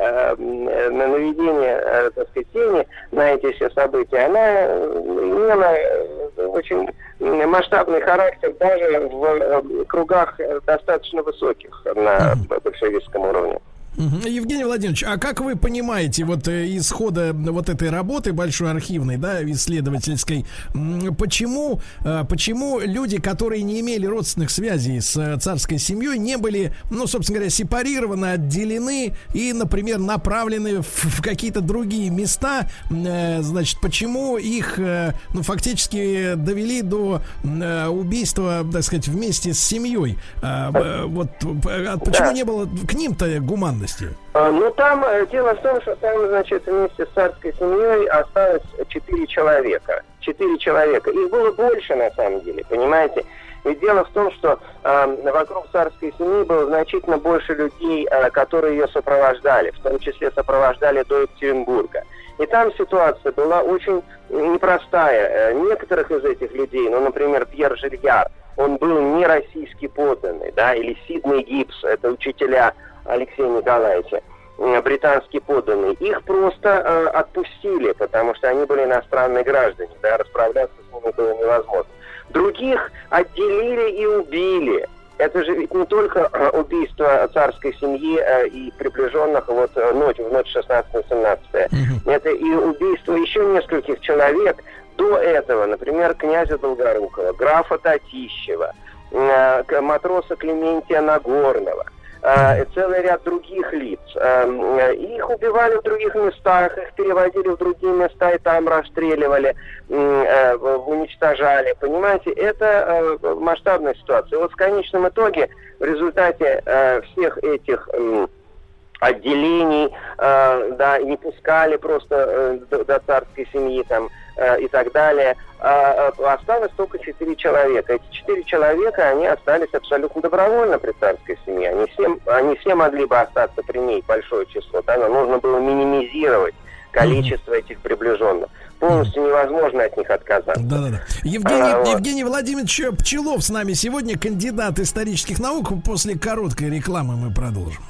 наведение, так сказать, тени на эти все события, она имела очень масштабный характер даже в кругах достаточно высоких на большевистском уровне. Евгений Владимирович, а как вы понимаете вот из хода вот этой работы большой архивной, да, исследовательской, почему люди, которые не имели родственных связей с царской семьей, не были, ну, собственно говоря, сепарированы, отделены и, например, направлены в какие-то другие места, значит, почему их, ну, фактически довели до убийства, так сказать, вместе с семьей? Вот почему не было к ним-то гуманности? Ну, там, дело в том, что там, значит, вместе с царской семьей осталось 4 человека. 4 человека. Их было больше, на самом деле, понимаете? Ведь дело в том, что вокруг царской семьи было значительно больше людей, которые ее сопровождали, в том числе сопровождали до Екатеринбурга. И там ситуация была очень непростая. Некоторых из этих людей, ну, например, Пьер Жильяр, он был не российский подданный, да, или Сидней Гибс, это учителя Алексея Николаевича, британские подданные, их просто отпустили, потому что они были иностранные граждане, да, расправляться с ними было невозможно. Других отделили и убили. Это же ведь не только убийство царской семьи и приближенных вот в ночь 16-17. Это и убийство еще нескольких человек до этого, например, князя Долгорукова, графа Татищева, матроса Клементия Нагорного, целый ряд других лиц. Их убивали в других местах, их переводили в другие места и там расстреливали, уничтожали. Понимаете, это масштабная ситуация. И вот в конечном итоге, в результате всех этих отделений, да, не пускали просто до царской семьи там и так далее. Осталось только 4 человека. Эти 4 человека, они остались абсолютно добровольно при царской семье. Они все могли бы остаться при ней, большое число. Да, но нужно было минимизировать количество этих приближенных. Полностью невозможно от них отказаться. Да-да-да. Евгений Владимирович Пчелов с нами сегодня, кандидат исторических наук. После короткой рекламы мы продолжим.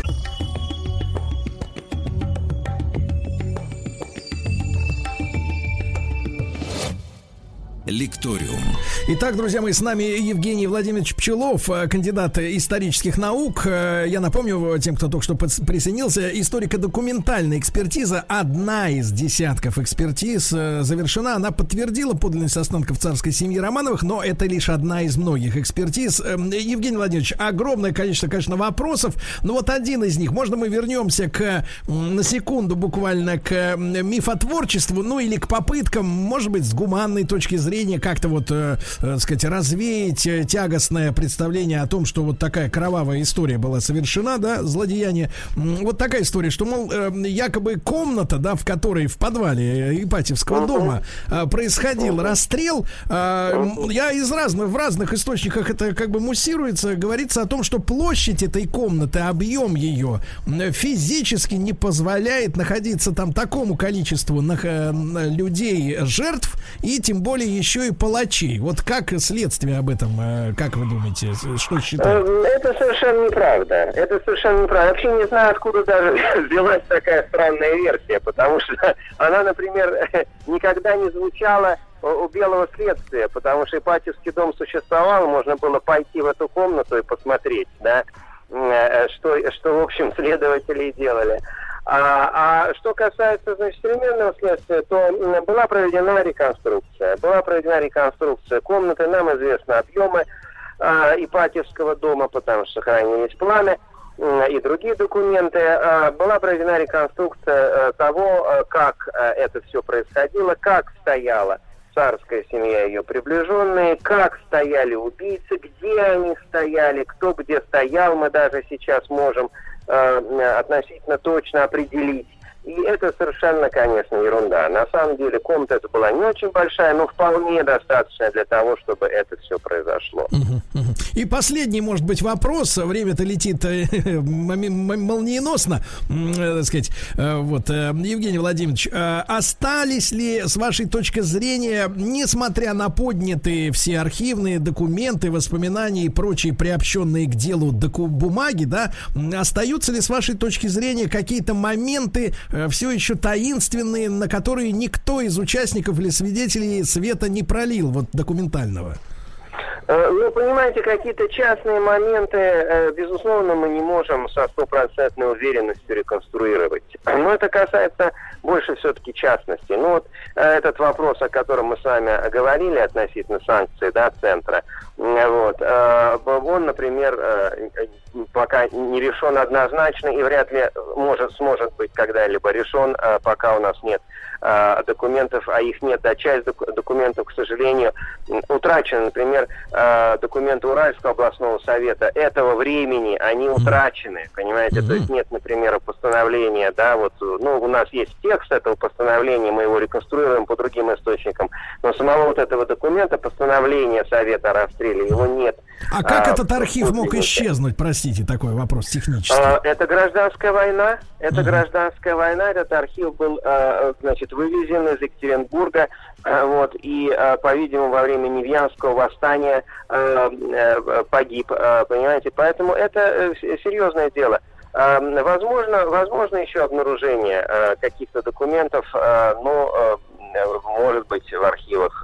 Лекториум. Итак, друзья мои, с нами Евгений Владимирович Пчелов, кандидат исторических наук. Я напомню тем, кто только что присоединился, историко-документальная экспертиза, одна из десятков экспертиз завершена. Она подтвердила подлинность останков царской семьи Романовых, но это лишь одна из многих экспертиз. Евгений Владимирович, огромное количество, конечно, вопросов, но вот один из них. Можно мы вернемся на секунду буквально к мифотворчеству, ну или к попыткам, может быть, с гуманной точки зрения, как-то вот, так сказать, развеять тягостное представление о том, что вот такая кровавая история была совершена, да, злодеяние. Вот такая история, что, мол, якобы комната, да, в которой в подвале Ипатьевского дома происходил расстрел. Я в разных источниках это как бы муссируется, говорится о том, что площадь этой комнаты, объем ее физически не позволяет находиться там такому количеству людей, жертв, и тем более еще и палачей. Вот как следствие об этом, как вы думаете, что считаете? Это совершенно неправда. Это совершенно неправда. Вообще не знаю, откуда даже взялась такая странная версия, потому что она, например, никогда не звучала у белого следствия, потому что Ипатьевский дом существовал, можно было пойти в эту комнату и посмотреть, да, что в общем, следователи делали. А что касается, значит, современного следствия, то была проведена реконструкция. Комнаты, нам известны объемы Ипатьевского дома, потому что сохранились планы и другие документы. Была проведена реконструкция того, как это все происходило, как стояла царская семья и ее приближенные, как стояли убийцы, где они стояли, кто где стоял, мы даже сейчас можем относительно точно определить. И это совершенно, конечно, ерунда. На самом деле комната эта была не очень большая, но вполне достаточная для того, чтобы это все произошло. И последний, может быть, вопрос. Время-то летит молниеносно, так сказать. Вот, Евгений Владимирович, остались ли, с вашей точки зрения, несмотря на поднятые все архивные документы, воспоминания и прочие приобщенные к делу бумаги, да, остаются ли, с вашей точки зрения, какие-то моменты все еще таинственные, на которые никто из участников или свидетелей света не пролил, вот документального? Ну, понимаете, какие-то частные моменты, безусловно, мы не можем со стопроцентной уверенностью реконструировать. Но это касается больше все-таки частности. Ну, вот этот вопрос, о котором мы с вами говорили относительно санкций, да, центра, вот, он, например, пока не решен однозначно и вряд ли сможет быть когда-либо решен, пока у нас нет документов, а их нет, а часть документов, к сожалению, утрачены. Например, документы Уральского областного совета этого времени, они утрачены, понимаете, то есть нет, например, постановления, да, вот, ну, у нас есть текст этого постановления, мы его реконструируем по другим источникам, но самого вот этого документа, постановления совета о расстреле, его нет. А как этот архив мог исчезнуть, простите, такой вопрос технический? Это гражданская война, гражданская война, этот архив был, значит, вывезен из Екатеринбурга, вот, и, по-видимому, во время Невьянского восстания погиб, понимаете, поэтому это серьезное дело. Возможно еще обнаружение каких-то документов, но может быть в архивах,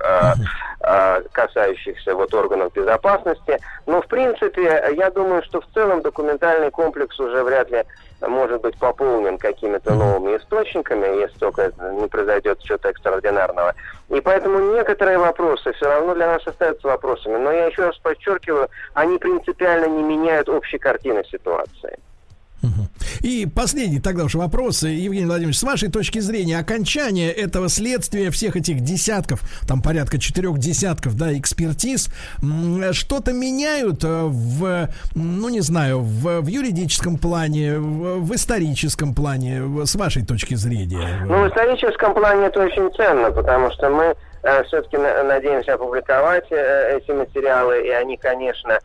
касающихся вот органов безопасности. Но в принципе, я думаю, что в целом документальный комплекс уже вряд ли может быть пополнен какими-то новыми источниками, если только не произойдет что-то экстраординарного. И поэтому некоторые вопросы все равно для нас остаются вопросами. Но я еще раз подчеркиваю, они принципиально не меняют общей картины ситуации. И последний тогда уж вопрос, Евгений Владимирович, с вашей точки зрения, окончание этого следствия, всех этих десятков, там порядка 4 десятков, да, экспертиз, что-то меняют в, ну не знаю, в юридическом плане, в историческом плане, с вашей точки зрения? Ну, в историческом плане это очень ценно, потому что мы все-таки надеемся опубликовать эти материалы, и они, конечно,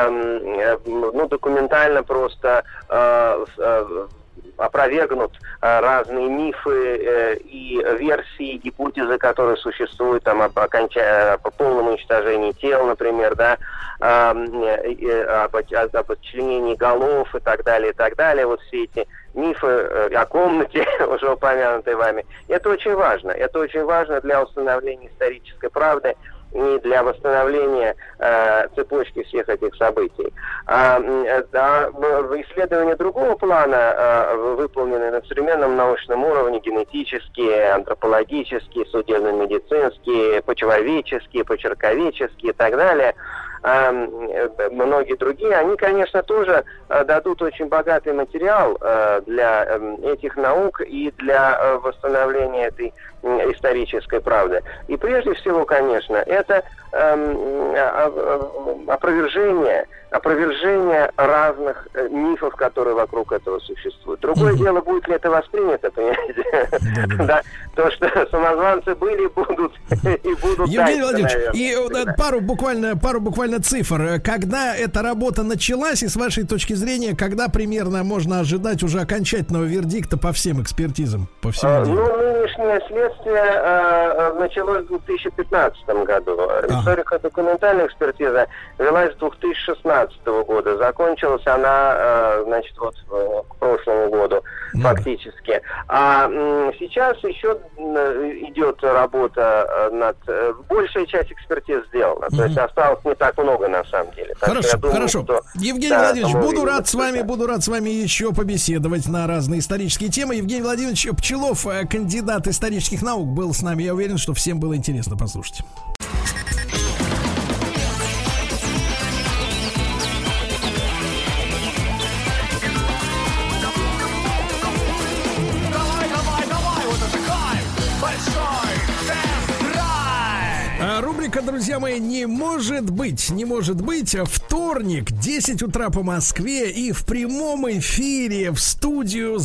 ну, документально просто опровергнут разные мифы и версии, гипотезы, которые существуют там по полному уничтожении тел, например, да, об отчленении голов и так далее, вот все эти мифы о комнате, уже упомянутой вами. Это очень важно для установления исторической правды и для восстановления цепочки всех этих событий. Исследования другого плана, выполненные на современном научном уровне, генетические, антропологические, судебно-медицинские, почвоведческие, почерковедческие и так далее, многие другие, они, конечно, тоже дадут очень богатый материал для этих наук и для восстановления этой исторической правды. И прежде всего, конечно, это опровержение разных мифов, которые вокруг этого существуют. Другое дело, будет ли это воспринято, понимаете? Да, то, что самозванцы были, будут и будут. Евгений Владимирович, и пару буквально цифр. Когда эта работа началась, и с вашей точки зрения, когда примерно можно ожидать уже окончательного вердикта по всем экспертизам? По всему делу? Ну, нынешнее следствие началось в 2015 году. Историко-документальная экспертиза велась с 2016 года. Закончилась она, значит, вот к прошлому году фактически. А сейчас еще идет работа над... Большая часть экспертиз сделана. То есть осталось не так много на самом деле. Хорошо. Евгений Владимирович, буду рад с вами еще побеседовать на разные исторические темы. Евгений Владимирович Пчелов, кандидат исторических наук, был с нами. Я уверен, что всем было интересно послушать. только, друзья мои, не может быть. Вторник, 10 утра по Москве, и в прямом эфире в студию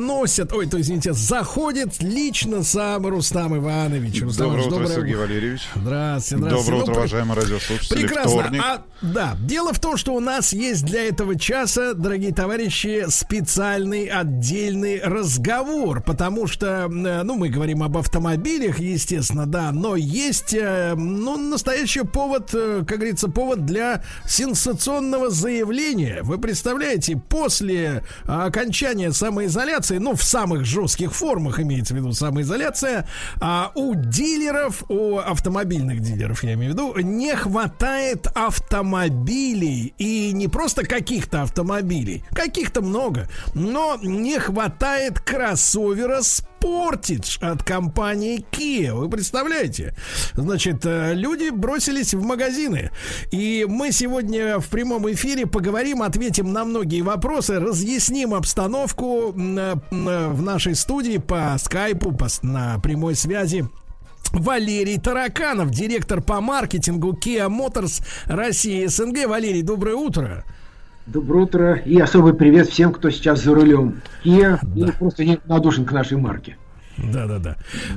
заходит лично сам Рустам Иванович. Доброе утро, Сергей Валерьевич. Здравствуйте. Доброе утро, уважаемые радиослушатели. Прекрасно. Вторник. Дело в том, что у нас есть для этого часа, дорогие товарищи, специальный отдельный разговор, потому что, мы говорим об автомобилях, естественно, да, но есть, настоящий повод, как говорится, повод для сенсационного заявления. Вы представляете, после окончания самоизоляции, в самых жестких формах имеется в виду самоизоляция, у дилеров, у автомобильных дилеров, я имею в виду, не хватает автомобилей. И не просто каких-то автомобилей, каких-то много, но не хватает кроссовера Sportage от компании Kia. Вы представляете? Значит, люди бросились в магазины. И мы сегодня в прямом эфире поговорим, ответим на многие вопросы, разъясним обстановку в нашей студии по скайпу, на прямой связи. Валерий Тараканов, директор по маркетингу Kia Motors России СНГ. Валерий, доброе утро. Доброе утро и особый привет всем, кто сейчас за рулем Kia и просто неравнодушен к нашей марке. Да.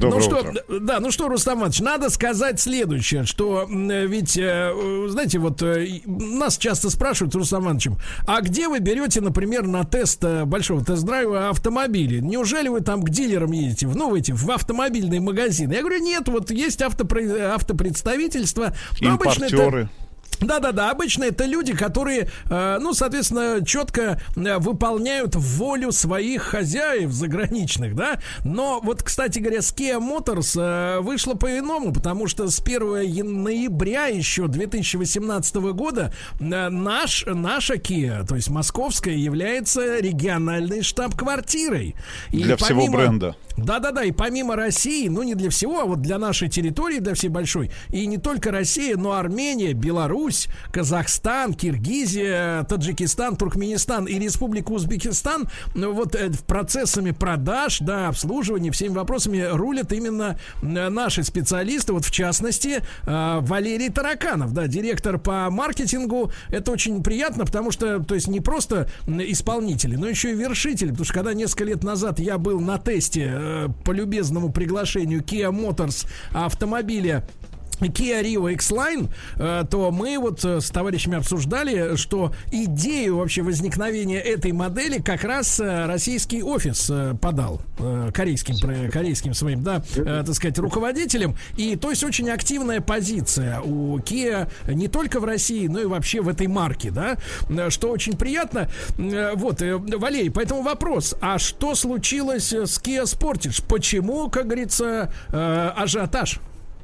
Ну что, Рустам Иванович, надо сказать следующее, что ведь, знаете, нас часто спрашивают, Рустам Иванович, а где вы берете, например, на тест большого тест-драйва автомобили? Неужели вы там к дилерам едете, в автомобильные магазины? Я говорю, нет, есть автопредставительства. Импортеры. Да, обычно это люди, которые, соответственно, четко выполняют волю своих хозяев заграничных, да. Но кстати говоря, с Kia Motors вышло по-иному, потому что с 1 ноября еще 2018 года наша Kia, то есть московская, является региональной штаб-квартирой. Для всего бренда. Да, и помимо России, не для всего, а для нашей территории, для всей большой, и не только Россия, но Армения, Беларусь, Казахстан, Киргизия, Таджикистан, Туркменистан и Республика Узбекистан, процессами продаж, обслуживания, всеми вопросами рулят именно наши специалисты, в частности, Валерий Тараканов, директор по маркетингу. Это очень приятно, потому что, то есть, не просто исполнители, но еще и вершители, потому что когда несколько лет назад я был на тесте по любезному приглашению Kia Motors автомобиля Kia Rio X-Line, то мы с товарищами обсуждали, что идею вообще возникновения этой модели как раз российский офис подал корейским своим, так сказать, руководителям. И то есть очень активная позиция у Kia не только в России, но и вообще в этой марке, что очень приятно. Валерий, поэтому вопрос, а что случилось с Kia Sportage? Почему, как говорится, ажиотаж?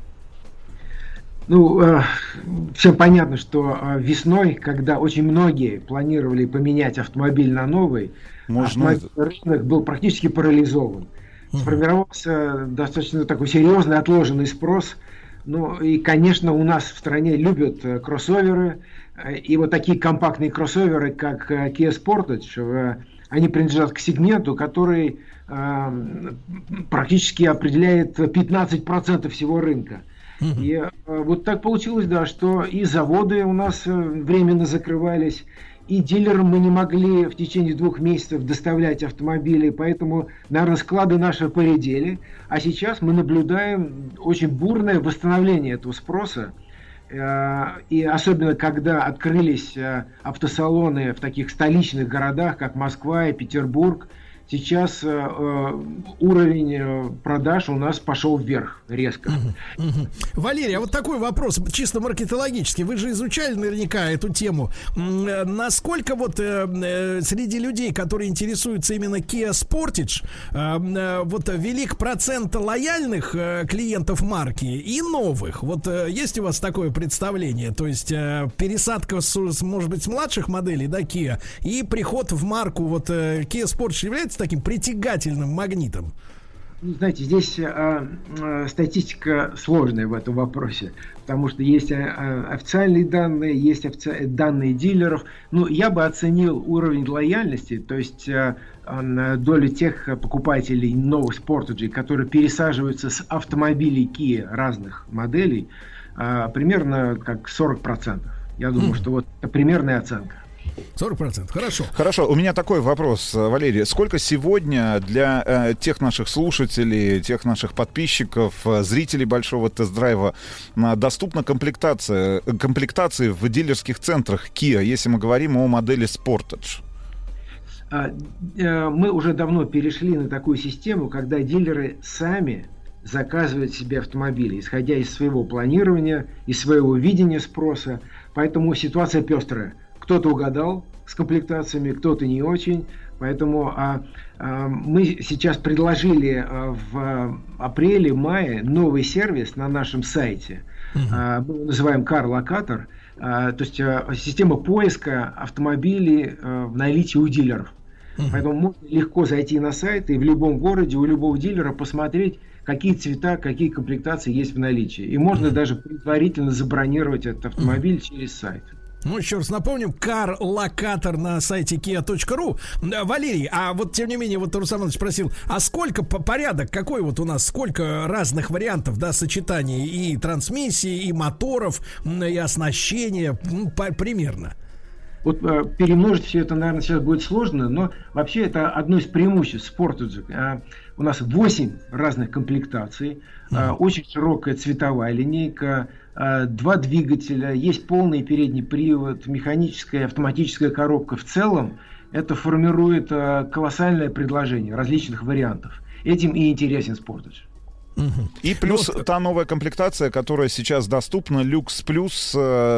Всем понятно, что весной, когда очень многие планировали поменять автомобиль на новый, рынок был практически парализован. Сформировался достаточно такой серьезный отложенный спрос. И, конечно, у нас в стране любят кроссоверы. И такие компактные кроссоверы, как Kia Sportage, они принадлежат к сегменту, который практически определяет 15% всего рынка. И так получилось, что и заводы у нас временно закрывались, и дилерам мы не могли в течение 2 месяцев доставлять автомобили, поэтому, наверное, склады наши поредели. А сейчас мы наблюдаем очень бурное восстановление этого спроса. И особенно, когда открылись автосалоны в таких столичных городах, как Москва и Петербург, сейчас уровень продаж у нас пошел вверх резко. Валерий, а такой вопрос, чисто маркетологический. Вы же изучали наверняка эту тему. Насколько среди людей, которые интересуются именно Kia Sportage, велик процент лояльных клиентов марки и новых? Есть у вас такое представление? То есть пересадка, может быть, с младших моделей, Kia, и приход в марку Kia Sportage является таким притягательным магнитом? Знаете, здесь статистика сложная в этом вопросе, потому что есть официальные данные, есть данные дилеров. Я бы оценил уровень лояльности, то есть долю тех покупателей новых Sportage, которые пересаживаются с автомобилей Kia разных моделей, примерно как 40%. Я думаю, что вот это примерная оценка. 40%. Хорошо. Хорошо. У меня такой вопрос, Валерий. Сколько сегодня для тех наших слушателей, тех наших подписчиков, зрителей большого тест-драйва доступна комплектации в дилерских центрах Kia, если мы говорим о модели Sportage? Мы уже давно перешли на такую систему, когда дилеры сами заказывают себе автомобили, исходя из своего планирования, из своего видения спроса. Поэтому ситуация пестрая. Кто-то угадал с комплектациями, кто-то не очень. Поэтому мы сейчас предложили в апреле-мае новый сервис на нашем сайте. Мы его называем Car Locator. То есть система поиска автомобилей в наличии у дилеров. Поэтому можно легко зайти на сайт и в любом городе у любого дилера посмотреть, какие цвета, какие комплектации есть в наличии. И можно даже предварительно забронировать этот автомобиль через сайт. Ну, еще раз напомним, Car Locator на сайте kia.ru. Валерий, а вот тем не менее, вот Руслан Иванович спросил, а сколько порядок, какой вот у нас, сколько разных вариантов, да, сочетаний и трансмиссии, и моторов, и оснащения, примерно? Вот перемножить все это, наверное, сейчас будет сложно, но вообще это одно из преимуществ Sportage. У нас 8 разных комплектаций, очень широкая цветовая линейка, 2 двигателя, есть полный передний привод, механическая и автоматическая коробка. В целом это формирует колоссальное предложение различных вариантов. Этим и интересен Sportage. И плюс та новая комплектация, которая сейчас доступна, Люкс Плюс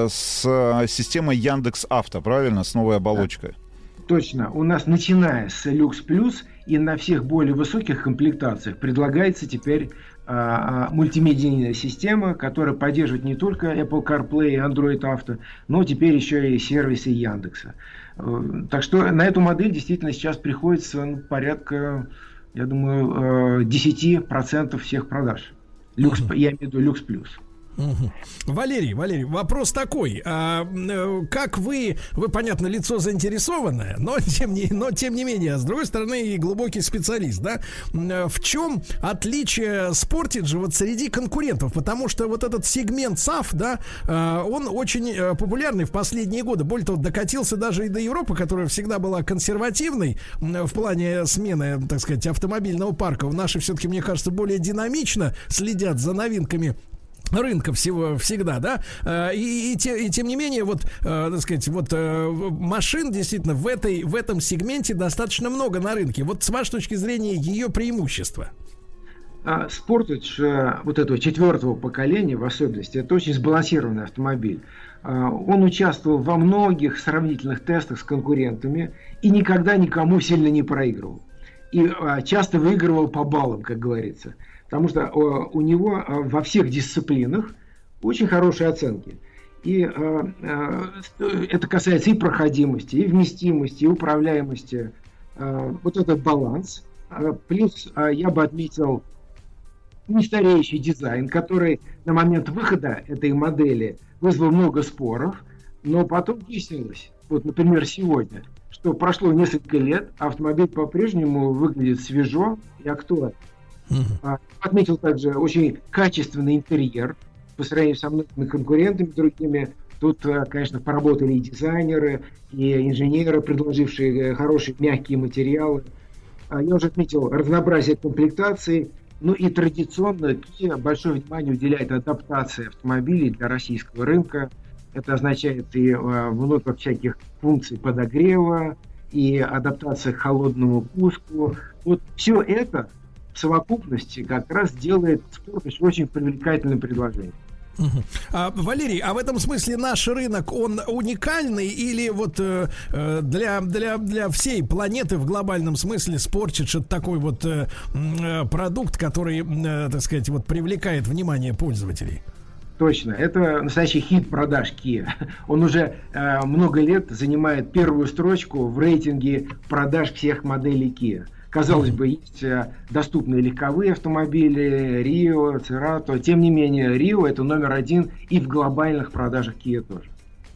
с системой Яндекс.Авто, правильно? С новой оболочкой. Точно. У нас, начиная с Люкс Плюс и на всех более высоких комплектациях, предлагается теперь мультимедийная система, которая поддерживает не только Apple CarPlay и Android Auto, но теперь еще и сервисы Яндекса. Так что на эту модель действительно сейчас приходится порядка, я думаю, 10% всех продаж. Я имею в виду Люкс Плюс. Валерий, вопрос такой. Как вы, понятно, лицо заинтересованное, но тем не менее, с другой стороны, и глубокий специалист, да? В чем отличие Sportage вот среди конкурентов? Потому что вот этот сегмент SAF, да, он очень популярный в последние годы. Более того, докатился даже и до Европы, которая всегда была консервативной в плане смены, так сказать, автомобильного парка. Наши все-таки, мне кажется, более динамично следят за новинками рынка всегда, да, и тем не менее, вот, так сказать, вот машин действительно в этом сегменте достаточно много на рынке. Вот с вашей точки зрения ее преимущества? Sportage вот этого 4-го поколения, в особенности, это очень сбалансированный автомобиль. Он участвовал во многих сравнительных тестах с конкурентами и никогда никому сильно не проигрывал. И часто выигрывал по баллам, как говорится. Потому что у него во всех дисциплинах очень хорошие оценки. И это касается и проходимости, и вместимости, и управляемости. Вот этот баланс. Плюс я бы отметил нестареющий дизайн, который на момент выхода этой модели вызвал много споров, но потом выяснилось, вот, например, сегодня, что прошло несколько лет, а автомобиль по-прежнему выглядит свежо и актуально. Отметил также очень качественный интерьер по сравнению со многими конкурентами другими. Тут, конечно, поработали и дизайнеры, и инженеры, предложившие хорошие мягкие материалы. Я уже отметил разнообразие комплектаций. Ну и традиционно Kia большое внимание уделяет адаптации автомобилей для российского рынка. Это означает и много всяких функций подогрева, и адаптация к холодному пуску. Вот все это в совокупности как раз делает Sportage очень привлекательным предложением. Валерий, а в этом смысле наш рынок, он уникальный или вот для всей планеты в глобальном смысле Sportage это такой вот продукт, который, так сказать, вот привлекает внимание пользователей? Точно, это настоящий хит продаж Kia. Он уже много лет занимает первую строчку в рейтинге продаж всех моделей Kia. Казалось бы, есть доступные легковые автомобили, Rio, Cerato. Тем не менее, Rio это номер 1 и в глобальных продажах Kia тоже.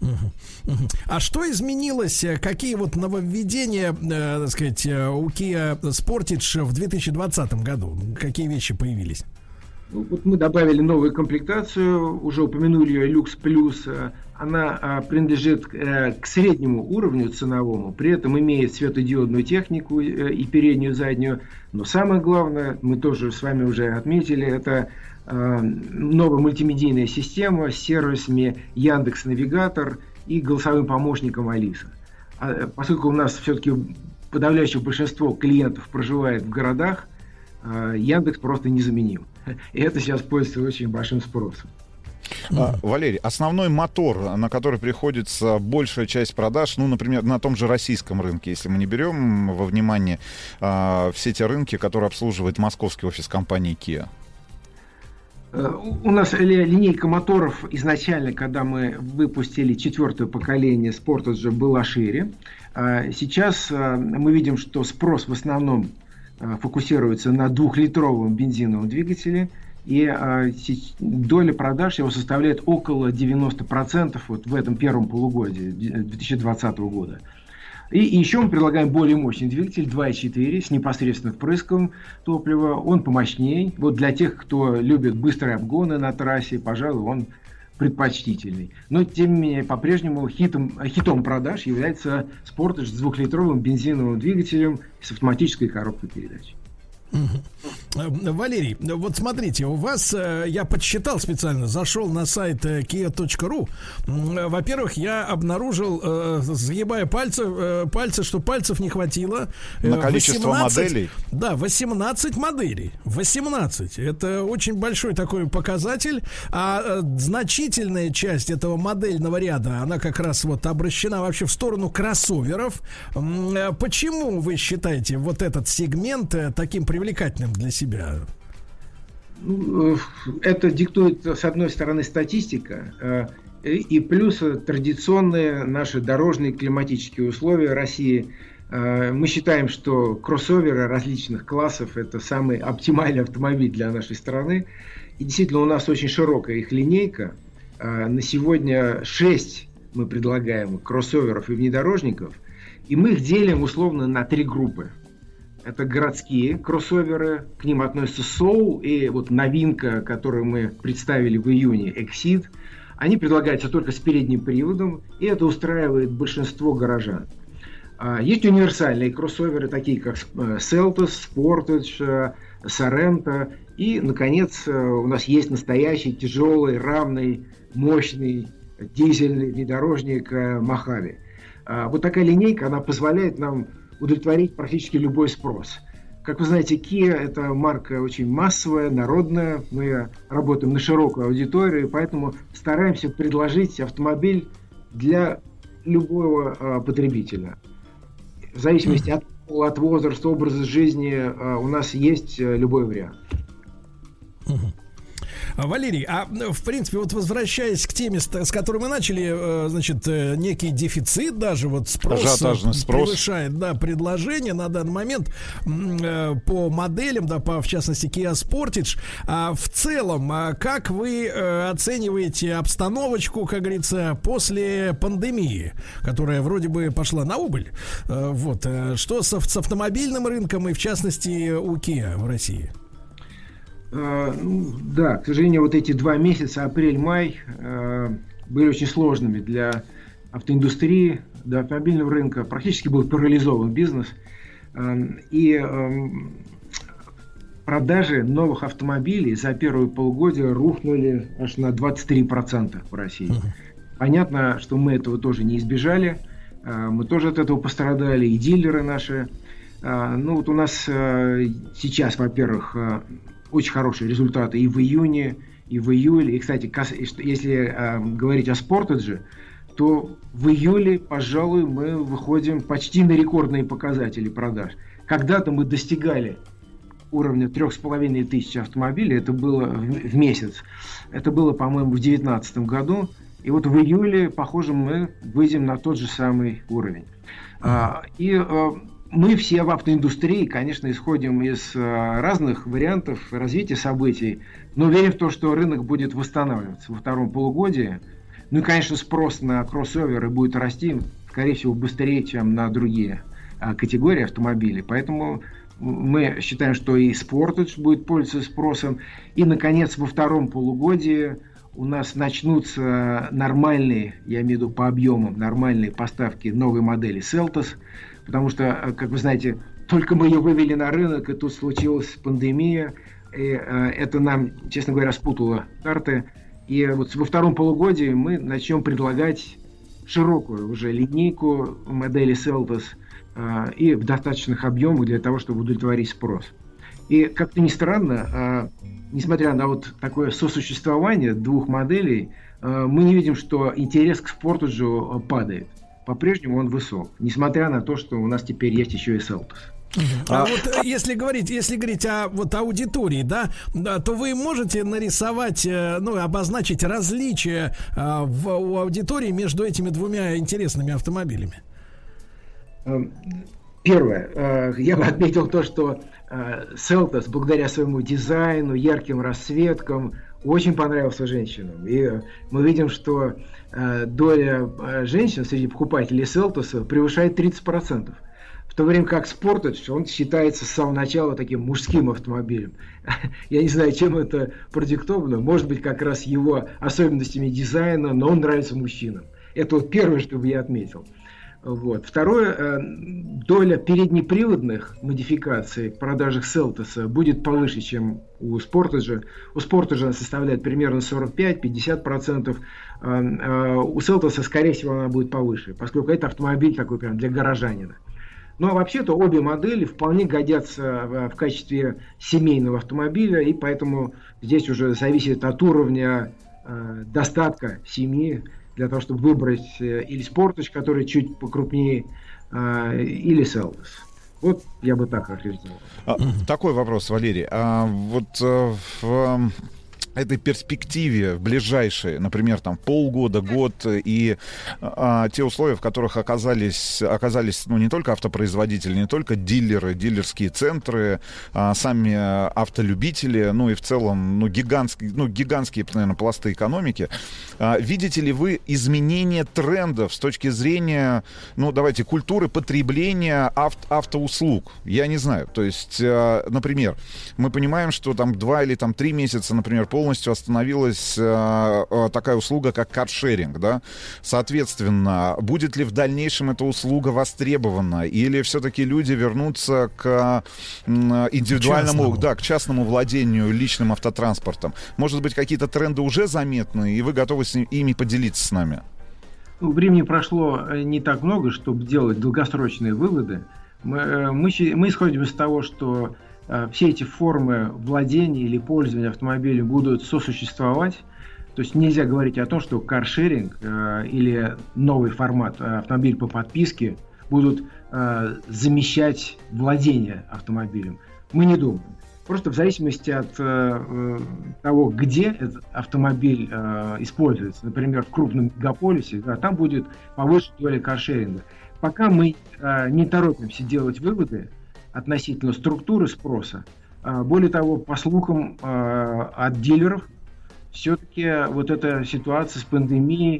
А что изменилось? Какие вот нововведения, так сказать, у Kia Sportage в 2020 году? Какие вещи появились? Ну, вот мы добавили новую комплектацию, уже упомянули ее Люкс Плюс. Она принадлежит к среднему уровню ценовому, при этом имеет светодиодную технику и переднюю, и заднюю. Но самое главное, мы тоже с вами уже отметили, это новая мультимедийная система с сервисами Яндекс.Навигатор и голосовым помощником Алиса. Поскольку у нас все-таки подавляющее большинство клиентов проживает в городах, Яндекс просто незаменим. И это сейчас пользуется очень большим спросом. Валерий, основной мотор, на который приходится большая часть продаж, ну, например, на том же российском рынке, если мы не берем во внимание все те рынки, которые обслуживает московский офис компании Kia. У нас линейка моторов изначально, когда мы выпустили 4-е поколение Sportage, была шире. Сейчас мы видим, что спрос в основном фокусируется на 2-литровом бензиновом двигателе, и доля продаж его составляет около 90% вот в этом первом полугодии 2020 года. И еще мы предлагаем более мощный двигатель 2.4 с непосредственным впрыском топлива. Он помощнее. Вот для тех, кто любит быстрые обгоны на трассе, пожалуй, он предпочтительный. Но, тем не менее, по-прежнему хитом продаж является Sportage с 2-литровым бензиновым двигателем с автоматической коробкой передач. Валерий, вот смотрите, у вас, я подсчитал специально, зашел на сайт kia.ru. Во-первых, я обнаружил, загибая пальцы, что пальцев не хватило. На количество 18, моделей? Да, 18 моделей. 18. Это очень большой такой показатель. А значительная часть этого модельного ряда, она как раз вот обращена вообще в сторону кроссоверов. Почему вы считаете вот этот сегмент таким привлекательным для себя? Это диктует, с одной стороны, статистика, и плюс традиционные наши дорожные климатические условия России. Мы считаем, что кроссоверы различных классов — это самый оптимальный автомобиль для нашей страны. И действительно, у нас очень широкая их линейка. На сегодня 6 мы предлагаем кроссоверов и внедорожников, и мы их делим условно на 3 группы. Это городские кроссоверы, к ним относятся Soul и вот новинка, которую мы представили в июне, Exceed. Они предлагаются только с передним приводом, и это устраивает большинство горожан. Есть универсальные кроссоверы, такие как Seltos, Sportage, Sorento. И, наконец, у нас есть настоящий тяжелый, равный, мощный дизельный внедорожник Mojave. Вот такая линейка, она позволяет нам удовлетворить практически любой спрос. Как вы знаете, Kia — это марка очень массовая, народная. Мы работаем на широкую аудиторию, поэтому стараемся предложить автомобиль для любого потребителя. В зависимости от пола, от возраста, образа жизни у нас есть любой вариант. Валерий, а в принципе, вот возвращаясь к теме, с которой мы начали, значит, некий дефицит даже, вот спрос превышает, да, предложение на данный момент по моделям, да, в частности Kia Sportage. А в целом, как вы оцениваете обстановочку, как говорится, после пандемии, которая вроде бы пошла на убыль? Вот, что с автомобильным рынком и, в частности, у Kia в России? Да, к сожалению, вот эти 2 месяца, апрель-май, были очень сложными для автоиндустрии, для автомобильного рынка. Практически был парализован бизнес. И продажи новых автомобилей за первое полугодие рухнули аж на 23% в России. Понятно, что мы этого тоже не избежали. Мы тоже от этого пострадали, и дилеры наши. Ну вот у нас сейчас, во-первых, очень хорошие результаты и в июне, и в июле. И, кстати, если говорить о Sportage, то в июле, пожалуй, мы выходим почти на рекордные показатели продаж. Когда-то мы достигали уровня 3500 автомобилей, это было в месяц. Это было, по-моему, в 2019 году. И вот в июле, похоже, мы выйдем на тот же самый уровень. Мы все в автоиндустрии, конечно, исходим из разных вариантов развития событий, но верим в то, что рынок будет восстанавливаться во втором полугодии. Ну и, конечно, спрос на кроссоверы будет расти, скорее всего, быстрее, чем на другие категории автомобилей. Поэтому мы считаем, что и Sportage будет пользоваться спросом. И, наконец, во втором полугодии у нас начнутся нормальные, я имею в виду по объемам, нормальные поставки новой модели Seltos. Потому что, как вы знаете, только мы ее вывели на рынок, и тут случилась пандемия. И это нам, честно говоря, спутало карты. И вот во втором полугодии мы начнем предлагать широкую уже линейку модели Seltos и в достаточных объемах для того, чтобы удовлетворить спрос. И как-то ни странно, несмотря на вот такое сосуществование двух моделей, мы не видим, что интерес к Sportage падает. По-прежнему он высок, несмотря на то, что у нас теперь есть еще и Seltos. А вот если говорить о вот аудитории, да, то вы можете нарисовать, обозначить различия у аудитории между этими двумя интересными автомобилями? Первое, я бы отметил то, что Seltos, благодаря своему дизайну, ярким расцветкам, очень понравился женщинам. И мы видим, что доля женщин среди покупателей Seltos превышает 30%. В то время как Sportage, он считается с самого начала таким мужским автомобилем. Я не знаю, чем это продиктовано. Может быть, как раз его особенностями дизайна, но он нравится мужчинам. Это вот первое, что бы я отметил. Вот. Второе, доля переднеприводных модификаций в продажах Seltos будет повыше, чем у Sportage. У Sportage она составляет примерно 45-50%. У Seltos, скорее всего, она будет повыше, поскольку это автомобиль такой прям для горожанина. Но вообще-то обе модели вполне годятся в качестве семейного автомобиля, и поэтому здесь уже зависит от уровня достатка семьи для того, чтобы выбрать или Sportage, который чуть покрупнее, или Seltos. Вот я бы так характеризовал. Такой вопрос, Валерий. В этой перспективе, в ближайшие, например, там полгода, год, и те условия, в которых оказались не только автопроизводители, не только дилеры, дилерские центры, сами автолюбители, и в целом гигантские, наверное, пласты экономики. Видите ли вы изменение трендов с точки зрения, культуры потребления автоуслуг? Я не знаю. То есть, например, мы понимаем, что там 2 или 3 месяца, например, полностью остановилась такая услуга, как каршеринг, да? Соответственно, будет ли в дальнейшем эта услуга востребована, или все-таки люди вернутся к индивидуальному, к частному владению личным автотранспортом? Может быть, какие-то тренды уже заметны, и вы готовы ими поделиться с нами? Времени прошло не так много, чтобы делать долгосрочные выводы. Мы исходим из того, что все эти формы владения или пользования автомобилем будут сосуществовать. То есть нельзя говорить о том, что каршеринг или новый формат автомобиль по подписке будут замещать владение автомобилем. Мы не думаем. Просто в зависимости от того, где этот автомобиль используется, например, в крупном мегаполисе, там будет повыше доля каршеринга. Пока мы не торопимся делать выводы относительно структуры спроса. Более того, по слухам от дилеров, все-таки вот эта ситуация с пандемией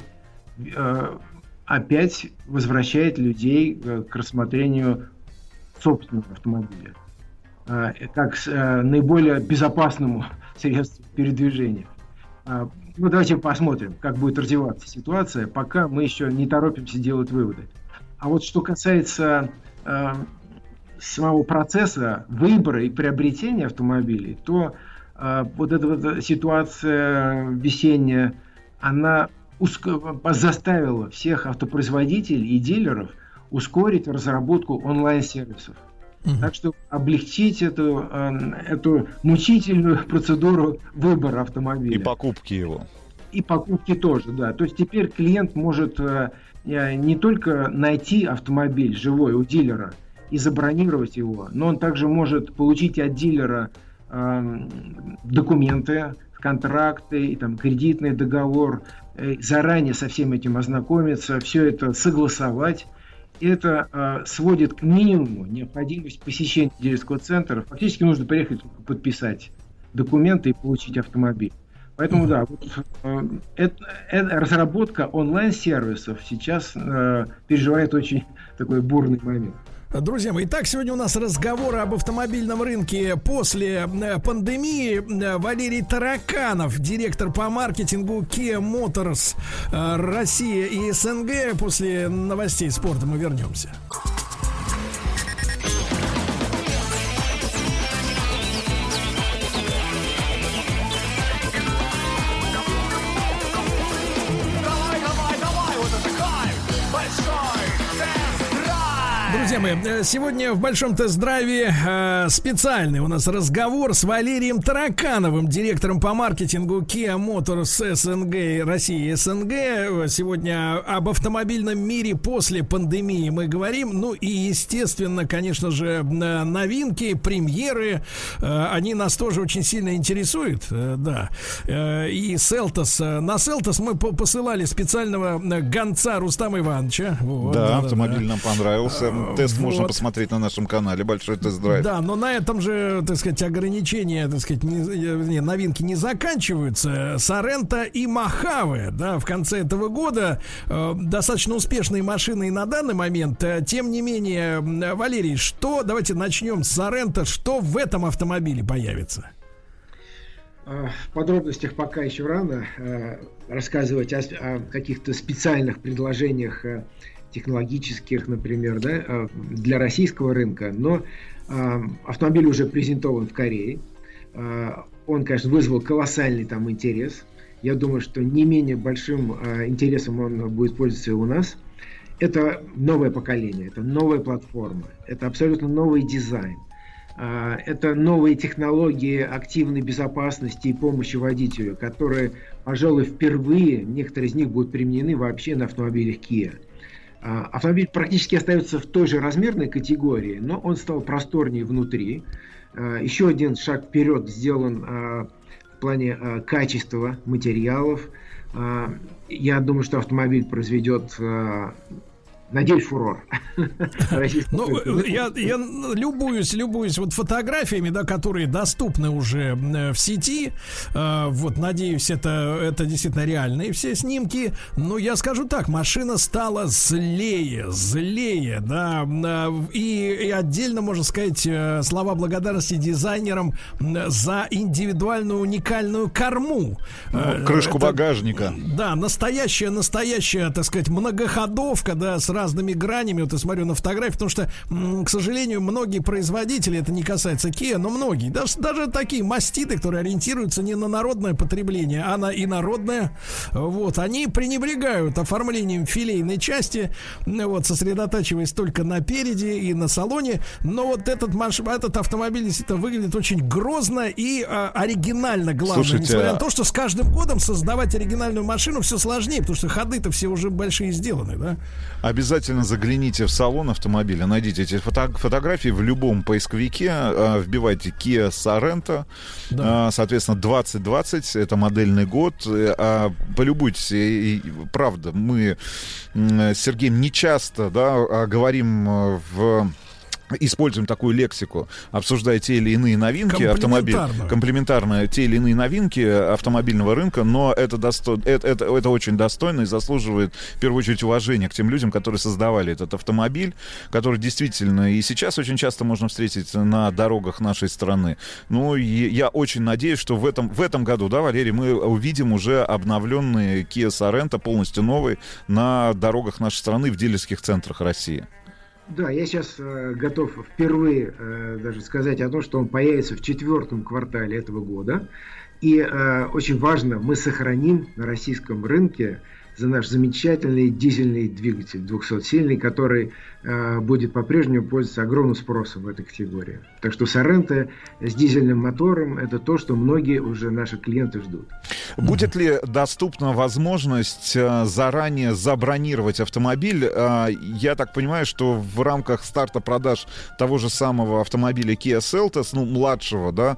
опять возвращает людей к рассмотрению собственного автомобиля как наиболее безопасному средству передвижения. Давайте посмотрим, как будет развиваться ситуация, пока мы еще не торопимся делать выводы. А вот что касается самого процесса выбора и приобретения автомобилей, то вот эта вот ситуация весенняя, она заставила всех автопроизводителей и дилеров ускорить разработку онлайн-сервисов. Так что облегчить эту мучительную процедуру выбора автомобиля. И покупки его. И покупки тоже, да. То есть теперь клиент может не только найти автомобиль живой у дилера и забронировать его, но он также может получить от дилера документы, контракты, и, кредитный договор, заранее со всем этим ознакомиться, все это согласовать. Это сводит к минимуму необходимость посещения дилерского центра. Фактически нужно приехать, подписать документы и получить автомобиль. Поэтому разработка онлайн-сервисов сейчас переживает очень такой бурный момент. Друзья мои, итак, сегодня у нас разговоры об автомобильном рынке после пандемии. Валерий Тараканов, директор по маркетингу Kia Motors Россия и СНГ. После новостей спорта мы вернемся. Друзья мои, сегодня в большом тест-драйве специальный у нас разговор с Валерием Таракановым, директором по маркетингу Kia Motors СНГ, России и СНГ. Сегодня об автомобильном мире после пандемии мы говорим. Ну и, естественно, конечно же, новинки, премьеры, они нас тоже очень сильно интересуют. Да. И Селтос. На Селтос мы посылали специального гонца Рустама Ивановича. Вот, да, автомобиль нам понравился. Тест можно посмотреть на нашем канале, большой тест-драйв. Да, но на этом же, так сказать, ограничения, так сказать, новинки не заканчиваются. Соренто и Мохаве, да, в конце этого года достаточно успешные машины и на данный момент. Тем не менее, Валерий, давайте начнем с Соренто. Что в этом автомобиле появится? В подробностях пока еще рано рассказывать о каких-то специальных предложениях технологических, например, да, для российского рынка, но автомобиль уже презентован в Корее. Он, конечно, вызвал колоссальный там интерес. Я думаю, что не менее большим интересом он будет пользоваться и у нас. Это новое поколение, это новая платформа, это абсолютно новый дизайн. Это новые технологии активной безопасности и помощи водителю, которые, пожалуй, впервые, некоторые из них будут применены вообще на автомобилях Kia. Автомобиль практически остается в той же размерной категории, но он стал просторнее внутри. Еще один шаг вперед сделан в плане качества материалов. Я думаю, что автомобиль произведет, надеюсь, фурор. Ну, я любуюсь вот фотографиями, да, которые доступны уже в сети. Вот, надеюсь, это действительно реальные все снимки. Но я скажу так, машина стала злее, да. И отдельно можно сказать слова благодарности дизайнерам за индивидуальную уникальную корму. Крышку багажника. Да, настоящая, так сказать, многоходовка, да, с разными гранями. Вот я смотрю на фотографии, потому что, к сожалению, многие производители, это не касается Kia, но многие, даже такие маститы, которые ориентируются не на народное потребление, а на инородное, вот, они пренебрегают оформлением филейной части, вот, сосредотачиваясь только на переде и на салоне. Но вот этот автомобиль действительно выглядит очень грозно и оригинально, главное. Слушайте, несмотря на то, что с каждым годом создавать оригинальную машину все сложнее, потому что ходы-то все уже большие сделаны, да? Обязательно загляните в салон автомобиля, найдите эти фотографии в любом поисковике, вбивайте Kia Sorento, да. Соответственно, 2020, это модельный год, полюбуйтесь, и правда, мы с Сергеем не часто, да, говорим используем такую лексику, обсуждая те или иные новинки комплементарно те или иные новинки автомобильного рынка, но это очень достойно и заслуживает в первую очередь уважения к тем людям, которые создавали этот автомобиль, который действительно и сейчас очень часто можно встретить на дорогах нашей страны. Ну, и я очень надеюсь, что в этом году, да, Валерий, мы увидим уже обновленный Kia Sorento, полностью новый, на дорогах нашей страны в дилерских центрах России. Да, я сейчас готов впервые даже сказать о том, что он появится в 4-м квартале этого года. И очень важно, мы сохраним на российском рынке за наш замечательный дизельный двигатель 200-сильный, который будет по-прежнему пользоваться огромным спросом в этой категории. Так что Sorento с дизельным мотором — это то, что многие уже наши клиенты ждут. Будет ли доступна возможность заранее забронировать автомобиль? Я так понимаю, что в рамках старта продаж того же самого автомобиля Kia Seltos, ну, младшего, да,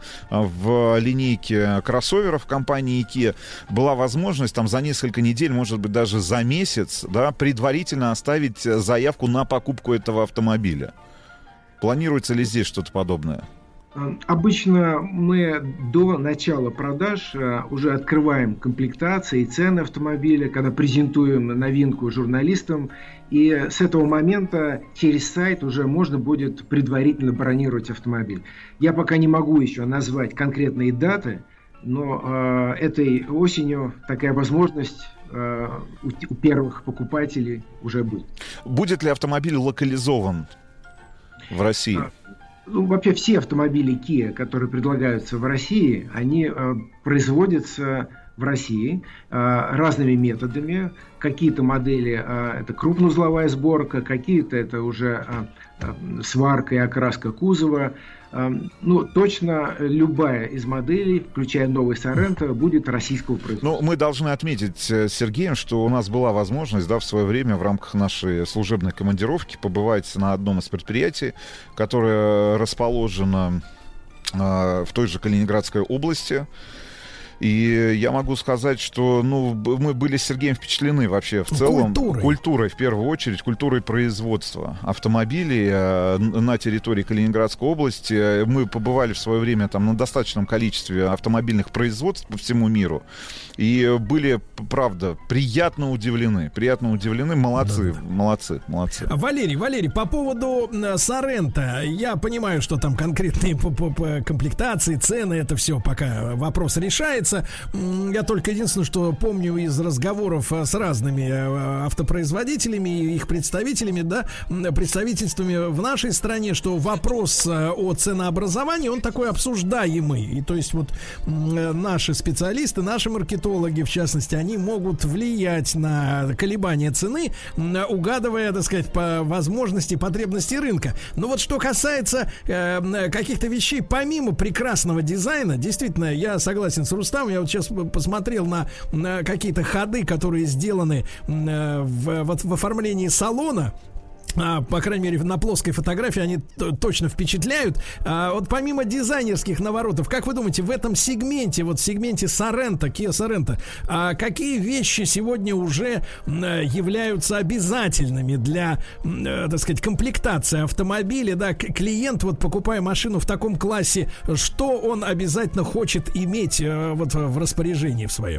в линейке кроссоверов компании Kia, была возможность там за несколько недель, может быть, даже за месяц, да, предварительно оставить заявку на покупку этого автомобиля. Планируется ли здесь что-то подобное? Обычно мы до начала продаж уже открываем комплектации и цены автомобиля, когда презентуем новинку журналистам. И с этого момента через сайт уже можно будет предварительно бронировать автомобиль. Я пока не могу еще назвать конкретные даты, но этой осенью такая возможность у первых покупателей уже будет. Будет ли автомобиль локализован в России? Вообще все автомобили Kia, которые предлагаются в России, они производятся в России разными методами. Какие-то модели это крупноузловая сборка, какие-то это уже сварка и окраска кузова. Точно любая из моделей, включая новый Sorento, будет российского производства. Мы должны отметить с Сергеем, что у нас была возможность, в свое время в рамках нашей служебной командировки побывать на одном из предприятий, которое расположено в той же Калининградской области. И я могу сказать, что мы были с Сергеем впечатлены вообще в целом культурой, в первую очередь, культурой производства автомобилей на территории Калининградской области. Мы побывали в свое время там на достаточном количестве автомобильных производств по всему миру и были, правда, приятно удивлены. Молодцы. Валерий, по поводу Sorento, я понимаю, что там конкретные комплектации, цены, это все пока вопрос решается. Я только единственное, что помню из разговоров с разными автопроизводителями и их представителями, представительствами в нашей стране, что вопрос о ценообразовании, он такой обсуждаемый. И то есть вот наши специалисты, наши маркетологи, в частности, они могут влиять на колебания цены, угадывая, так сказать, по возможности, потребности рынка. Но вот что касается каких-то вещей, помимо прекрасного дизайна, действительно, я согласен с Рустамом. Я вот сейчас посмотрел на какие-то ходы, которые сделаны в оформлении салона. По крайней мере, на плоской фотографии они точно впечатляют. Вот помимо дизайнерских наворотов, как вы думаете, в этом сегменте, Sorento, Kia Sorento, какие вещи сегодня уже являются обязательными для, так сказать, комплектации автомобиля? Клиент, покупая машину в таком классе, что он обязательно хочет иметь в распоряжении в своем?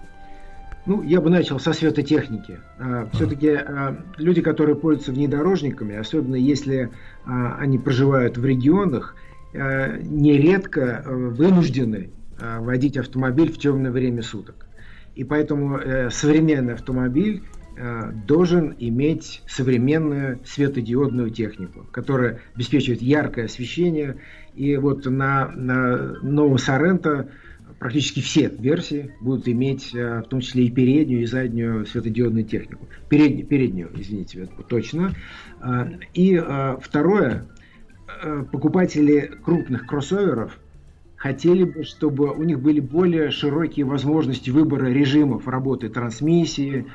Я бы начал со светотехники. Все-таки люди, которые пользуются внедорожниками, особенно если они проживают в регионах, нередко вынуждены водить автомобиль в темное время суток. И поэтому современный автомобиль должен иметь современную светодиодную технику, которая обеспечивает яркое освещение. И вот на новом Sorento практически все версии будут иметь, в том числе и переднюю, и заднюю светодиодную технику. Переднюю, извините, точно. И второе, покупатели крупных кроссоверов хотели бы, чтобы у них были более широкие возможности выбора режимов работы трансмиссии.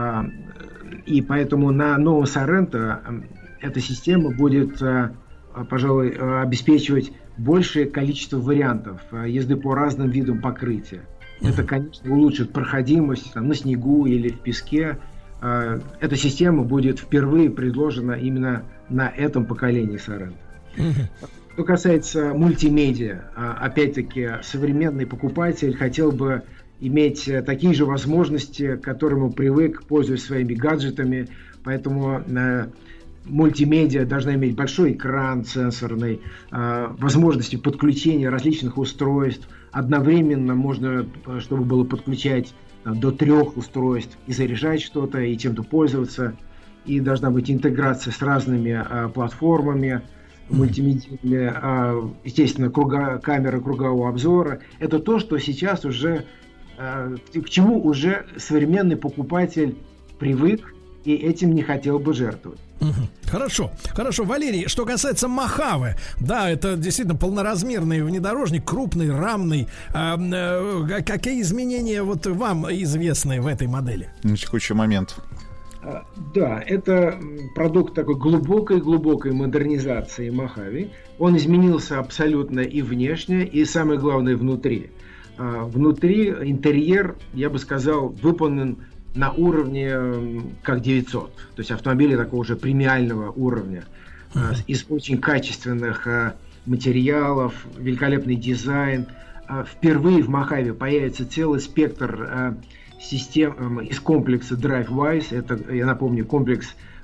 И поэтому на новом Sorento эта система будет, пожалуй, обеспечивать большее количество вариантов езды по разным видам покрытия. Это, конечно, улучшит проходимость на снегу или в песке. Эта система будет впервые предложена именно на этом поколении Sorento. Что касается мультимедиа, опять-таки, современный покупатель хотел бы иметь такие же возможности, к которым он привык, пользуясь своими гаджетами. Поэтому мультимедиа должна иметь большой экран сенсорный, возможности подключения различных устройств. Одновременно можно, чтобы было подключать до 3 устройств и заряжать что-то, и чем-то пользоваться. И должна быть интеграция с разными платформами мультимедийными, естественно, камеры кругового обзора. Это то, что сейчас уже, к чему уже современный покупатель привык и этим не хотел бы жертвовать. Хорошо. Валерий, что касается Мохаве, да, это действительно полноразмерный внедорожник, крупный, рамный. Какие изменения вам известны в этой модели? На текущий момент. Да, это продукт такой глубокой модернизации Мохаве. Он изменился абсолютно и внешне, и самое главное внутри. Внутри интерьер, я бы сказал, выполнен на уровне как 900, то есть автомобили такого уже премиального уровня, из очень качественных материалов, великолепный дизайн. Впервые в Мохаве появится целый спектр систем из комплекса DriveWise. Это, я напомню, комплекс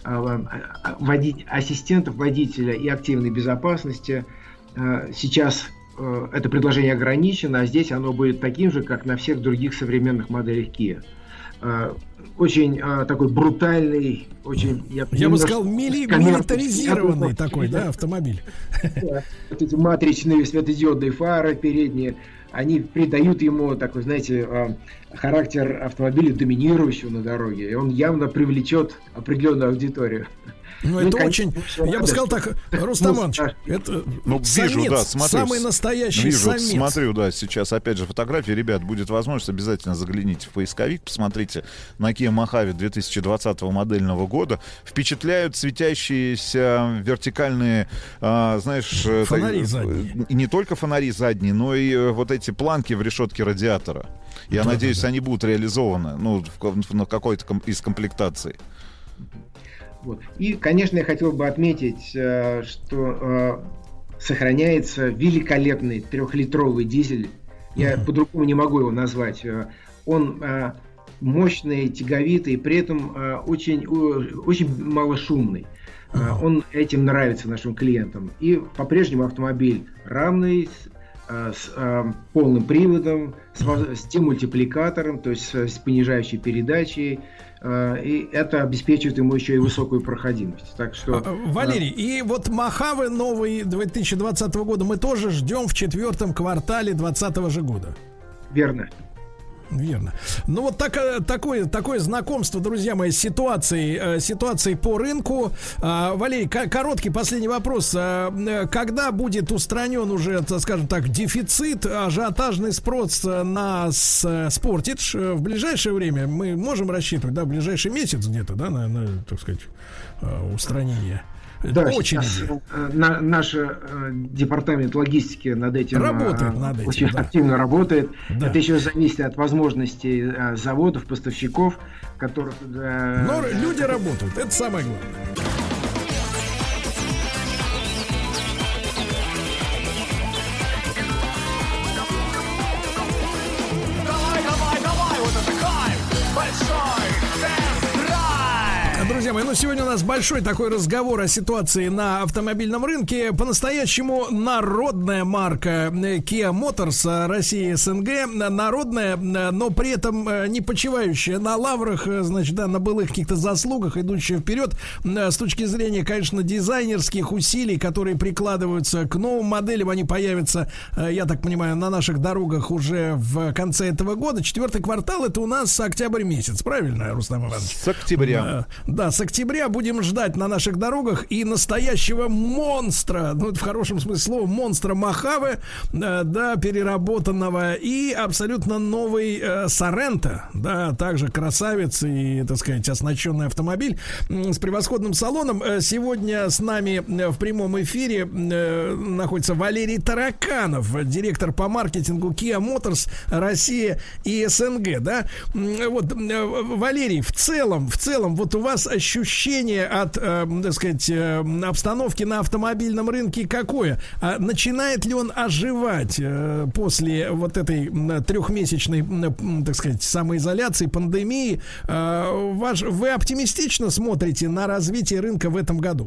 ассистентов водителя и активной безопасности. Сейчас это предложение ограничено, а здесь оно будет таким же, как на всех других современных моделях Kia. Очень такой брутальный, очень... Я бы сказал, милитаризированный такой, да, автомобиль. Вот эти матричные светодиодные фары передние, они придают ему такой, знаете, характер автомобиля доминирующего на дороге, и он явно привлечет определенную аудиторию. Ну, это очень, я бы сказал так, Рустам Иванович, это вижу, да, смотрю, самый настоящий самец. Смотрю, да, сейчас опять же фотографии, ребят, будет возможность, обязательно загляните в поисковик, посмотрите на Kia Mojave 2020 модельного года. Впечатляют светящиеся вертикальные, знаешь, фонари задние. Не только фонари задние, но и вот эти планки в решетке радиатора. Я надеюсь, они будут реализованы, ну, на какой-то из комплектаций. Вот. И, конечно, я хотел бы отметить, что сохраняется великолепный 3-литровый дизель. Я по-другому не могу его назвать. Он мощный, тяговитый, при этом очень, очень малошумный. Он этим нравится нашим клиентам. И по-прежнему автомобиль равный, с полным приводом, с демультипликатором, то есть с понижающей передачей. И это обеспечивает ему еще и высокую проходимость. Так что, Валерий, и вот Mojave новый 2020 года мы тоже ждем в 4-м квартале 2020 же года. Верно. Верно. Ну вот такое знакомство, друзья мои, с ситуацией по рынку. Валерий, короткий последний вопрос. Когда будет устранен уже, скажем так, дефицит, ажиотажный спрос на Sportage? В ближайшее время мы можем рассчитывать, да, в ближайший месяц где-то, да, на так сказать, устранение? Да, наш департамент логистики над этим очень активно работает. Да. Это еще зависит от возможностей заводов, поставщиков, которых... Но люди работают, это самое главное. Друзья мои, сегодня у нас большой такой разговор о ситуации на автомобильном рынке. По-настоящему народная марка Kia Motors России СНГ. Народная, но при этом не почивающая на лаврах, значит, да, на былых каких-то заслугах, идущая вперед с точки зрения, конечно, дизайнерских усилий, которые прикладываются к новым моделям. Они появятся, я так понимаю, на наших дорогах уже в конце этого года. 4-й квартал — это у нас октябрь месяц, правильно, Рустам Иванович? С октября. Да, с октября будем ждать на наших дорогах и настоящего монстра, ну, в хорошем смысле слова, монстра Mojave, да, переработанного, и абсолютно новый Sorento, да, также красавец и, так сказать, оснащенный автомобиль с превосходным салоном. Сегодня с нами в прямом эфире находится Валерий Тараканов, директор по маркетингу Kia Motors Россия и СНГ, да. Вот, Валерий, в целом, вот у вас ощущение от, так сказать, обстановки на автомобильном рынке какое? Начинает ли он оживать после вот этой 3-месячной, так сказать, самоизоляции, пандемии? Вы оптимистично смотрите на развитие рынка в этом году?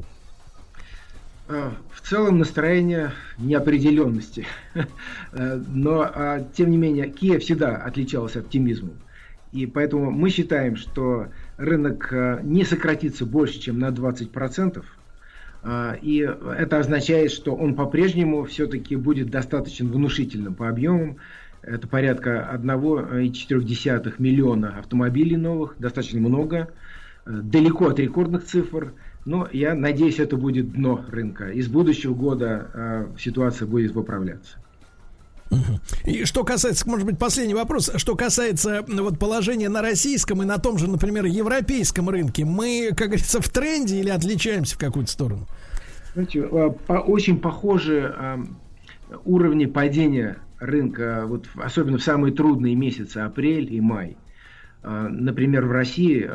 В целом настроение неопределенности. Но, тем не менее, Kia всегда отличался оптимизмом. И поэтому мы считаем, что рынок не сократится больше, чем на 20%. И это означает, что он по-прежнему все-таки будет достаточно внушительным по объемам. Это порядка 1,4 миллиона автомобилей новых, достаточно много, далеко от рекордных цифр. Но я надеюсь, это будет дно рынка. И с будущего года ситуация будет выправляться. И что касается, может быть, последний вопрос, что касается вот положения на российском и на том же, например, европейском рынке, мы, как говорится, в тренде или отличаемся в какую-то сторону? Знаете, очень похожи уровни падения рынка, вот, особенно в самые трудные месяцы, апрель и май. Например, в России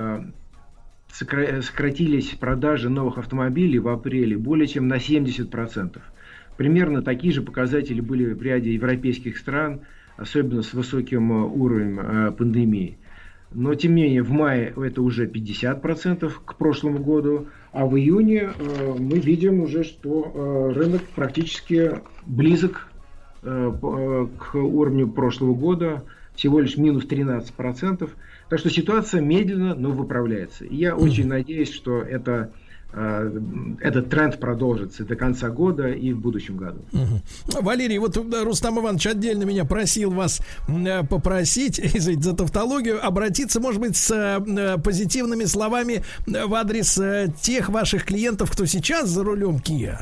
сократились продажи новых автомобилей в апреле более чем на 70%. Примерно такие же показатели были в ряде европейских стран, особенно с высоким уровнем пандемии. Но, тем не менее, в мае это уже 50% к прошлому году, а в июне мы видим уже, что рынок практически близок к уровню прошлого года, всего лишь минус 13%. Так что ситуация медленно, но выправляется. И я очень надеюсь, что этот тренд продолжится до конца года и в будущем году. Валерий, вот Рустам Иванович отдельно меня просил вас попросить, извините за тавтологию, обратиться, может быть, с позитивными словами в адрес тех ваших клиентов, кто сейчас за рулем Kia.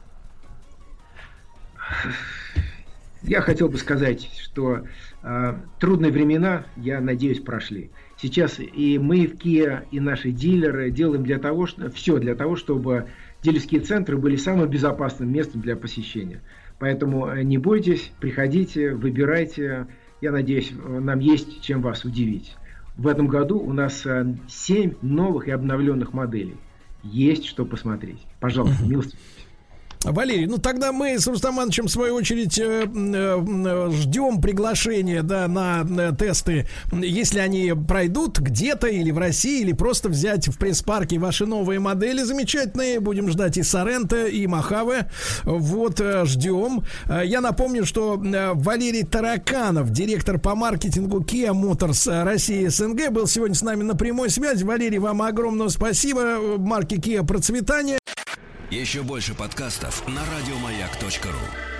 Я хотел бы сказать, что трудные времена, я надеюсь, прошли. Сейчас и мы в Kia, и наши дилеры делаем все для того, чтобы дилерские центры были самым безопасным местом для посещения. Поэтому не бойтесь, приходите, выбирайте. Я надеюсь, нам есть чем вас удивить. В этом году у нас 7 новых и обновленных моделей. Есть что посмотреть. Пожалуйста, милостивы. Валерий, ну тогда мы с Рустам Ивановичем, в свою очередь, ждем приглашения, да, на тесты, если они пройдут где-то или в России, или просто взять в пресс-парке ваши новые модели замечательные. Будем ждать и Соренто, и Мохаве. Вот, ждем. Я напомню, что Валерий Тараканов, директор по маркетингу Kia Motors России СНГ, был сегодня с нами на прямой связи. Валерий, вам огромное спасибо. Марки Kia процветания. Еще больше подкастов на радиомаяк.ру.